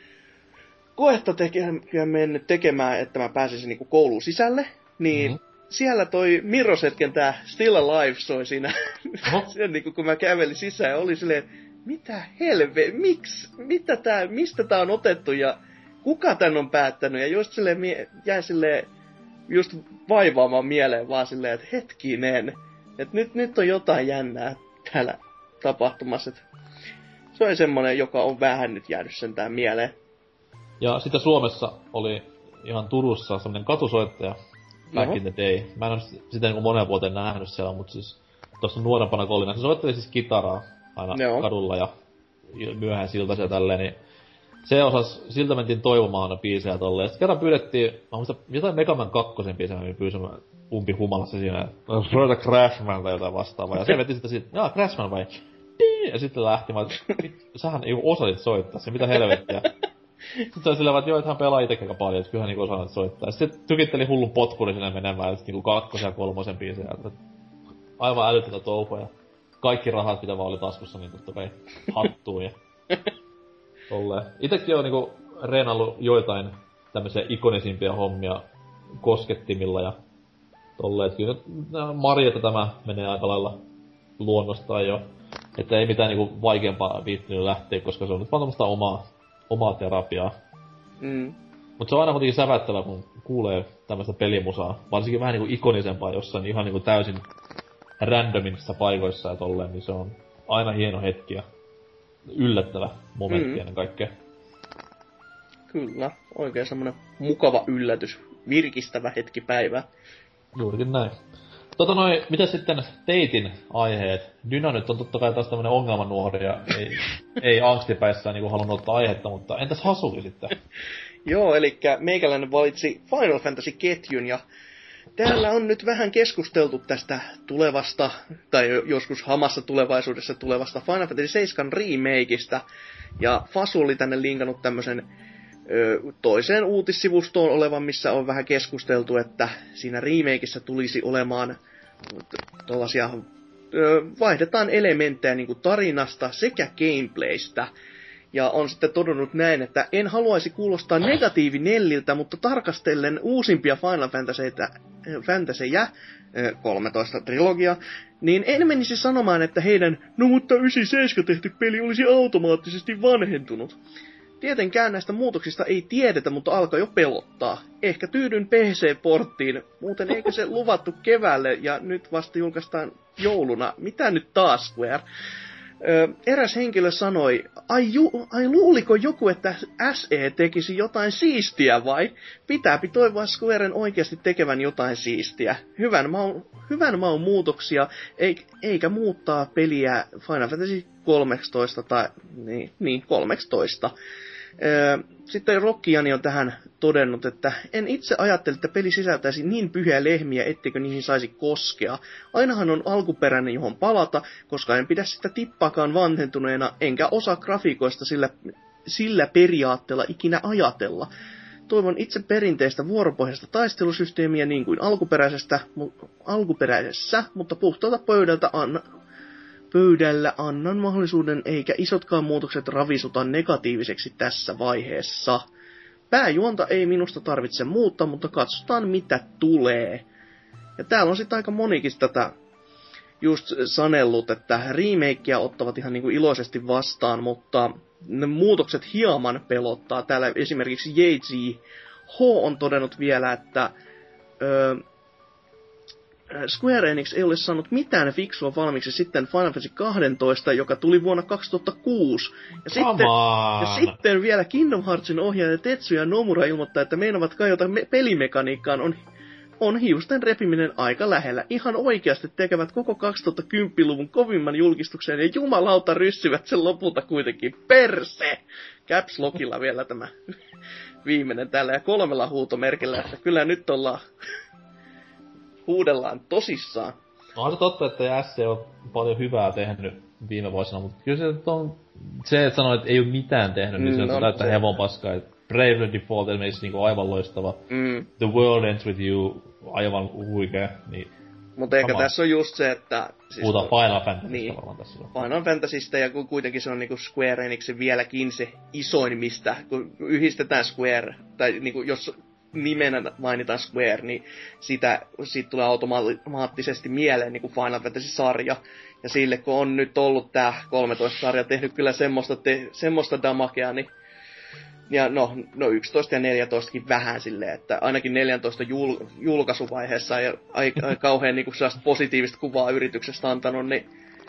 koetta tekemään mennyt tekemään, että mä pääsisin niinku kouluun sisälle, niin mm-hmm. siellä toi Mirrosetken tää Still Alive soi siinä. Sen niinku kun mä kävelin sisään, oli silleen, mitä helve, miksi, mitä tää, mistä tää on otettu ja kuka tän on päättänyt? Ja just silleen jäi silleen just vaivaamaan mieleen vaan silleen, että hetkinen, että nyt, nyt on jotain jännää täällä tapahtumassa. Et se oli semmonen, joka on vähän nyt jäänyt sentään mieleen. Ja sitten Suomessa oli ihan Turussa semmonen katusoittaja, back Oho. in the day. Mä en ole sitä niin monen vuoteen nähnyt siellä, mutta siis tuossa nuorempana kolina. Se soitteli siis kitaraa aina Joo. kadulla ja myöhään siltaisia ja tälleen, niin se osas, siltä mentiin toivomaan aina biisejä tolleen. Sitten kerran pyydettiin, mä muistan, jotain Mega Man kakkosen biisejä, mä pyysin umpi humalassa siinä, soita Crashman tai jotain vastaavaa. Ja se veti sitten siitä, jaa, Crashman vai? Ja sitten lähti, mä sähän ei osasit soittaa se, mitä helvettiä. Sitten se oli silleen, että joo, että hän pelaa itekin aika paljon, että kyllähän niinku osannut soittaa. Sitten tykitteli hullun potkuri sinne menemään, että niinku kakkosen ja kolmosen biisejä. Aivan älytöntä touhua. Kaikki rahat, mitä vaan oli taskussa, niin totta kai hattuu ja tolleen. Itekin on niinku reenallut joitain tämmösiä ikonisimpia hommia koskettimilla ja tolleen. Et kyllä Marjeta tämä menee aika lailla luonnostaan jo. Että ei mitään niinku vaikeampaa viittynyt lähteä, koska se on nyt vaan tommoista omaa, omaa terapiaa. Mm. Mut se on aina kuitenkin sävättävä, kun kuulee tämmöistä pelimusaa. Varsinkin vähän niinku ikonisempaa jossain ihan niinku täysin randomissa paikoissa ja tolleen, niin se on aina hieno hetki ja yllättävä momentti mm. ennen kaikkea. Kyllä, oikein semmonen mukava yllätys, virkistävä hetki päivää. Juurikin näin. Tota noin, mitä sitten teitin aiheet? Dyna nyt on totta kai taas tämmönen ongelmanuori ja ei, ei angstipäissään niinku halunnut ottaa aihetta, mutta entäs Hasuli sitten? Joo, elikkä meikäläinen valitsi Final Fantasy-ketjun ja täällä on nyt vähän keskusteltu tästä tulevasta, tai joskus hamassa tulevaisuudessa tulevasta Final Fantasy seitsemän remakeista. Ja Fasu oli tänne linkannut tämmösen ö, toiseen uutissivustoon olevan, missä on vähän keskusteltu, että siinä remakeissa tulisi olemaan tuollaisia, ö, vaihdetaan elementtejä niin kuin tarinasta sekä gameplaystä. Ja on sitten todennut näin, että en haluaisi kuulostaa negatiivinelliltä, mutta tarkastellen uusimpia Final Fantasyitä, Fantasyjä, kolmetoista trilogia, niin en menisi sanomaan, että heidän, no mutta yhdeksänkymmentäseitsemän tehty peli olisi automaattisesti vanhentunut. Tietenkään näistä muutoksista ei tiedetä, mutta alkaa jo pelottaa. Ehkä tyydyn P C-porttiin, muuten eikö se luvattu keväälle ja nyt vasta julkaistaan jouluna. Mitä nyt taas, Square? Ö, eräs henkilö sanoi, ai, ju, ai luuliko joku, että S E tekisi jotain siistiä vai? Pitääpi toivoa Squaren oikeasti tekevän jotain siistiä. Hyvän maun, hyvän maun muutoksia, eikä muuttaa peliä Final Fantasy kolmetoista tai niin, niin kolmetoista. Sitten Rokkiani on tähän todennut, että en itse ajattele, että peli sisältäisi niin pyhiä lehmiä, etteikö niihin saisi koskea. Ainahan on alkuperäinen, johon palata, koska en pidä sitä tippaakaan vanhentuneena, enkä osaa grafiikoista sillä, sillä periaatteella ikinä ajatella. Toivon itse perinteistä vuoropohjaista taistelusysteemiä niin kuin alkuperäisestä, alkuperäisessä, mutta puhtaalta pöydältä anna, pöydällä annan mahdollisuuden, eikä isotkaan muutokset ravisuta negatiiviseksi tässä vaiheessa. Pääjuonta ei minusta tarvitse muuttaa, mutta katsotaan mitä tulee. Ja täällä on sitten aika monikin tätä just sanellut, että remakeja ottavat ihan niinku iloisesti vastaan, mutta ne muutokset hieman pelottaa. Täällä esimerkiksi J G H on todennut vielä, että Öö, Square Enix ei ole saanut mitään fiksua valmiiksi sitten Final Fantasy kaksitoista, joka tuli vuonna kaksituhattakuusi. Ja sitten, ja sitten vielä Kingdom Heartsin ohjaaja Tetsuya Nomura ilmoittaa, että meinavat kajota me- pelimekaniikkaan on, on hiusten repiminen aika lähellä. Ihan oikeasti tekevät koko kaksituhattakymmenluvun kovimman julkistuksen ja jumalauta ryssivät sen lopulta kuitenkin perse! Caps Lockilla vielä tämä viimeinen täällä ja kolmella huutomerkillä, että kyllä nyt ollaan... huudellaan tosissaan. No on se totta, että S C on paljon hyvää tehnyt viime vuosina, mutta kyllä se on... Se, että sanoit, että ei ole mitään tehnyt, niin mm, se on täyttä hevon paskaa. Bravely Default ilmeisesti niinku aivan loistava. Mm. The World Ends With You aivan huikea. Niin mutta ehkä tässä on just se, että... Siis puhutaan Final Fantasysta niin, varmaan tässä. Final Fantasysta, ja kuitenkin se on niinku Square Enixin vieläkin se isoin, mistä kun yhdistetään Square, tai niinku jos... nimenä mainitaan Square, niin sitä, siitä tulee automaattisesti mieleen niin kuin Final Fantasy-sarja. Ja sille, kun on nyt ollut tää kolmetoista-sarja tehnyt kyllä semmoista, te, semmoista damakea, niin... Ja no, no yksitoista ja neljätoistakin vähän silleen, että ainakin neljätoista jul, julkaisuvaiheessa ei ai, ai, kauhean niin kuin sellaista positiivista kuvaa yrityksestä antanut, niin...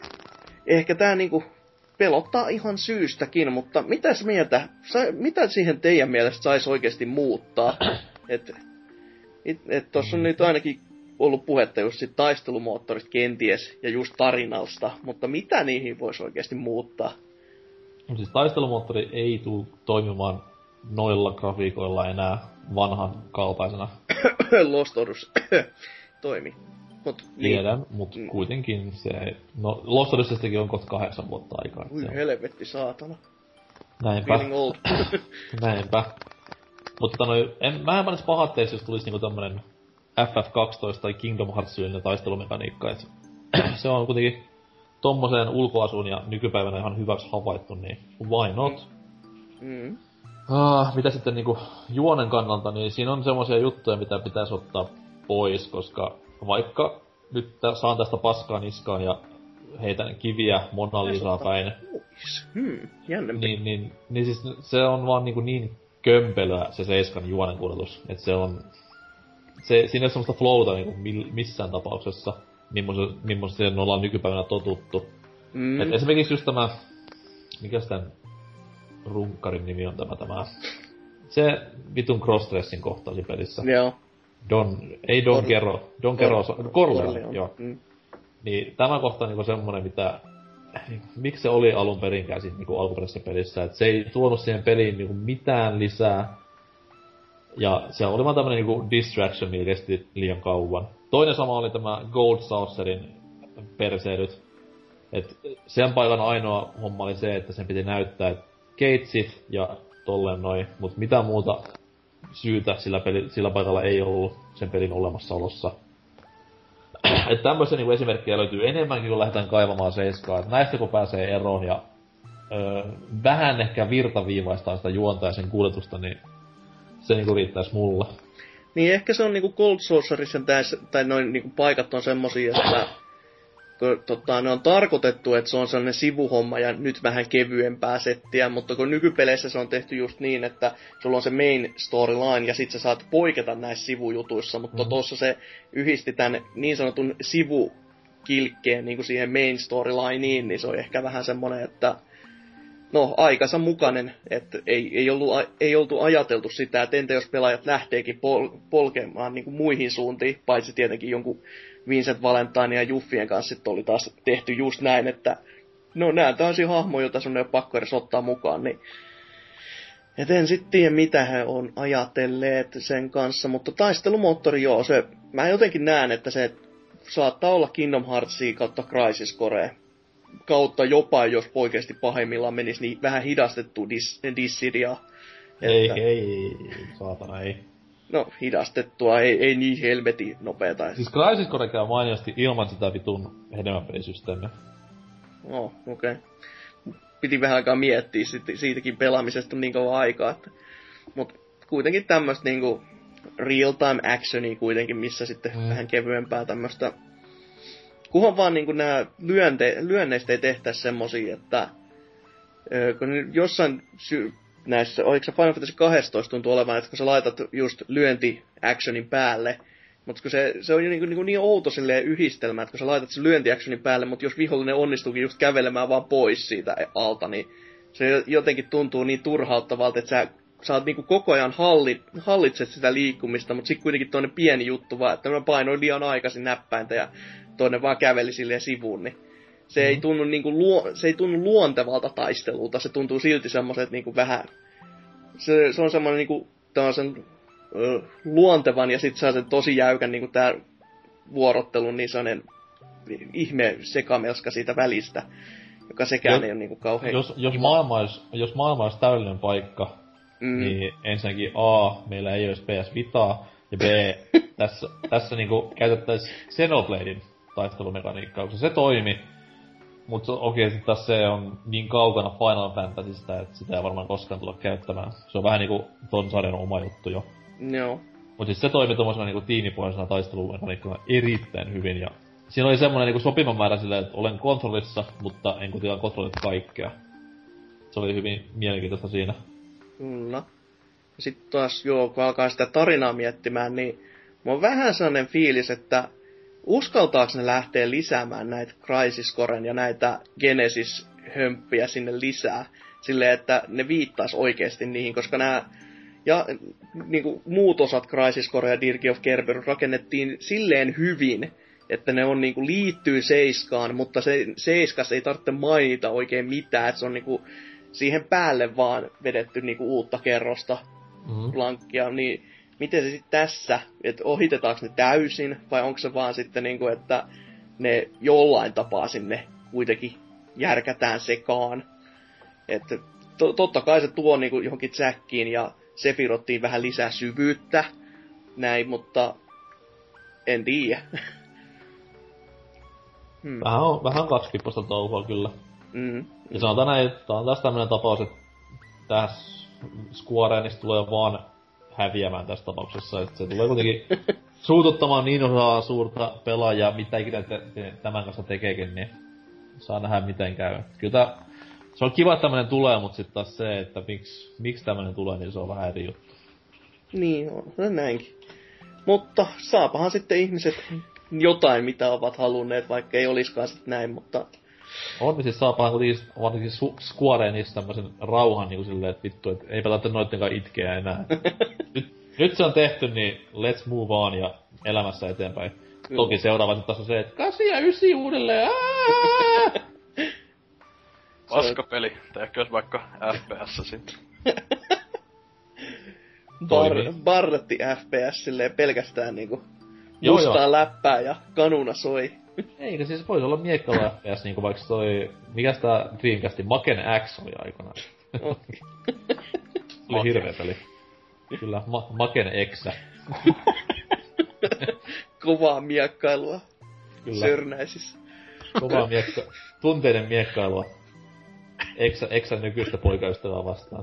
Ehkä tää niinku pelottaa ihan syystäkin, mutta mitäs mieltä, sa, mitä siihen teidän mielestä saisi oikeasti muuttaa? Että et, et tossa on nyt ainakin ollut puhetta just sit taistelumoottorista kenties ja just tarinalsta, mutta mitä niihin voisi oikeasti muuttaa? No siis taistelumoottori ei tule toimimaan noilla grafiikoilla enää vanhan kaltaisena. Lost Orders toimi. Mut, Tiedän, niin. Mut mm. kuitenkin se ei... No Lost Ordersistakin on kohta kahdeksan vuotta aikaa. Ui helvetti saatana. Näinpä. Feeling old. Näinpä. Mutta no, en, mä en panis pahatteeksi, jos tulisi niinku tämmönen F F kaksitoista tai Kingdom Hearts-tyylinen taistelumekaniikka. Et se on kuitenkin tommoseen ulkoasuun ja nykypäivänä ihan hyväksi havaittu, niin why not? Mm. Ah, mitä sitten niinku juonen kannalta, niin siinä on semmosia juttuja, mitä pitäisi ottaa pois, koska vaikka nyt saan tästä paskaa niskaan ja heitän kiviä Mona Lisaa päin. Hmm, niin, niin, niin siis se on vaan niinku niin kömpelöä se seiskan juonen kuuletus, että se on... Se, siinä ei ole semmoista flowta niinku missään tapauksessa, millaista siihen ollaan nykypäivänä totuttu. Mm. Et esimerkiksi just tämä... Mikäs tän runkkarin nimi on tämä tämä... Se vitun crossdressin kohtaus pelissä. Joo. Don... Ei Don Kero. Don Kero... Corleone, joo. Mm. Niin tämä kohta on niinku semmonen, mitä... Miksi se oli alun perin käsin niinku alkuperäisessä pelissä, että se ei tuonut siihen peliin niinku mitään lisää. Ja se oli vaan tämmönen niinku distraction, mikä kesti liian kauan. Toinen sama oli tämä Gold Saucerin perseilyt. Et sen paikan ainoa homma oli se, että sen piti näyttää, että keitsit ja tolleen noin, mut mitä muuta syytä sillä, peli, sillä paikalla ei ollut sen pelin olemassaolossa. Että tämmöisiä niinku esimerkkejä löytyy enemmänkin, kun lähdetään kaivamaan seiskaa. Et näistä kun pääsee eroon ja öö, vähän ehkä virtaviivaistaa sitä juonta ja sen kuljetusta, niin se niinku riittäis mulle. Niin ehkä se on niinku Cold Saucerissa tai noin niinku paikat on semmosia, että kun, tota, ne on tarkoitettu, että se on sellainen sivuhomma ja nyt vähän kevyempää settiä, mutta kun nykypeleissä se on tehty just niin, että sulla on se main storyline ja sit sä saat poiketa näissä sivujutuissa, mutta mm. tossa se yhdisti tän niin sanotun sivukilkkeen niin kuin siihen main storylineen, niin se on ehkä vähän semmonen, että no, aikansa mukainen, että ei, ei, ollut, ei oltu ajateltu sitä, että entä jos pelaajat lähteekin pol, polkemaan niin kuin muihin suuntiin, paitsi tietenkin jonkun Vincent Valentine ja Juffien kanssa sitten oli taas tehty just näin, että no nää on täysin hahmo, jota sun ei ole pakko edes ottaa mukaan, niin et en sit tiedä mitä he on ajatelleet sen kanssa, mutta taistelumoottori joo, se, mä jotenkin näen, että se saattaa olla Kingdom Heartsia kautta Crisis Core kautta jopa, jos oikeasti pahimmillaan menisi niin vähän hidastettu dis, Dissidia. Ei, että, ei, saatana, ei. No, hidastettua, ei, ei niin helvetin nopeeta. Siis Crisis Core käy mainiosti ilman sitä vitun hedelmäpelisysteemiä. No, okei. Okay. Piti vähän aikaa miettiä sit, siitäkin pelaamisesta niin kauan aikaa. Että, mut kuitenkin tämmöstä niinku real-time actionia kuitenkin, missä sitten mm. vähän kevyempää tämmöstä. Kunhan vaan niinku nää lyönte, lyönneistä ei tehtäisi semmosia, että ö, kun jossain sy- näissä, oliko se Final Fantasy kaksitoista tuntuu olevan, että kun sä laitat just lyönti-actionin päälle, mutta kun se, se on niin, niin, niin outo silleen yhdistelmä, että kun sä laitat sen lyönti-actionin päälle, mutta jos vihollinen onnistuukin just kävelemään vaan pois siitä alta, niin se jotenkin tuntuu niin turhauttavalta, että sä saat niinku koko ajan halli, hallitset sitä liikkumista, mutta sitten kuitenkin toinen pieni juttu vaan, että mä painoin liian aikaisin näppäintä ja toinen vaan käveli silleen sivuun, niin se, mm-hmm. ei tunnu niinku luo, se ei tunnu luontevalta taistelulta, se tuntuu silti semmoiset niinku vähän, se, se on semmoinen niinku tämmöisen ö, luontevan ja sit saa sen tosi jäykän niinku tää vuorottelun, niin sellainen ihme sekamelska siitä välistä, joka sekään jos, ei ole niinku kauhean... Jos, jos, maailma olisi, jos maailma olisi täydellinen paikka, mm. niin ensinnäkin A, meillä ei olisi P S Vitaa, ja B, tässä, tässä niinku käytettäisiin Xenobladein taistelumekaniikkaa, koska se toimi, mutta oikeesti taas se on niin kaukana Final Fantasystä, että sitä ei varmaan koskaan tulla käyttämään. Se on vähän niinku ton sarjan oma juttu jo. Joo. Mut siis se toimi tommosena niinku tiimipohjaisena taistelumekaniikkana erittäin hyvin, ja siinä oli semmonen niinku sopivan määrä silleen, että olen kontrollissa, mutta en kuitenkaan kontrollit kaikkea. Se oli hyvin mielenkiintoista siinä. Kyllä. Sitten taas, joo, kun alkaa sitä tarinaa miettimään, niin mulla on vähän sellainen fiilis, että uskaltaako ne lähteä lisäämään näitä Crisis Coren ja näitä Genesis-hömppiä sinne lisää, silleen, että ne viittaisi oikeasti niihin, koska nämä ja niinku, muut osat Crisis Core ja Dirge of Kerberos rakennettiin silleen hyvin, että ne on niinku liittyy seiskaan, mutta se seiskas ei tarvitse mainita oikein mitään, että se on niinku siihen päälle vaan vedetty niinku uutta kerrosta mm-hmm. blankkia, niin miten se sitten tässä, että ohitetaanko ne täysin, vai onko se vaan sitten niinku, että ne jollain tapaa sinne kuitenkin järkätään sekaan. Että to, totta kai se tuo niinku johonkin Jackiin ja Sepirottiin vähän lisää syvyyttä, näin, mutta en tiedä. hmm. Vähän on, vähän kaksipiippuista touhua kyllä. Mm. Ja sanotaan näin, että on taas tämmönen tapaus, että tässä Square Enix tulee vaan häviämään tässä tapauksessa, että se tulee kuitenkin suututtamaan niin osaa suurta pelaajaa, mitä ikinä te, te, tämän kanssa tekeekin, niin saa nähdä miten käy. Kyllä tää, se on kiva, että tämmönen tulee, mutta sitten taas se, että miksi miks tämmönen tulee, niin se on vähän eri juttu. Niin, on se näinkin. Mutta saapahan sitten ihmiset jotain, mitä ovat halunneet, vaikka ei olisikaan sitten näin, mutta... On, niin siis saapahan kuitenkin varsinkin Square Enix tämmösen rauhan niinku silleen, että vittu, et eipä tarvitse noittenkaan itkeä enää. nyt, nyt se on tehty, niin let's move on ja elämässä eteenpäin. Kyllä. Toki seuraava nyt taas on se, että kasi ja ysi uudelleen, Paskapeli, tehköös vaikka F P S sitten. Bar- Barretti F P S silleen pelkästään niinku Joo, mustaa joo. läppää ja kanuna soi. Eikä siis voisi olla miekkailu F P S niinku vaikka toi... Mikäs tää Dreamcastin Maken X oli aikanaan. Oli hirveä peli. Kyllä, ma- Maken X. Kovaa miekkailua. Kyllä. Sörnäisissä. Kovaa miekka... Tunteiden miekkailua. Eksä, eksä nykyistä poikaystävää vastaan.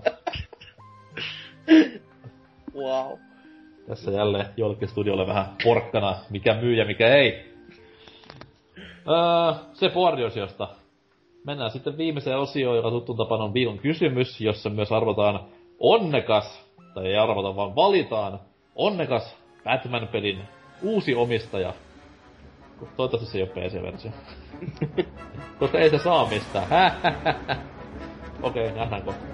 Wow. Tässä jälleen jollekin studiolle vähän porkkana, mikä myy ja mikä ei. Öö, se Boardiosiosta. Mennään sitten viimeiseen osioon, joka tuttuun tapaan on viikon kysymys, jossa myös arvotaan onnekas, tai ei arvota, vaan valitaan onnekas Batman-pelin uusi omistaja. Toivottavasti se ei ole P C-versio. Koska ei se saa mistään. Okei, okay, nähdään kohta.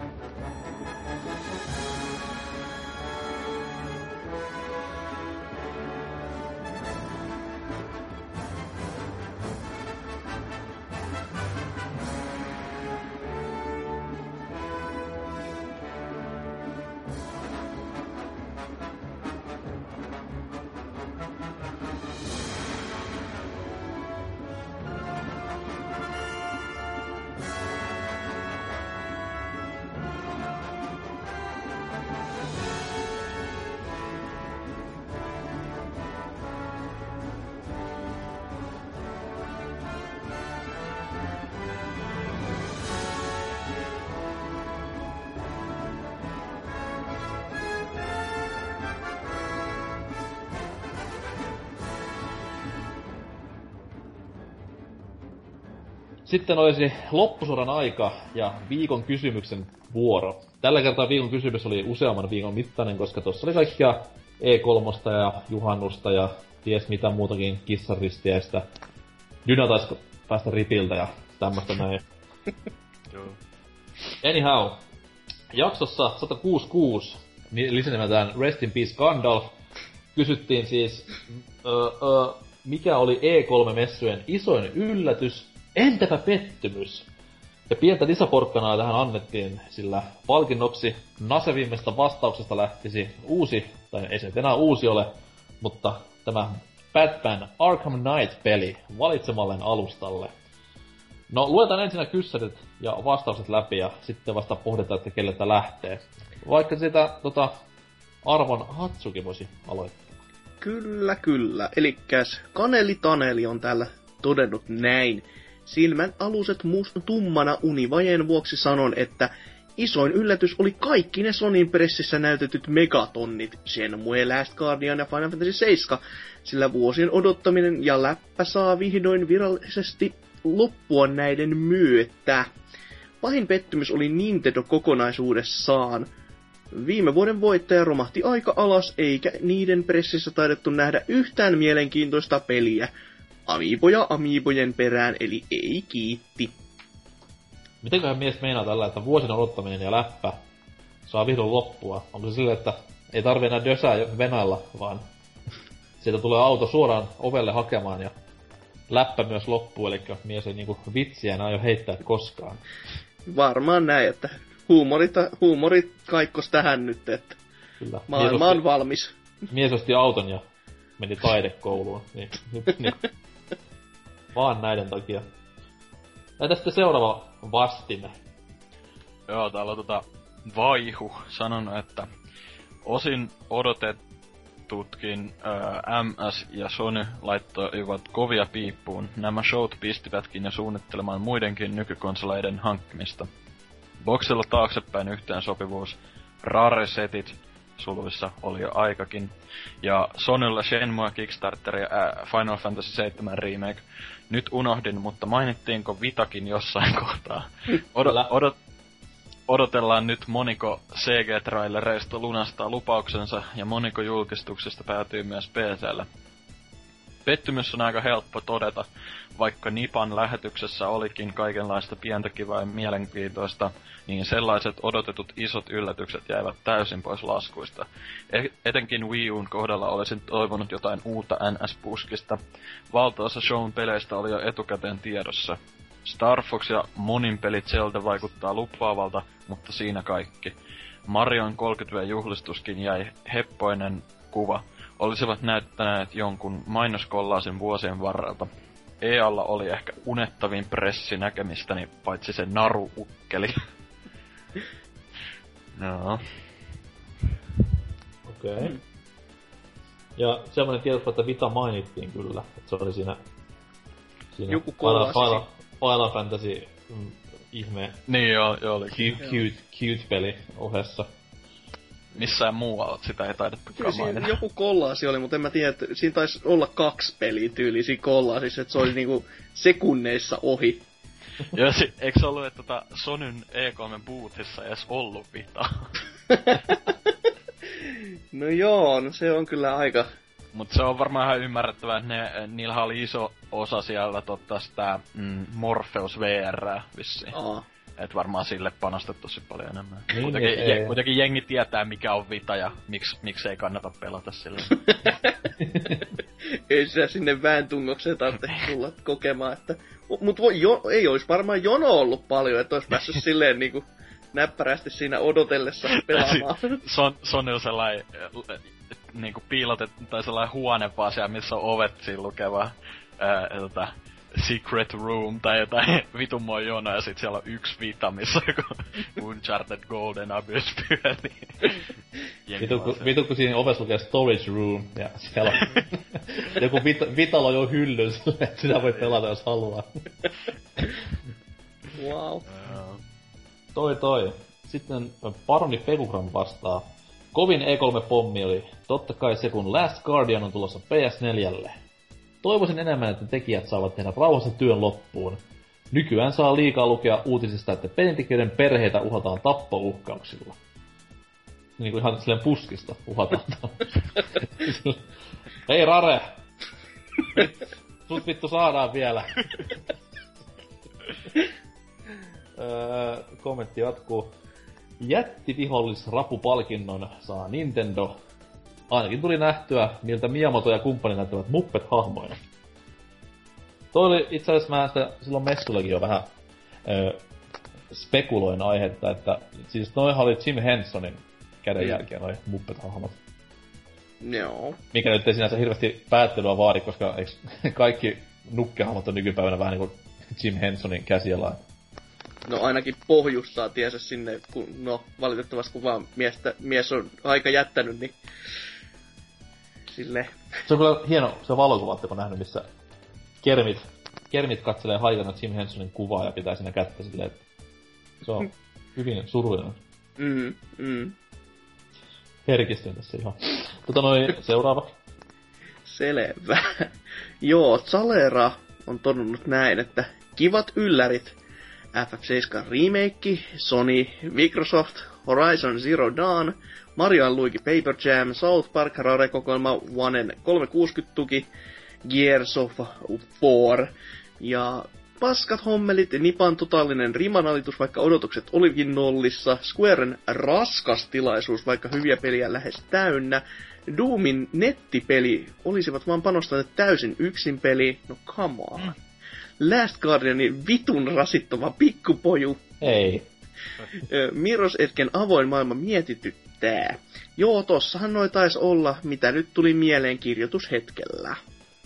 Sitten olisi loppusodan aika ja viikon kysymyksen vuoro. Tällä kertaa viikon kysymys oli useamman viikon mittainen, koska tossa oli kaikkia E kolme ja juhannusta ja ties mitä muutakin kissaristiäistä. Dyna taisi päästä ripiltä ja tämmöstä näin. Anyhow, jaksossa sata kuusikymmentäkuusi, lisänimeltään Rest in Peace Gandalf, kysyttiin siis, öö, öö, mikä oli E kolme-messujen isoin yllätys, entäpä pettymys? Ja pientä lisäporkkanaa tähän annettiin, sillä palkinnoksi nasevimmesta vastauksesta lähtisi uusi, tai ei se nyt enää uusi ole, mutta tämä Batman Arkham Knight-peli valitsemalleen alustalle. No, luetaan ensinnä kyssärit ja vastaukset läpi ja sitten vasta pohditaan, että kelle tää lähtee. Vaikka sitä tota, Arvon Hatsuki voisi aloittaa. Kyllä, kyllä. Elikkäs Kaneli Taneli on täällä todennut näin. Silmän aluset must tummana univajeen vuoksi sanon, että isoin yllätys oli kaikki ne Sonyn pressissä näytetyt megatonnit, Shenmue, Last Guardian ja Final Fantasy seitsemän, sillä vuosien odottaminen ja läppä saa vihdoin virallisesti loppua näiden myötä. Pahin pettymys oli Nintendo kokonaisuudessaan. Viime vuoden voittaja romahti aika alas, eikä niiden pressissä taidettu nähdä yhtään mielenkiintoista peliä. Amiiboja amiibojen perään, eli ei kiitti. Mitenköhän mies meinaa tällä, että vuosien odottaminen ja läppä saa vihdoin loppua? Onko se silleen, että ei tarvi enää dösää venällä, vaan sieltä tulee auto suoraan ovelle hakemaan ja läppä myös loppuu, eli mies ei niinku vitsiä enää aio heittää koskaan. Varmaan näin, että huumorit, huumorit kaikkos tähän nyt, että Kyllä. maailma on valmis. Mies osti auton ja meni taidekouluun, niin, niin. Vaan näiden takia. Entä sitten seuraava vastine? Joo, täällä on tota Vaihu sanonut, että osin odotetutkin ää, M S ja Sony laittoivat kovia piippuun. Nämä showt pistivätkin jo suunnittelemaan muidenkin nykykonsoleiden hankkimista. Boxilla taaksepäin yhteensopivuus, rare-setit, suluissa oli jo aikakin. Ja Sonylla Shenmue Kickstarter ja ää, Final Fantasy seitsemän Remake. Nyt unohdin, mutta mainittiinko Vitakin jossain kohtaa? Odo- odot- odotellaan nyt Moniko C G-trailereista lunastaa lupauksensa ja Moniko julkistuksesta päätyy myös P C:lle. Pettymys on aika helppo todeta, vaikka Nipan lähetyksessä olikin kaikenlaista pientä kivaa ja mielenkiintoista, niin sellaiset odotetut isot yllätykset jäivät täysin pois laskuista. E- etenkin Wii U:n kohdalla olisin toivonut jotain uutta N S-puskista. Valtaosa shown peleistä oli jo etukäteen tiedossa. Star Fox ja monin pelit Zelda vaikuttaa lupaavalta, mutta siinä kaikki. Marion kolmekymmentä-juhlistuskin jäi heppoinen kuva, olisivat näyttäneet jonkun mainoskollaasin vuosien varrelta. E A:lla oli ehkä unettavin pressi näkemistäni, paitsi se naru-ukkeli. No. Okei. Okay. Ja semmoinen tieto, että Vita mainittiin kyllä, että se oli siinä... siinä Joku Final, kollasi. Final, Final Fantasy mm, ihme Niin joo, joo oli. cute, cute, cute peli ohessa. Missään muualla sitä ei Kyllä taidettukaan siinä mainita. joku kollaasi oli, mutta en mä tiedä, että siinä taisi olla kaksi peliä tyylisiä kollaasissa, että se oli niinku sekunneissa ohi. Ja si- eikö se ollut, että tota Sonyn E kolme bootissa ei edes ollut Vitaa? No joo, no se on kyllä aika... Mut se on varmaan ihan ymmärrettävää, että ne, niillähän oli iso osa siellä tota sitä mm, Morpheus V R:ää vissiin. Aa. Et varmaan sille panostettu tosi paljon enemmän. Niin, kuitenkin, ei- je, kuitenkin jengi tietää mikä on Vita ja miksi miks ei kannata pelata sillä. Ei sitä sinne väentungokseen tarvitse tulla kokemaan, että... Mut voi, jo, ei olisi varmaan jono ollut paljon, että olisi päässyt silleen niinku näppärästi siinä odotellessa pelaamaan. Son, Sony on sellainen äh, niinku piilotet, tai sellainen huone vaan siellä, missä on ovet siinä lukeva ää, tota, secret room tai jotain vitun moi jono, ja sit siellä on yksi Vita, missä on joku Uncharted Golden Abyss pyörii. Vitu, ku, vitu kun siinä ovessa lukee storage room, ja siellä on joku vita, Vitalo jo hylly silleen, että sitä voi pelata jos haluaa. Wow. Toi toi. Sitten Paroni Pekugram vastaa. Kovin E kolme-pommi oli totta kai se, kun Last Guardian on tulossa P S neljälle. Toivoisin enemmän, että tekijät saavat tehdä rauhassa työn loppuun. Nykyään saa liikaa lukea uutisista, että pelintekijöiden perheitä uhataan tappouhkauksilla. Niinku ihan silleen puskista uhataan. Hei Rare! Sut vittu saadaan vielä. öö, kommentti jatkuu. Jättivihollis-rapupalkinnon saa Nintendo. Ainakin tuli nähtyä, miltä Miyamoto ja kumppani näyttävät Muppet-hahmoja. Toi oli itse asiassa mä sitä silloin messullakin jo vähän öö, spekuloin aihetta, että siis noihan oli Jim Hensonin kädenjälkiä noi Muppet-hahmot. Joo. Mikä nyt ei sinänsä hirveästi päättelyä vaadi, koska eiks kaikki nukkehahmot on nykypäivänä vähän niinku Jim Hensonin käsialaa. No ainakin pohjustaa tiesä sinne, kun no valitettavasti kun vaan miestä, mies on aika jättänyt, niin sille. Se on kyllä hieno se valokuva, kun nähnyt, missä Kermit, Kermit katselee haitana Jim Hensonin kuvaa ja pitää siinä kättä silleen, että se on hyvin surullinen. Mm, mm. Herkistyn tässä ihan. Tota noin, seuraava. Selvä. Joo, Zalera on todennut näin, että kivat yllärit. F F seitsemän remake, Sony, Microsoft, Horizon Zero Dawn, Mario and Luigi Paper Jam, South Park Rare-kokoelma Onen kolmesataakuusikymmentä-tuki, Gears of War ja paskat hommelit, Nipan totaalinen rimanalitus, vaikka odotukset olikin nollissa, Squaren raskas tilaisuus, vaikka hyviä peliä lähes täynnä, Doomin nettipeli olisivat vaan panostaneet täysin yksin peli, no come on. Last Guardianin vitun rasittava pikkupoju. Ei. Mirror's Edgen avoin maailma mietityttää. Joo, tossahan noi tais olla, mitä nyt tuli mieleen kirjoitushetkellä.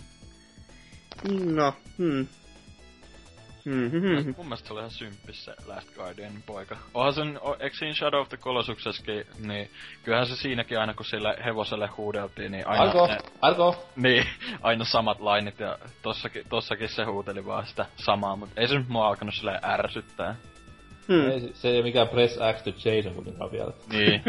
No, hmm. Hmm, hmm, hmm. Mun mielestä se oli ihan symppis se Last Guardianin poika. Onhan sen, o, eikö siinä Shadow of the Colossuksessakin, niin kyllähän se siinäkin aina kun sille hevoselle huudeltiin, niin aina Arko, ne, Arko. niin, aina samat lainit ja tossakin, tossakin se huuteli vaan sitä samaa, mutta ei se nyt mua alkanut silleen ärsyttää. Hmm. Ei, se ei ole mikään Press X to Jason kuitenkaan vielä. Niin.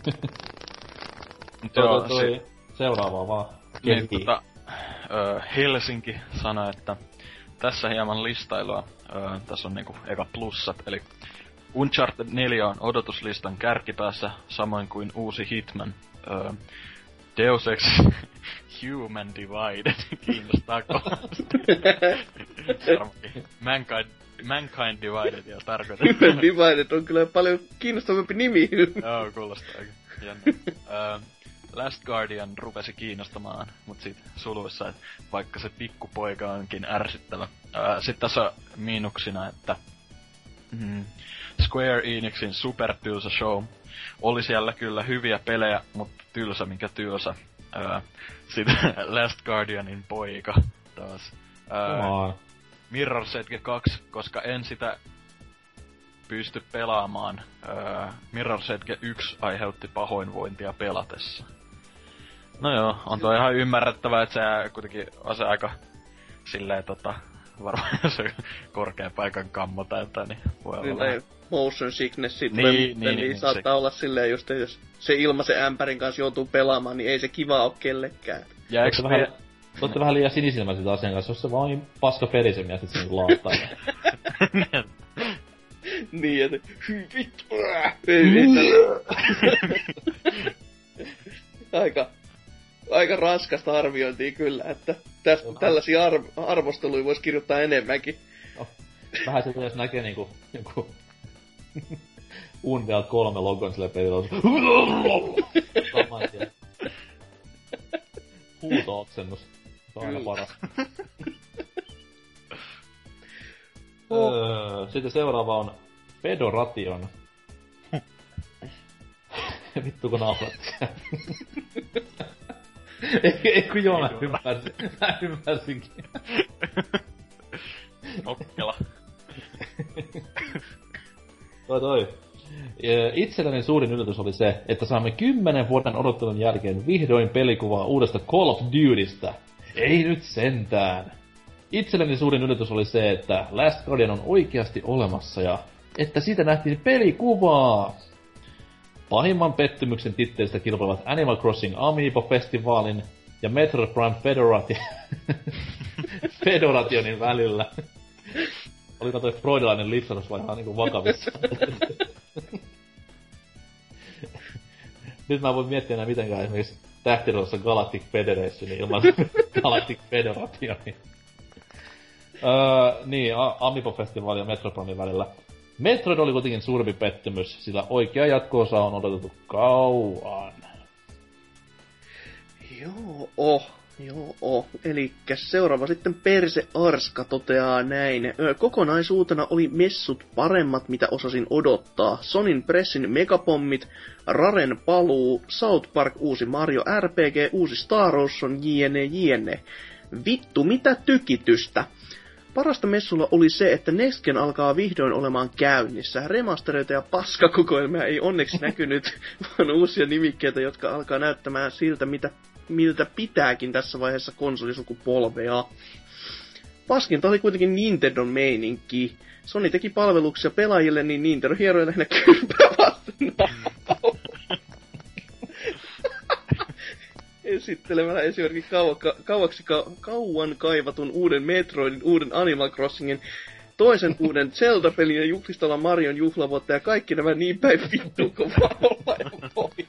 Mut Toi, joo, toi, toi, seuraavaa vaan. Niin, Keski. tota, ö, Helsinki sanoi, että tässä hieman listailua. Ö, tässä on niinku eka plussat, eli Uncharted neljä on odotuslistan kärkipäässä, samoin kuin uusi Hitman. Ö, Deus Ex Human Divided kiinnostaa kovasti. Mankind, Mankind Divided ja tarkoitettu. Human Divided on kyllä paljon kiinnostavampi nimi. Joo, kuulostaa aika jännä. Ö, Last Guardian rupesi kiinnostamaan, mut sit suluissa, että vaikka se pikkupoika onkin ärsyttävä. Ää, sit tässä on miinuksina, että mm, Square Enixin supertylsä show. Oli siellä kyllä hyviä pelejä, mutta tylsä mikä tylsä. Öö, sitten Last Guardianin poika taas. Öö, Mirror's Edge kaksi, koska en sitä pysty pelaamaan. Öö, Mirror's Edge yksi aiheutti pahoinvointia pelatessa. No joo, on toi ihan ymmärrettävää, että se kuitenkin on se aika silleen tota, varmaan se korkean paikan kammo tai jotain, niin voi olla vähän. Motion sickness sitten, niin, niin, niin, niin saattaa se olla silleen just, jos se ilmaisen ämpärin kanssa joutuu pelaamaan, niin ei se kiva oo kellekään. Ja eikö vähän, olette vähän liian sinisilmäiset asian kanssa, jos se vaan on paska peli se mies, että se laattaa. Niin, että hyi vittu, ei, ei aika, aika raskasta arviointia kyllä, että tästä, tällaisia arv, arvosteluja voisi kirjoittaa enemmänkin. No, vähän se jos näkee niinku joku Unreal kolme logon sille pelillä. Saman tien. Huuto-oksennus. Se on aina paras. öö, sitten seuraava on Fedoration. Vittu kun naurat. ei, ei kun joo, mä ymmärsin. Mä ymmärsinkin. Nokkela. toi toi. Itselläni suurin yllätys oli se, että saamme kymmenen vuoden odottelun jälkeen vihdoin pelikuvaa uudesta Call of Dutystä. Ei nyt sentään. Itselleni suurin yllätys oli se, että Last Guardian on oikeasti olemassa ja että siitä nähtiin pelikuvaa. Pahimman pettymyksen titteistä kilpailevat Animal Crossing Amiibo-festivaalin ja Metroid Prime Federation... Federationin välillä. Oliko toi freudilainen lipsaus vai ihan niinku vakavissa? Nyt mä voin miettiä enää mitenkään esimerkiksi Tähtirossa Galactic Federation ilman Galactic Federationia. Öö, niin, Amiibo-festivaali ja Metroid Primein välillä. Metroid oli kuitenkin suurempi pettymys, sillä oikea jatko-osa on odotettu kauan. Joo, oh, joo, oh. Elikkä seuraava sitten Perse Arska toteaa näin. Kokonaisuutena oli messut paremmat, mitä osasin odottaa. Sonin pressin megapommit, Raren paluu, South Park uusi Mario R P G, uusi Star Ocean, jne jne. Vittu, mitä tykitystä! Parasta messulla oli se, että Nextgen alkaa vihdoin olemaan käynnissä. Remastereita ja paskakokoelmia ei onneksi näkynyt, vaan uusia nimikkeitä, jotka alkaa näyttämään siltä, mitä, miltä pitääkin tässä vaiheessa konsolisukupolvea. Paskinta oli kuitenkin Nintendon meininki. Sony teki palveluksia pelaajille, niin Nintendo hieroi lähinnä kylpää vasten. Esittelemällä esimerkiksi kauan, kauaksi ka, kauan kaivatun uuden Metroidin, uuden Animal Crossingin, toisen uuden Zelda-pelin ja juhlistella Marion juhlavuotta ja kaikki nämä niin päin vittuun kuin vaan olla ja voi.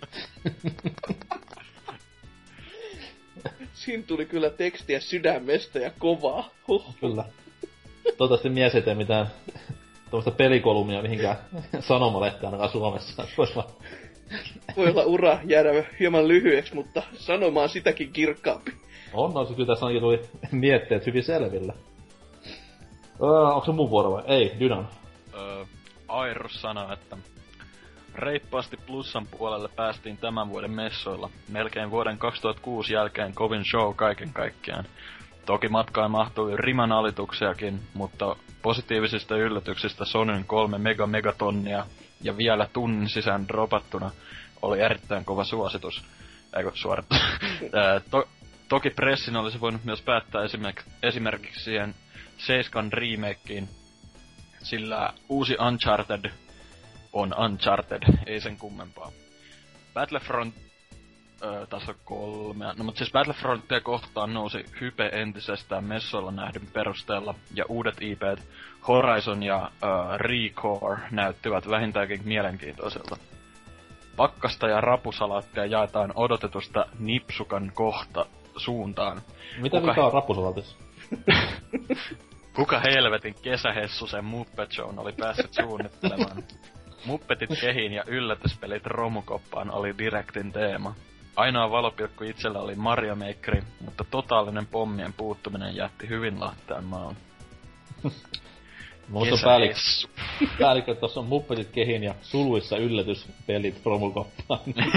Siinä tuli kyllä tekstiä sydämestä ja kovaa. Huh. Kyllä. Toivottavasti mies ei tee mitään tuommoista pelikolumia mihinkään sanomalehteen ainakaan Suomessa. Voi olla ura jäädä hieman lyhyeksi, mutta sanomaan sitäkin kirkkaampi. On, no se kyllä tässä onkin tuli mietteet hyvin selville. Öö, onko se mun vuoro vai? Ei, Dynan. Öö, Airus sanoo, että reippaasti plussan puolelle päästiin tämän vuoden messoilla. Melkein vuoden kaksituhattakuusi jälkeen kovin show kaiken kaikkiaan. Toki matkaan mahtui riman alituksiakin, mutta positiivisista yllätyksistä Sonyn kolme mega megatonnia ja vielä tunnin sisään dropattuna oli erittäin kova suositus. Eikö suoritus? to, toki pressin olisi voinut myös päättää esimerk- esimerkiksi siihen Seiskan remakeen, sillä uusi Uncharted on Uncharted, ei sen kummempaa. Battlefront Öö, tässä on kolme. No mut siis Battlefrontia kohtaan nousi hype entisestään messoilla nähdyn perusteella, ja uudet I P:t Horizon ja öö, Recore näyttivät vähintäänkin mielenkiintoiselta. Pakkasta ja rapusalaattia jaetaan odotetusta Nipsukan kohta suuntaan. Mitä Kuka... mikä on rapusalaatissa? Kuka helvetin kesähessusen Muppet Shown oli päässyt suunnittelemaan? Muppetit kehiin ja yllätyspelit romukoppaan oli Directin teema. Ainoa valopilkku itsellä oli Mario Maker, mutta totaalinen pommien puuttuminen jätti hyvin lahtaan maan. Musta on päällikkö, päällikkö, että tossa on Muppetit kehin ja suluissa yllätyspelit promokoppaan.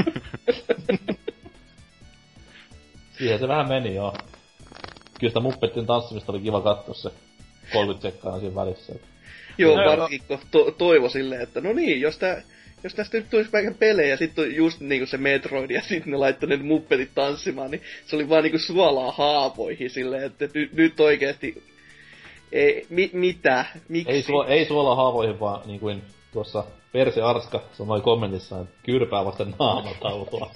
Siihen se vähän meni, joo. Kyllä sitä Muppettien tanssimista oli kiva katsoa se kolmekymmentä sekkaa siinä välissä. Joo, varsinkin kun to- toivo silleen, että no niin, jos tää... Jos tästä nyt tulisi päikän pelejä ja sitten on just niinku se Metroid ja sitten ne laittoi ne Muppetit tanssimaan, niin se oli vaan niinku suolaa haavoihin silleen, että nyt, nyt oikeesti... Ei, mi, mitä? Miksi? Ei, suo, ei suolaa haavoihin, vaan niin kuin tuossa Persi Arska sanoi kommentissaan, että kyrpää vasten naamataulua.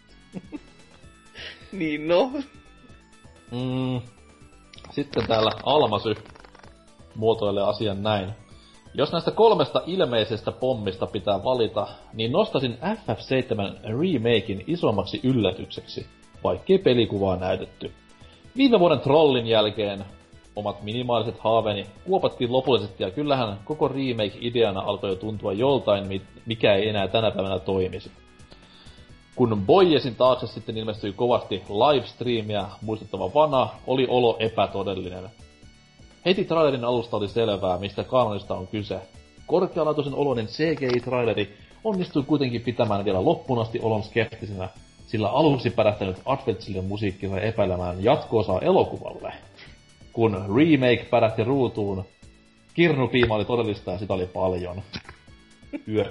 Niin no. Mm. Sitten täällä Almasy muotoilee asian näin. Jos näistä kolmesta ilmeisestä pommista pitää valita, niin nostaisin F F seitsemän remakein isommaksi yllätykseksi, vaikkei pelikuvaa näytetty. Viime vuoden Trollin jälkeen omat minimaaliset haaveeni kuopattiin lopullisesti, ja kyllähän koko remake-ideana alkoi jo tuntua joltain, mikä ei enää tänä päivänä toimisi. Kun Boyesin taakse sitten ilmestyi kovasti livestreamia muistuttava vana, oli olo epätodellinen. Heti trailerin alusta oli selvää, mistä kanonista on kyse. Korkealaatuisen oloinen C G I-traileri onnistui kuitenkin pitämään vielä loppuun asti olon skeptisenä, sillä aluksi pärähtänyt Adventsillin musiikki sai epäilemään jatko-osaa elokuvalle. Kun remake pärähti ruutuun, kirnupiima oli todellista ja sitä oli paljon. Yök.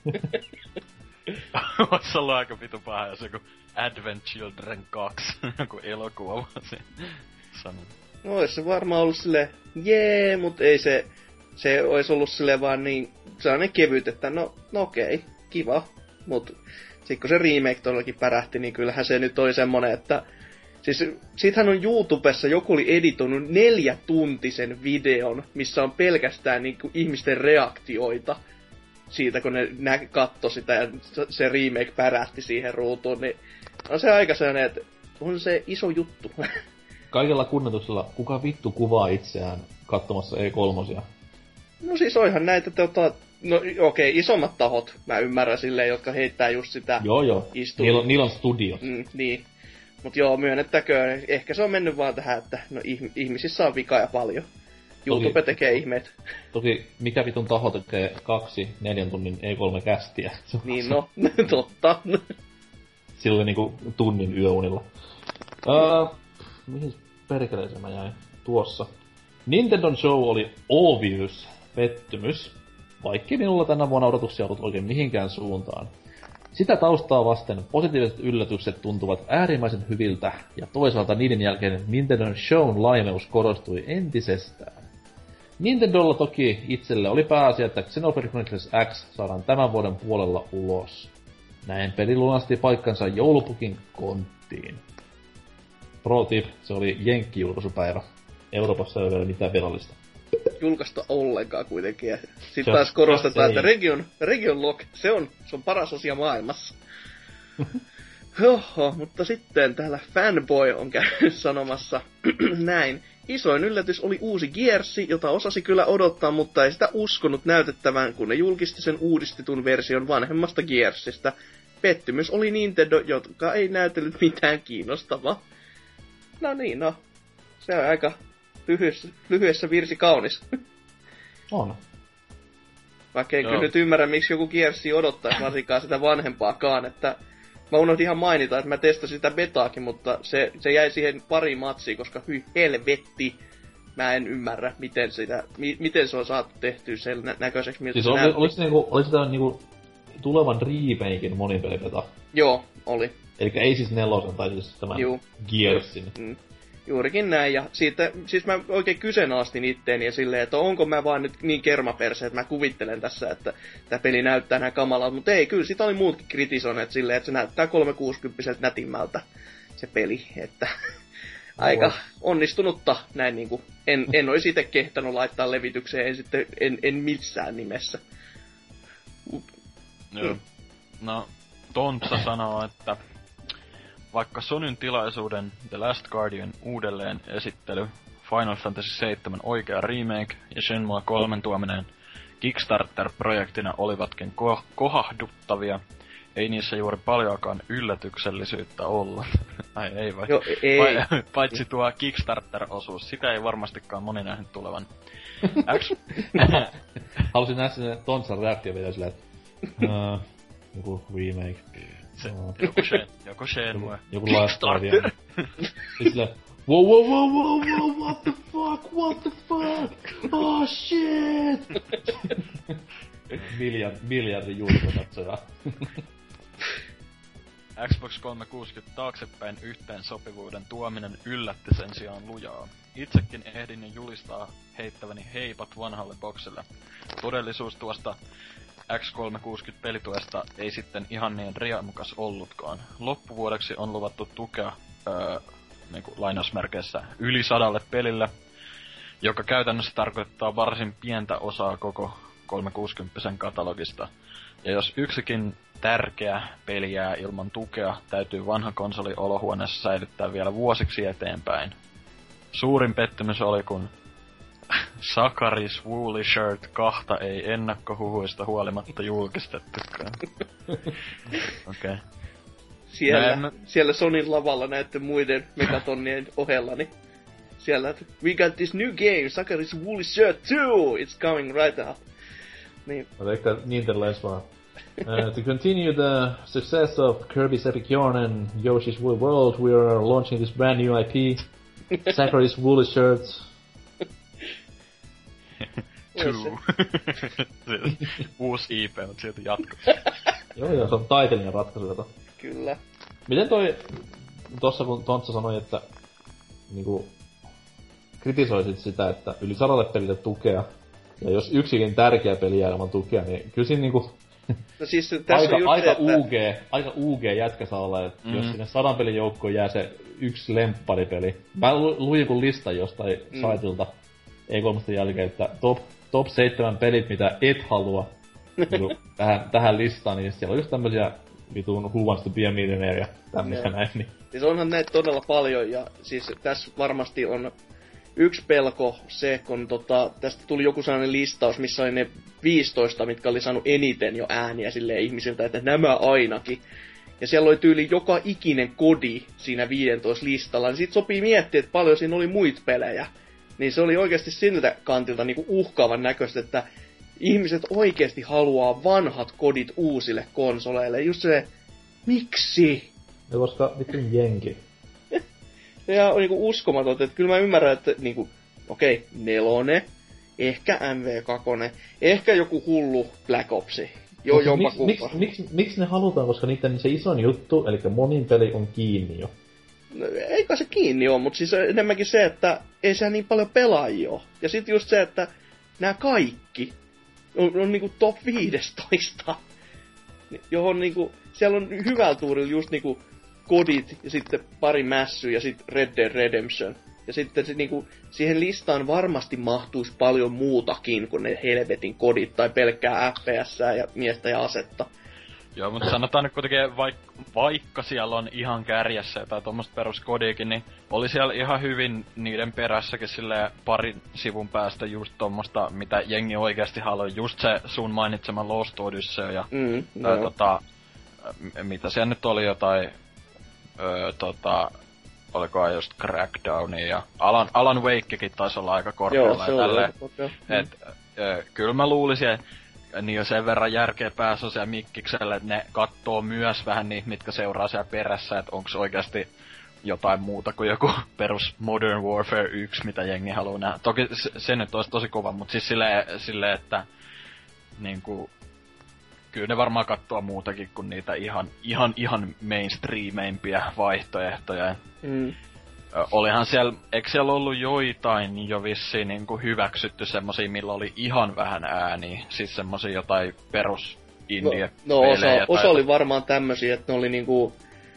Ois ollut aika vitu paha, jos joku Advent Children kaksi, joku elokuva vaan se sanoo. No ois se varmaan ollut silleen, jee, mut ei se, se ois ollut silleen vaan niin, sellainen kevyt, että no, no okei, kiva. Mut sit kun se remake todellakin pärähti, niin kyllähän se nyt oli semmonen, että siis sittenhän on YouTubessa, joku oli editoinut neljätuntisen videon, missä on pelkästään niinku ihmisten reaktioita siitä, kun ne nä- katto sitä ja se remake pärähti siihen ruutuun, niin on se aika sellainen, että on se iso juttu. Kaikella kunnioituksella, kuka vittu kuvaa itseään katsomassa E kolme? No siis onhan näitä, tota, no okei, okay, isommat tahot, mä ymmärrän silleen, jotka heittää just sitä joo, joo. istua. Niillä on, niillä on studiot. Mm, niin. Mut joo, myönnettäköön, ehkä se on mennyt vaan tähän, että no ihmisissä on vikaa ja paljon. YouTube toki, tekee ihmeet. Toki mikä vitun taho tekee kaksi neljän tunnin E kolme -kästiä. Niin no, totta. Sillä oli niinku tunnin yöunilla. Uh, mihin perkeleeseen mä jäin tuossa? Nintendon show oli obvious pettymys, vaikkei minulla tänä vuonna odotuksia ollut oikein mihinkään suuntaan. Sitä taustaa vasten positiiviset yllätykset tuntuvat äärimmäisen hyviltä, ja toisaalta niiden jälkeen Nintendon shown laimeus korostui entisestään. Nintendolla toki itselle oli pääasia, että Xenoblade Chronicles X saadaan tämän vuoden puolella ulos. Näin peli lunasti paikkansa joulupukin konttiin. Pro tip, se oli Jenkki-julkaisupäivä. Euroopassa ei ole vielä mitään virallista. Julkaista ollenkaan kuitenkin. Sitten taas korostetaan, että region, region Lock, se on, se on paras asia maailmassa. Oho, mutta sitten täällä Fanboy on käynyt sanomassa näin. Isoin yllätys oli uusi Gearsi, jota osasi kyllä odottaa, mutta ei sitä uskonut näytettävän, kun ne julkisti sen uudistetun version vanhemmasta Gearsista. Pettymys oli Nintendo, joka ei näytellyt mitään kiinnostavaa. No niin, no. Se on aika lyhyessä, lyhyessä virsi kaunis. On. Vaikka en kyllä nyt ymmärrä, miksi joku Gearsi odottaisi varsinkaan sitä vanhempaakaan, että mä unohdin ihan mainita, että mä testasin sitä betaakin, mutta se, se jäi siihen pari matsiin, koska hyi helvetti. Mä en ymmärrä, miten, sitä, mi, miten se on saatu tehtyä sen nä- näköiseksi, miltä siis se oli, näytti. oliko, niinku, oliko sitä niinku tulevan remakein monipelibeta? Joo, oli. Elikkä ei siis nelosen, tai siis tämän Juu. Gearsin. Mm. Juurikin näin, ja siitä, siis mä oikein kyseenalaistin itteeni ja silleen, että onko mä vaan nyt niin kermaperse, että mä kuvittelen tässä, että tää peli näyttää näin kamalalta, mutta ei, kyllä sitä oli muutkin kritisoineet silleen, että se näyttää kolmesataakuusikymmentä nätimmältä se peli, että aika onnistunutta näin niinku, en, en olisi itse kehtänyt laittaa levitykseen, en sitten, en, en missään nimessä. Mut, Joo. Mm. No, Tontsa sanoo, että vaikka Sonyn tilaisuuden The Last Guardian uudelleen esittely, Final Fantasy seitsemän oikea remake ja Shenmue kolme tuominen Kickstarter-projektina olivatkin ko- kohahduttavia, ei niissä juuri paljoakaan yllätyksellisyyttä ollut. Ai ei vai? Joo, ei. Vai, paitsi tuo Kickstarter-osuus, sitä ei varmastikaan moni nähnyt tulevan. X... Halusin nähdä sinne Tontsan reaktio vielä silleen, että... Uh, joku remake. Se, joku Shen, joku Shenmue. Joku Last Guardian. Sitten silleen... Wow, wow, wow, wow, wow, what the fuck, what the fuck, oh shit! Miljard, miljardi julkaisijaa. Xbox kolmesataakuusikymmentä taaksepäin yhteen sopivuuden tuominen yllätti sen sijaan lujaa. Itsekin ehdin jo julistaa heittäväni heipat vanhalle boksille. Todellisuus tuosta X kolmesataakuusikymmentä pelituesta ei sitten ihan niin riemukas ollutkaan. Loppuvuodeksi on luvattu tukea öö, niinku lainausmerkeissä yli sadalle pelille, joka käytännössä tarkoittaa varsin pientä osaa koko kolmesataakuusikymmentä katalogista. Ja jos yksikin tärkeä peli jää ilman tukea, täytyy vanha konsoli olohuoneessa säilyttää vielä vuosiksi eteenpäin. Suurin pettymys oli, kun Sakaris Woolly Shirt kahta ei ennakkohuhuista huolimatta julkistettukaan. Okei. Okay. Siellä, Näin... siellä Sonin lavalla näiden muiden megatonnien ohella, niin siellä, we got this new game, Sakaris Woolly Shirt two, it's coming right up. Niin. Mä veikkaan Nintendo vaan. Uh, to continue the success of Kirby's Epic Yarn and Yoshi's Woolly World, we are launching this brand new I P, Sakaris Woolly Shirts. Two. Uusi I P on sieltä jatko. Joo, joo, se on taiteellinen ratkaisu tätä. Kyllä. Miten toi, tossa kun Tontsa sanoi, että niinku kritisoisit sitä, että yli sadalle pelille tukea, ja jos yksikin tärkeä peli jää ilman tukea, niin kyllä siinä niinku... No siis tässä aika, on just aika se, että... U G, aika U G jätkä saa olla, että mm. jos sinne sadan pelin joukkoon jää se yksi lempparipeli. Mä lu, luin joku lista jostain mm. saitilta E kolme jälkeen, että top, top seitsemän pelit, mitä et halua niinku, tähän, tähän listaan, niin siellä on just tämmösiä vitun Who Wants to be a Millionaire ja tämmöisiä näin. Niin. Siis onhan näitä todella paljon, ja siis tässä varmasti on yksi pelko se, kun tota, tästä tuli joku sellainen listaus, missä oli ne viisitoista, mitkä oli saanut eniten jo ääniä silleen ihmisiltä, että nämä ainakin. Ja siellä oli tyyli joka ikinen kodi siinä viisitoista listalla, niin sit sopii miettiä, että paljon siinä oli muita pelejä. Niin se oli oikeasti siltä kantilta niinku uhkaavan näköistä, että ihmiset oikeasti haluaa vanhat kodit uusille konsoleille. Just se, miksi? Ja koska vitun jenki. Ja on niinku uskomatonta, että kyllä mä ymmärrän, että niinku, okei, okay, nelone, ehkä M V kaksi, ehkä joku hullu Black Opsi. Joo, jompa miksi miks, miks, miks ne halutaan, koska niiden se ison juttu, eli monin peli on kiinni jo. No, eikä se kiinni ole, mutta siis enemmänkin se, että ei se niin paljon pelaajia ole. Ja sit just se, että nämä kaikki on, on niinku top viisitoista, johon niinku, siellä on hyvällä tuurilla just niinku kodit ja sitten pari mässyä ja sitten Red Dead Redemption. Ja sitten se, niinku, siihen listaan varmasti mahtuisi paljon muutakin kuin ne helvetin kodit tai pelkkää F P S ja miestä ja asetta. Joo, mutta sanotaan nyt kuitenkin, vaik- vaikka siellä on ihan kärjessä jotain tuommoista peruskodiikin, niin oli siellä ihan hyvin niiden perässäkin silleen parin sivun päästä just tuommoista, mitä jengi oikeasti haluaa. Just se sun mainitsema Lost Odyssey ja mm, no. ää, tota, mitä siellä nyt oli jotain, öö, tota, olikohan just Crackdownia ja Alan, Alan Wakekin taisi olla aika korkealla. Joo, se oli aika korkealla. Et, ö, kyllä mä luulisin, että niin on sen verran järkeä päässä siellä Mikkikselle, että ne kattoo myös vähän niitä, mitkä seuraa siellä perässä, että onko oikeasti jotain muuta kuin joku perus Modern Warfare yksi, mitä jengi haluaa nähdä. Toki se, se nyt olisi tosi kova, mutta siis silleen, sille, että niinku, kyllä ne varmaan kattoo muutakin kuin niitä ihan, ihan, ihan mainstreameimpia vaihtoehtoja. Mm. Olihan siellä, eikö siellä ollut joitain jo vissiin niinku hyväksytty semmosia, millä oli ihan vähän ääniä? Siis semmosia jotain perus indie No, no osa, osa oli varmaan tämmösiä, että ne oli niinku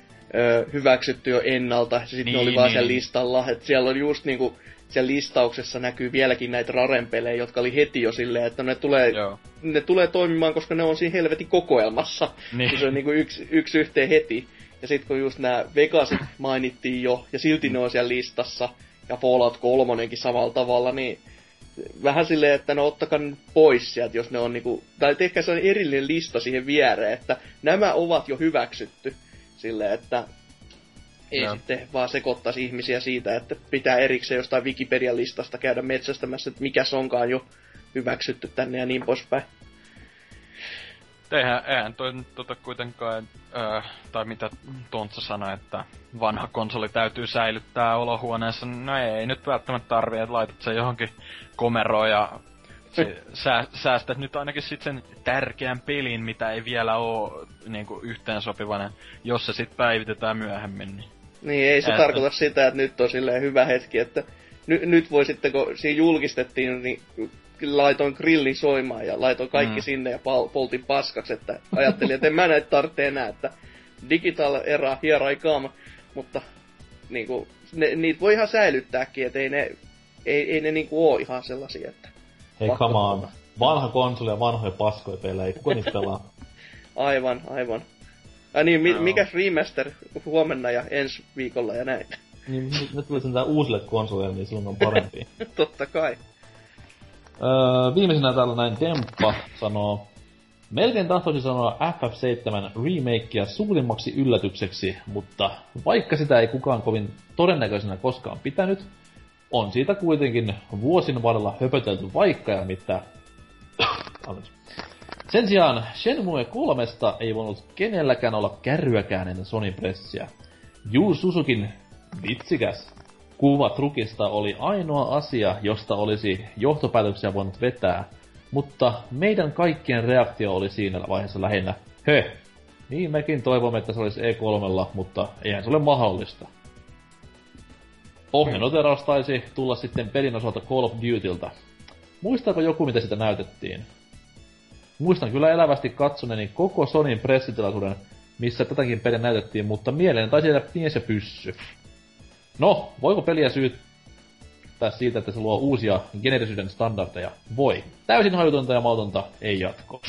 ö, hyväksytty jo ennalta, ja sit niin, ne oli vaan niin. Siellä listalla. Et siellä on just niinku, siellä listauksessa näkyy vieläkin näitä Raren-pelejä, jotka oli heti jo silleen, että ne tulee, ne tulee toimimaan, koska ne on siinä helvetin kokoelmassa. Niin. Se on niinku yksi, yksi yhteen heti. Ja sit kun just nää Vegasit mainittiin jo, ja silti ne on siellä listassa, ja Fallout kolmonenkin samalla tavalla, niin vähän silleen, että no ottakaa nyt pois sieltä, jos ne on niinku, tai tehkää sellainen erillinen lista siihen viereen, että nämä ovat jo hyväksytty. Silleen, että ei no. sitten vaan sekoittaisi ihmisiä siitä, että pitää erikseen jostain Wikipedian listasta käydä metsästämässä, että mikä se onkaan jo hyväksytty tänne ja niin poispäin. Eihän, eihän toi nyt tota kuitenkaan, äh, tai mitä Tontsa sanoi, että vanha konsoli täytyy säilyttää olohuoneessa. No ei nyt välttämättä tarvii, että laitat sen johonkin komeroon ja sä, säästät nyt ainakin sit sen tärkeän pelin, mitä ei vielä oo niinku yhteensopivainen, jos se sit päivitetään myöhemmin. Niin, niin ei se Äästä... tarkoita sitä, että nyt on silleen hyvä hetki, että ny, nyt voi sitten, kun siinä julkistettiin, niin laitoin grillin soimaan ja laitoin kaikki mm. sinne ja pal- poltin paskaksi, että ajattelin, että en mä näitä tarvitse enää, että digital era, here I come, mutta niinku, ne, niitä voi ihan säilyttääkin, että ei ne, ei, ei ne niinku oo ihan sellaisia, että hei, come on. Vanha konsoli ja vanhoja paskoja pelejä, kuka niitä pelaa? Aivan, aivan. Ai niin, mi- no. mikäs remaster huomenna ja ensi viikolla ja näin? Niin, nyt tuli sen tää uusille konsoleille, niin silloin on parempi. Totta kai. Öö, viimeisenä täällä näin Demppa sanoo, melkein tahtoisin sanoa F F seitsemän remakea suurimmaksi yllätykseksi, mutta vaikka sitä ei kukaan kovin todennäköisenä koskaan pitänyt, on siitä kuitenkin vuosin varrella höpötelty vaikka ja mitä. Sen sijaan Shenmue kolmesta ei voinut kenelläkään olla kärryäkään ennen Sonyn pressiä. Yu Suzukin vitsikäs kuva trukista oli ainoa asia, josta olisi johtopäätöksiä voinut vetää, mutta meidän kaikkien reaktio oli siinä vaiheessa lähinnä, höh, niin mekin toivomme, että se olisi E kolmella, mutta eihän se ole mahdollista. Ohjenoteraus taisi tulla sitten pelin osalta Call of Dutylta. Muistaako joku, mitä sitä näytettiin? Muistan kyllä elävästi katsoneeni koko Sonyn pressitilaisuuden, missä tätäkin peliä näytettiin, mutta mieleen taisi jäädä mies ja pyssy. No, voiko peliä syyttää siitä, että se luo uusia generisyyden standardeja? Voi. Täysin hajutonta ja mautonta, ei jatko.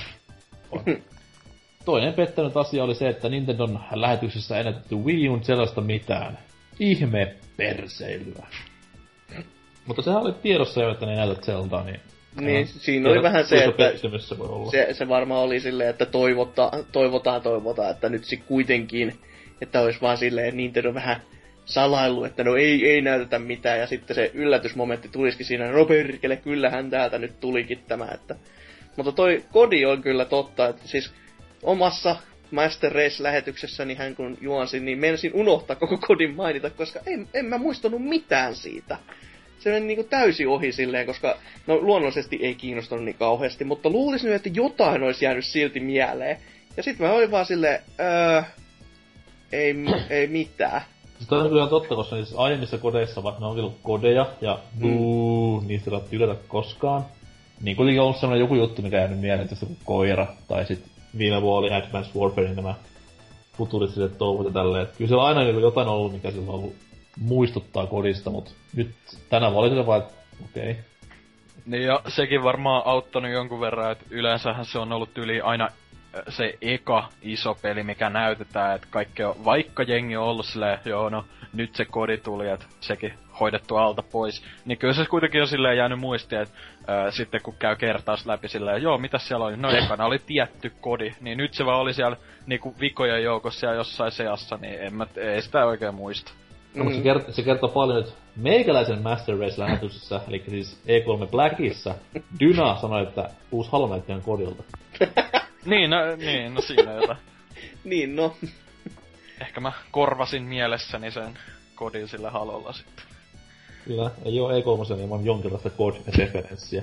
Toinen pettänyt asia oli se, että Nintendon lähetyksessä ei näytetty Wii U:n sellaista mitään. Ihme perseilyä. Mutta sehän oli tiedossa jo, että ne ei näytä Zeldaa, niin... Niin, siinä oli vähän se, että se, se, se varmaan oli silleen, että toivota, toivotaan, toivotaan, että nyt sit kuitenkin, että olisi vaan silleen, että Nintendo vähän salailu, että no ei, ei näytetä mitään, ja sitten se yllätysmomentti tulisikin siinä, no perkele, kyllähän täältä nyt tulikin tämä, että... Mutta toi kodi on kyllä totta, että siis omassa Master Race-lähetyksessäni hän kun juonsin, niin menisin unohtaa koko kodin mainita, koska en, en mä muistanut mitään siitä. Se meni niinku täysin ohi silleen, koska no luonnollisesti ei kiinnostanut niin kauheasti, mutta luulisin, että jotain olisi jäänyt silti mieleen. Ja sit mä olin vaan silleen, öö, ei, ei mitään. Siis toi on kyllä totta, koska niissä aiemmissa kodeissa, vaikka ne on ollut kodeja ja buu, mm. niistä ei tylätä koskaan. Niin kuitenkin on ollut sellainen joku juttu, mikä jäänyt mieleen, että joku koira, tai sit viime vuonna oli Advanced Warfarein nämä futuristiset touhut ja tälleen. Kyllä siellä on aina jotain ollut, mikä sillä on ollut muistuttaa kodista, mut nyt tänä vuonna oli se vaan, että okei. Okay. Niin ja sekin varmaan auttanut jonkun verran, että yleensähän se on ollut yli aina se eka iso peli, mikä näytetään, että kaikki on, vaikka jengi on ollut silleen, joo no, nyt se kodi tuli, että sekin hoidettu alta pois, niin kyllä se kuitenkin on silleen jäänyt muistia, että ää, sitten kun käy kertaus läpi silleen, joo, mitäs siellä oli, no ekana oli tietty kodi, niin nyt se vaan oli siellä niinku vikojen joukossa ja jossain seassa, niin en mä, ei sitä oikein muista. No, mm. se, kert- se kertoo paljon nyt meikäläisen Master Race-lähetyksessä, eli siis E kolme Blackissa, Dyna sanoi, että uusi Halo näytti ihan kodilta. niin, no, niin, no siinä jotain. niin, no. Ehkä mä korvasin mielessäni sen kodin sillä Halolla sitten. Kyllä, ei oo E kolme, niin vaan jonkinlaista kod-referenssiä.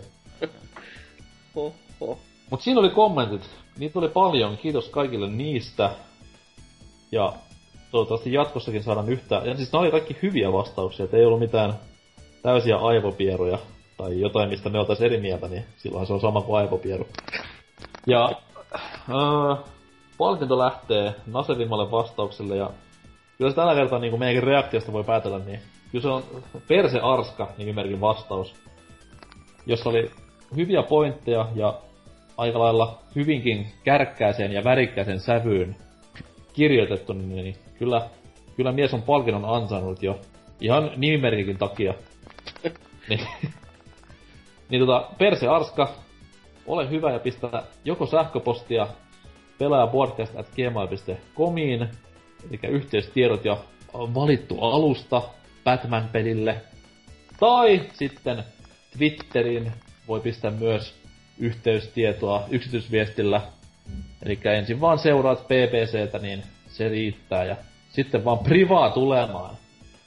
Oho. Mut siinä oli kommentit. Niitä oli paljon, kiitos kaikille niistä. Ja toivottavasti jatkossakin saadaan yhtä... Ja siis ne oli kaikki hyviä vastauksia, et ei ollut mitään täysiä aivopieruja. Tai jotain, mistä me oltais eri mieltä, niin silloin se on sama kuin aivopieru. Ja... Äh, palkinto lähtee nasevimmalle vastaukselle ja... Kyllä se tällä kertaa niin kuin meidänkin reaktiosta voi päätellä, niin... Kyllä se on Perse Arska nimimerkin vastaus. Jossa oli hyviä pointteja ja aika lailla hyvinkin kärkkääseen ja värikkääseen sävyyn kirjoitettu, niin kyllä, kyllä mies on palkinnon ansainnut jo ihan nimimerkikin takia. niin. Niin tota, Perse Arska, ole hyvä ja pistä joko sähköpostia pelaajapodcast at gmail piste comiin, eli yhteystiedot ja valittu alusta Batman-pelille. Tai sitten Twitterin voi pistää myös yhteystietoa yksityisviestillä. Eli ensin vaan seuraat P P C:tä, niin se riittää. Ja sitten vaan privaa tulemaan.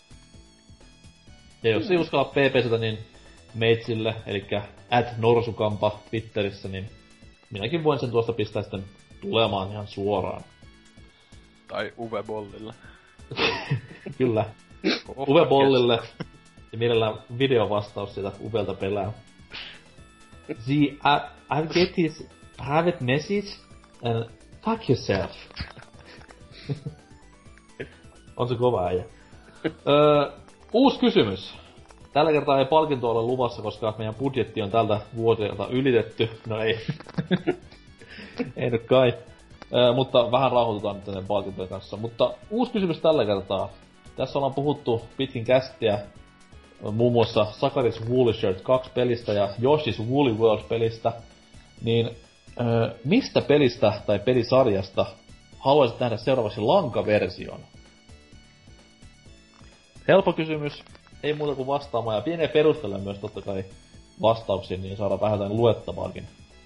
Ja jos ei uskalla P P C:tä, niin meitsille, eli at norsukampa Twitterissä, niin minäkin voin sen tuosta pistää sitten tulemaan ihan suoraan. Tai Uwe Bollille. Kyllä. Uwe Bollille. Ja mielellään videovastaus siitä Uvelta pelää. The, I, I get his private message and fuck yourself. On se kova äijä. Öö, uusi kysymys. Tällä kertaa ei palkinto ole luvassa, koska meidän budjetti on tältä vuodelta ylitetty. No ei. Ei nyt kai. Öö, mutta vähän rauhoitutaan nyt tänne palkintojen kanssa. Mutta uusi kysymys tällä kertaa. Tässä ollaan puhuttu pitkin kästiä muun muassa Sakaris Woolly Shirt kaksi pelistä ja Yoshi's Woolly World pelistä. Niin öö, mistä pelistä tai pelisarjasta haluaisit nähdä seuraavaksi lankaversion? Helppo kysymys. Ei muuta kuin vastaamaan ja pieniä perustella myös totta kai vastauksiin, niin saadaan vähän jotain luettavaakin.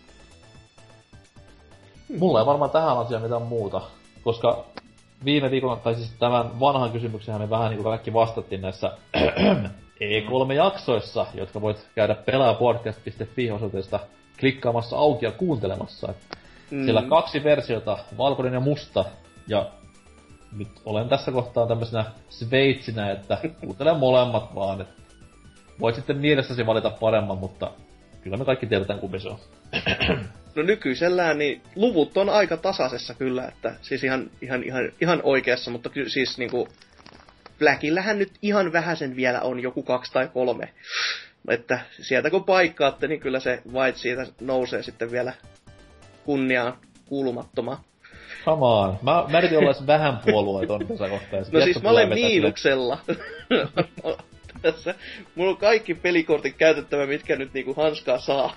Mulla ei varmaan tähän asiaan mitään muuta, koska viime viikolla, tai siis tämän vanhan kysymyksenhän me vähän niinku kaikki vastattiin näissä E kolme jaksoissa, jotka voit käydä pelaajapodcast piste fi osoitteesta klikkaamassa auki ja kuuntelemassa. Mm. Siellä kaksi versiota, valkoinen ja musta, ja nyt olen tässä kohtaa tämmöisenä sveitsinä, että kuuntelen molemmat vaan. Et voit sitten mielessäsi valita paremman, mutta kyllä me kaikki tiedetään kumpi se on. No nykyisellään niin luvut on aika tasaisessa kyllä, että siis ihan, ihan, ihan, ihan oikeassa, mutta kyllä siis niinku Blackillähän nyt ihan vähäsen vielä on joku kaksi tai kolme. Että sieltä kun paikkaatte, niin kyllä se White siitä nousee sitten vielä kunniaan kuulumattomaan. Come on. Mä, mä yritin olla vähän puolueeton tässä kohtaa. No siis mä olen miinuksella. Tässä. Mulla on kaikki pelikortit käytettävä, mitkä nyt niinku hanskaa saa.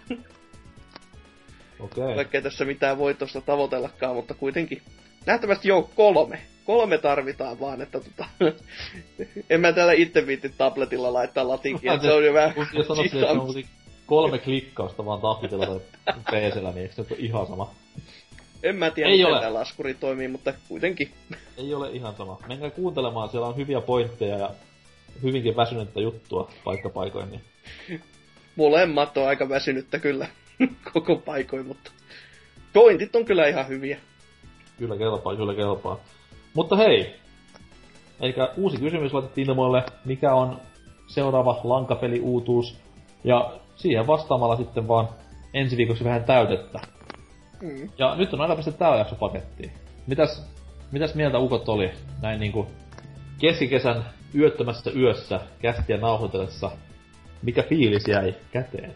Okei. Okay. Vaikka ei tässä mitään voitosta tavoitellakaan, mutta kuitenkin. Nähtävästi joo, kolme. Kolme tarvitaan vaan, että tota... en mä täällä itse viitti tabletilla laittaa latinkin, että se on jo vähän... Jos sanottiin, että se on kolme klikkausta vaan tabletilla tai P C:llä, niin eikö se ole ihan sama? En mä tiedä, miten tää laskuri toimii, mutta kuitenkin. Ei ole ihan sama. Menkää kuuntelemaan, siellä on hyviä pointteja ja hyvinkin väsynyttä juttua paikkapaikoin. Niin. Molemmat on aika väsynyttä kyllä koko paikoin, mutta pointit on kyllä ihan hyviä. Kyllä kelpaa, kyllä kelpaa. Mutta hei, eikä uusi kysymys laitettiin ilmoille, mikä on seuraava lankapeli-uutuus. Ja siihen vastaamalla sitten vaan ensi viikoksi vähän täytettä. Mm. Ja nyt on aina pistetty tää jakso pakettiin. Mitäs, mitäs mieltä ukot oli näin niinku keskikesän yöttömässä yössä kästiä nauhoitellessa? Mikä fiilis jäi käteen?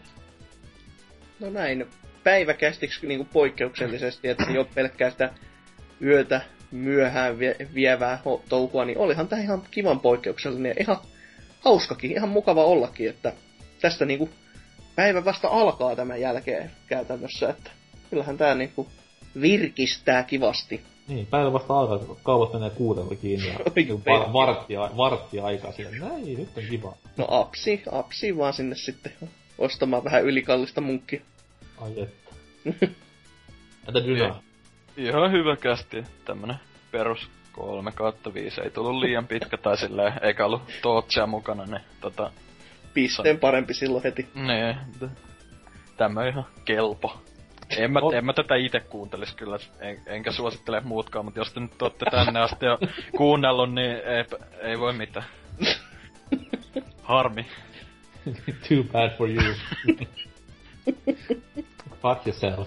No näin, päiväkästiksi niinku poikkeuksellisesti, että ei oo pelkkää sitä yötä myöhään vie- vievää touhua, niin olihan tää ihan kivan poikkeuksellinen ja ihan hauskakin, ihan mukava ollakin, että tästä niinku päivä vasta alkaa tämän jälkeen käytännössä, että kyllähän tää niinku virkistää kivasti. Niin, päivä vasta alkaa, kun kaupat menee kuudelta kiinni ja var- varttia, varttia aikaa siihen. Näin, nyt on kiva. No apsi, apsi vaan sinne sitten ostamaan vähän ylikallista munkkia. Ai että. Entä Dyna? Ihan hyvä kästi, tämmönen perus kolme kautta viisi, ei tullut liian pitkä tai silleen, eikä ollut Tootsia mukana, niin tota... Pisteen parempi silloin heti. Nee, tämä ihan kelpo. En mä, oh. en mä tätä ite kuuntelis kyllä, en, enkä suosittele muutkaan, mutta jos te nyt ootte tänne asti jo kuunnellut, niin ei, ei voi mitään. Harmi. Too bad for you. Fuck yourself.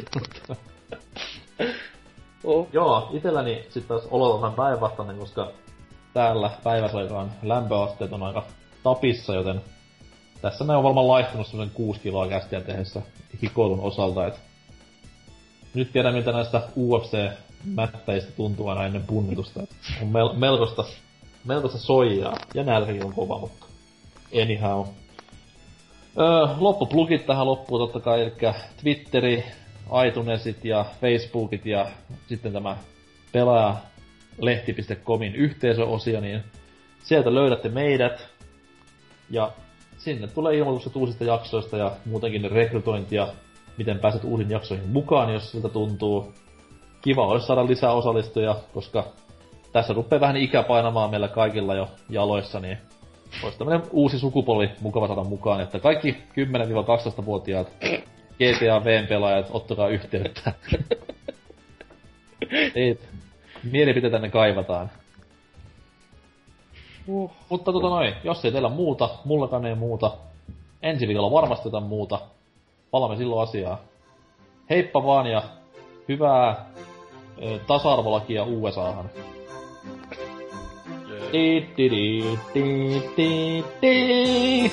Oh. Joo, itelläni sit taas olot on vähän päinvastainen, koska täällä päiväsaikaan lämpöasteet on aika tapissa, joten tässä mä oon varmaan laihtunut semmosen kuusi kiloa kästiä tehdessä hikoilun osalta, et nyt tiedän miltä näistä U F C-mättäistä tuntuu aina ennen punnitusta, et on mel- melkoista, melkoista soijaa, ja nälkäkin on kova, mutta anyhow. Öö, loppuplugit tähän loppuun totta kai, eli Twitteri, iTunesit ja Facebookit ja sitten tämä pelaajalehti piste comin yhteisöosio, niin sieltä löydätte meidät. Ja sinne tulee ilmoitukset uusista jaksoista ja muutenkin rekrytointia, miten pääset uusiin jaksoihin mukaan, jos siltä tuntuu. Kiva olisi saada lisää osallistujia, koska tässä rupeaa vähän ikä painamaan meillä kaikilla jo jaloissa, niin olisi tämmönen uusi sukupolvi mukava saada mukaan, että kaikki kymmenen-kaksitoista-vuotiaat G T A V-pelaajat, ottakaa yhteyttä. Ei, mielipiteitä ne kaivataan. Uh. Mutta tota noin, jos ei teillä muuta, mullakaan ei muuta, ensi viikolla varmasti jotain muuta, palaamme silloin asiaa. Heippa vaan ja hyvää ö, tasa-arvolakia U S A:han. Di, di, di, di, di, di.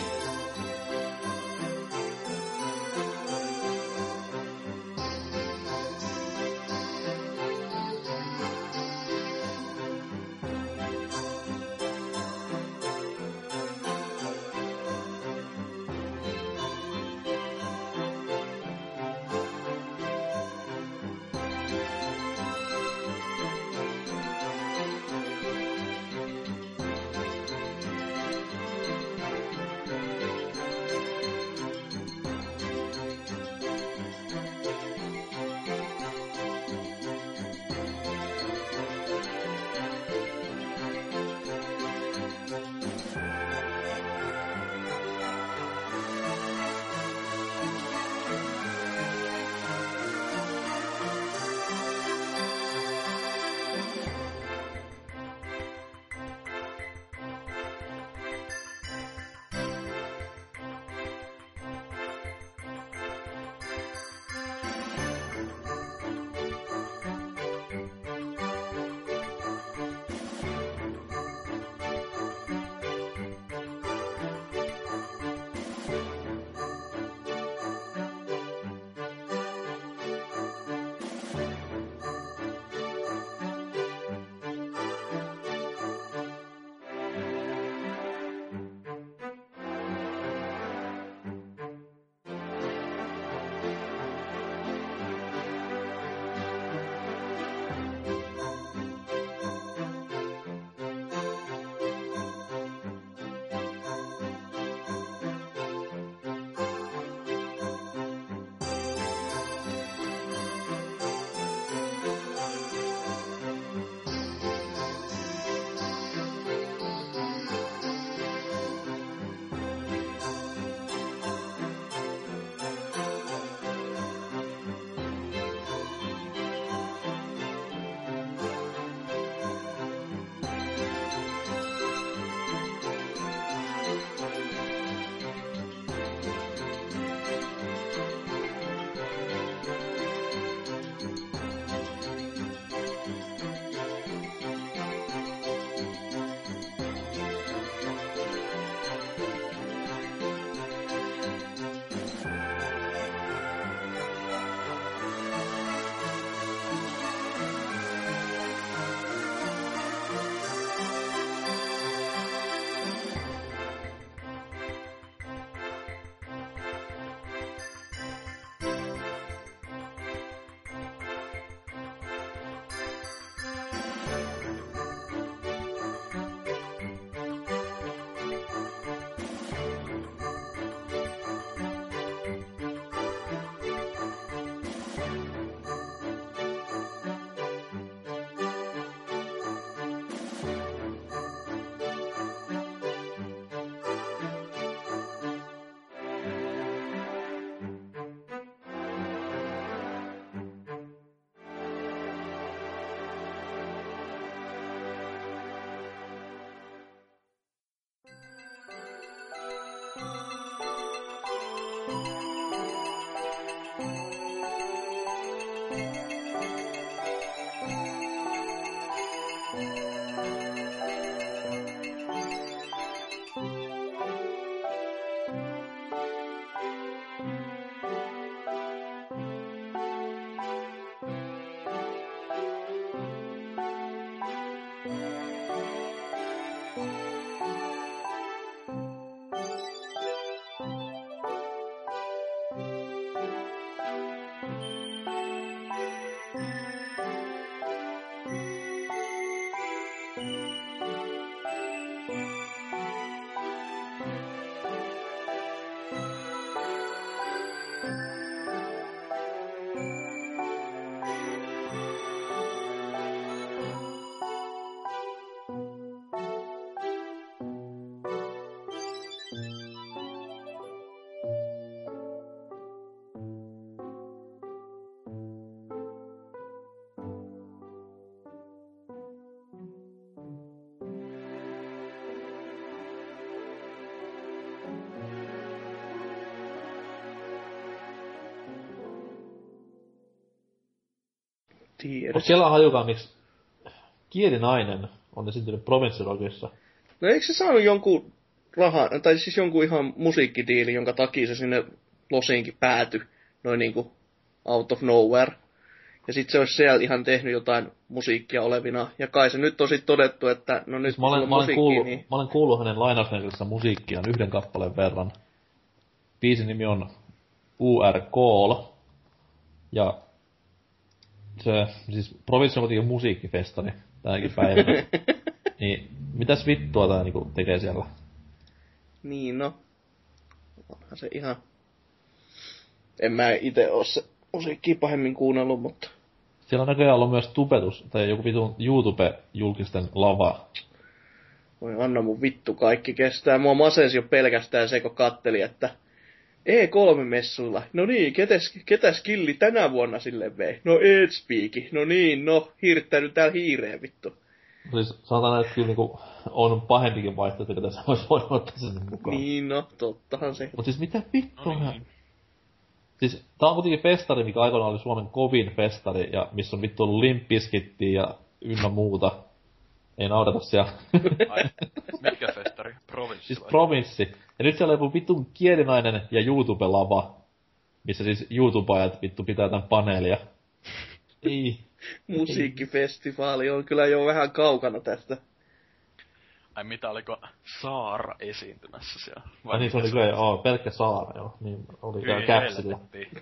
tiedä. Mut siellä on hajukaan, miksi kielinainen on esiintynyt Province-Rockissa. No eikö se saanut jonkun rahan, tai siis jonkun ihan musiikkidiili, jonka takia se sinne Losiinkin päätyi, noin niinku out of nowhere. Ja sit se olisi siellä ihan tehnyt jotain musiikkia olevina. Ja kai se nyt on sit todettu, että no nyt siis mä olen, on mä olen, musiikki, kuullut, niin... mä olen kuullut hänen lainausmerkissä musiikkiaan yhden kappaleen verran. Biisin nimi on U R Call. Ja se, siis Province on kuitenkin musiikkifestari tänäkin päivänä. Niin, mitäs vittua tää niinku tekee siellä? Niin, no. Onhan se ihan... En mä ite oo se musiikkia pahemmin kuunnellut, mutta... Siellä on näköjään ollut myös tubetus, tai joku vitun YouTube-julkisten lava. Voi anna mun vittu kaikki kestää. Mua masensi jo pelkästään se, kun katteli, että... E kolme -messuilla. No niin, ketäs, ketäs killi tänä vuonna sille vei? No Edspeaki. No niin, no, hirttänyt täällä hiireen vittu. Siis sanotaan, että kyllä niinku on pahempikin vaihtoehto, että tässä olisi voinut ottaa sen mukaan. Niin, no, tottahan se. Mut siis mitä vittua? No niin. Siis tää on kuitenkin festari, mikä aikoinaan oli Suomen kovin festari, ja missä on vittu ollut Limp Bizkittiä ja ynnä muuta. Ei naudata siellä. Ai, mikä festari? Provinssi Siis vai? Provinssi. Ja nyt siellä on joku vitun kielinainen ja YouTube-lava, missä siis YouTubeajat vittu pitää tän paneelia. Ei. Musiikkifestivaali on kyllä jo vähän kaukana tästä. Ai mitä, oliko Saara esiintymässä siellä? Vai niin, se oli kyllä joo, pelkkä Saara, joo. Niin oli kyllä Käpsillä. helvetti.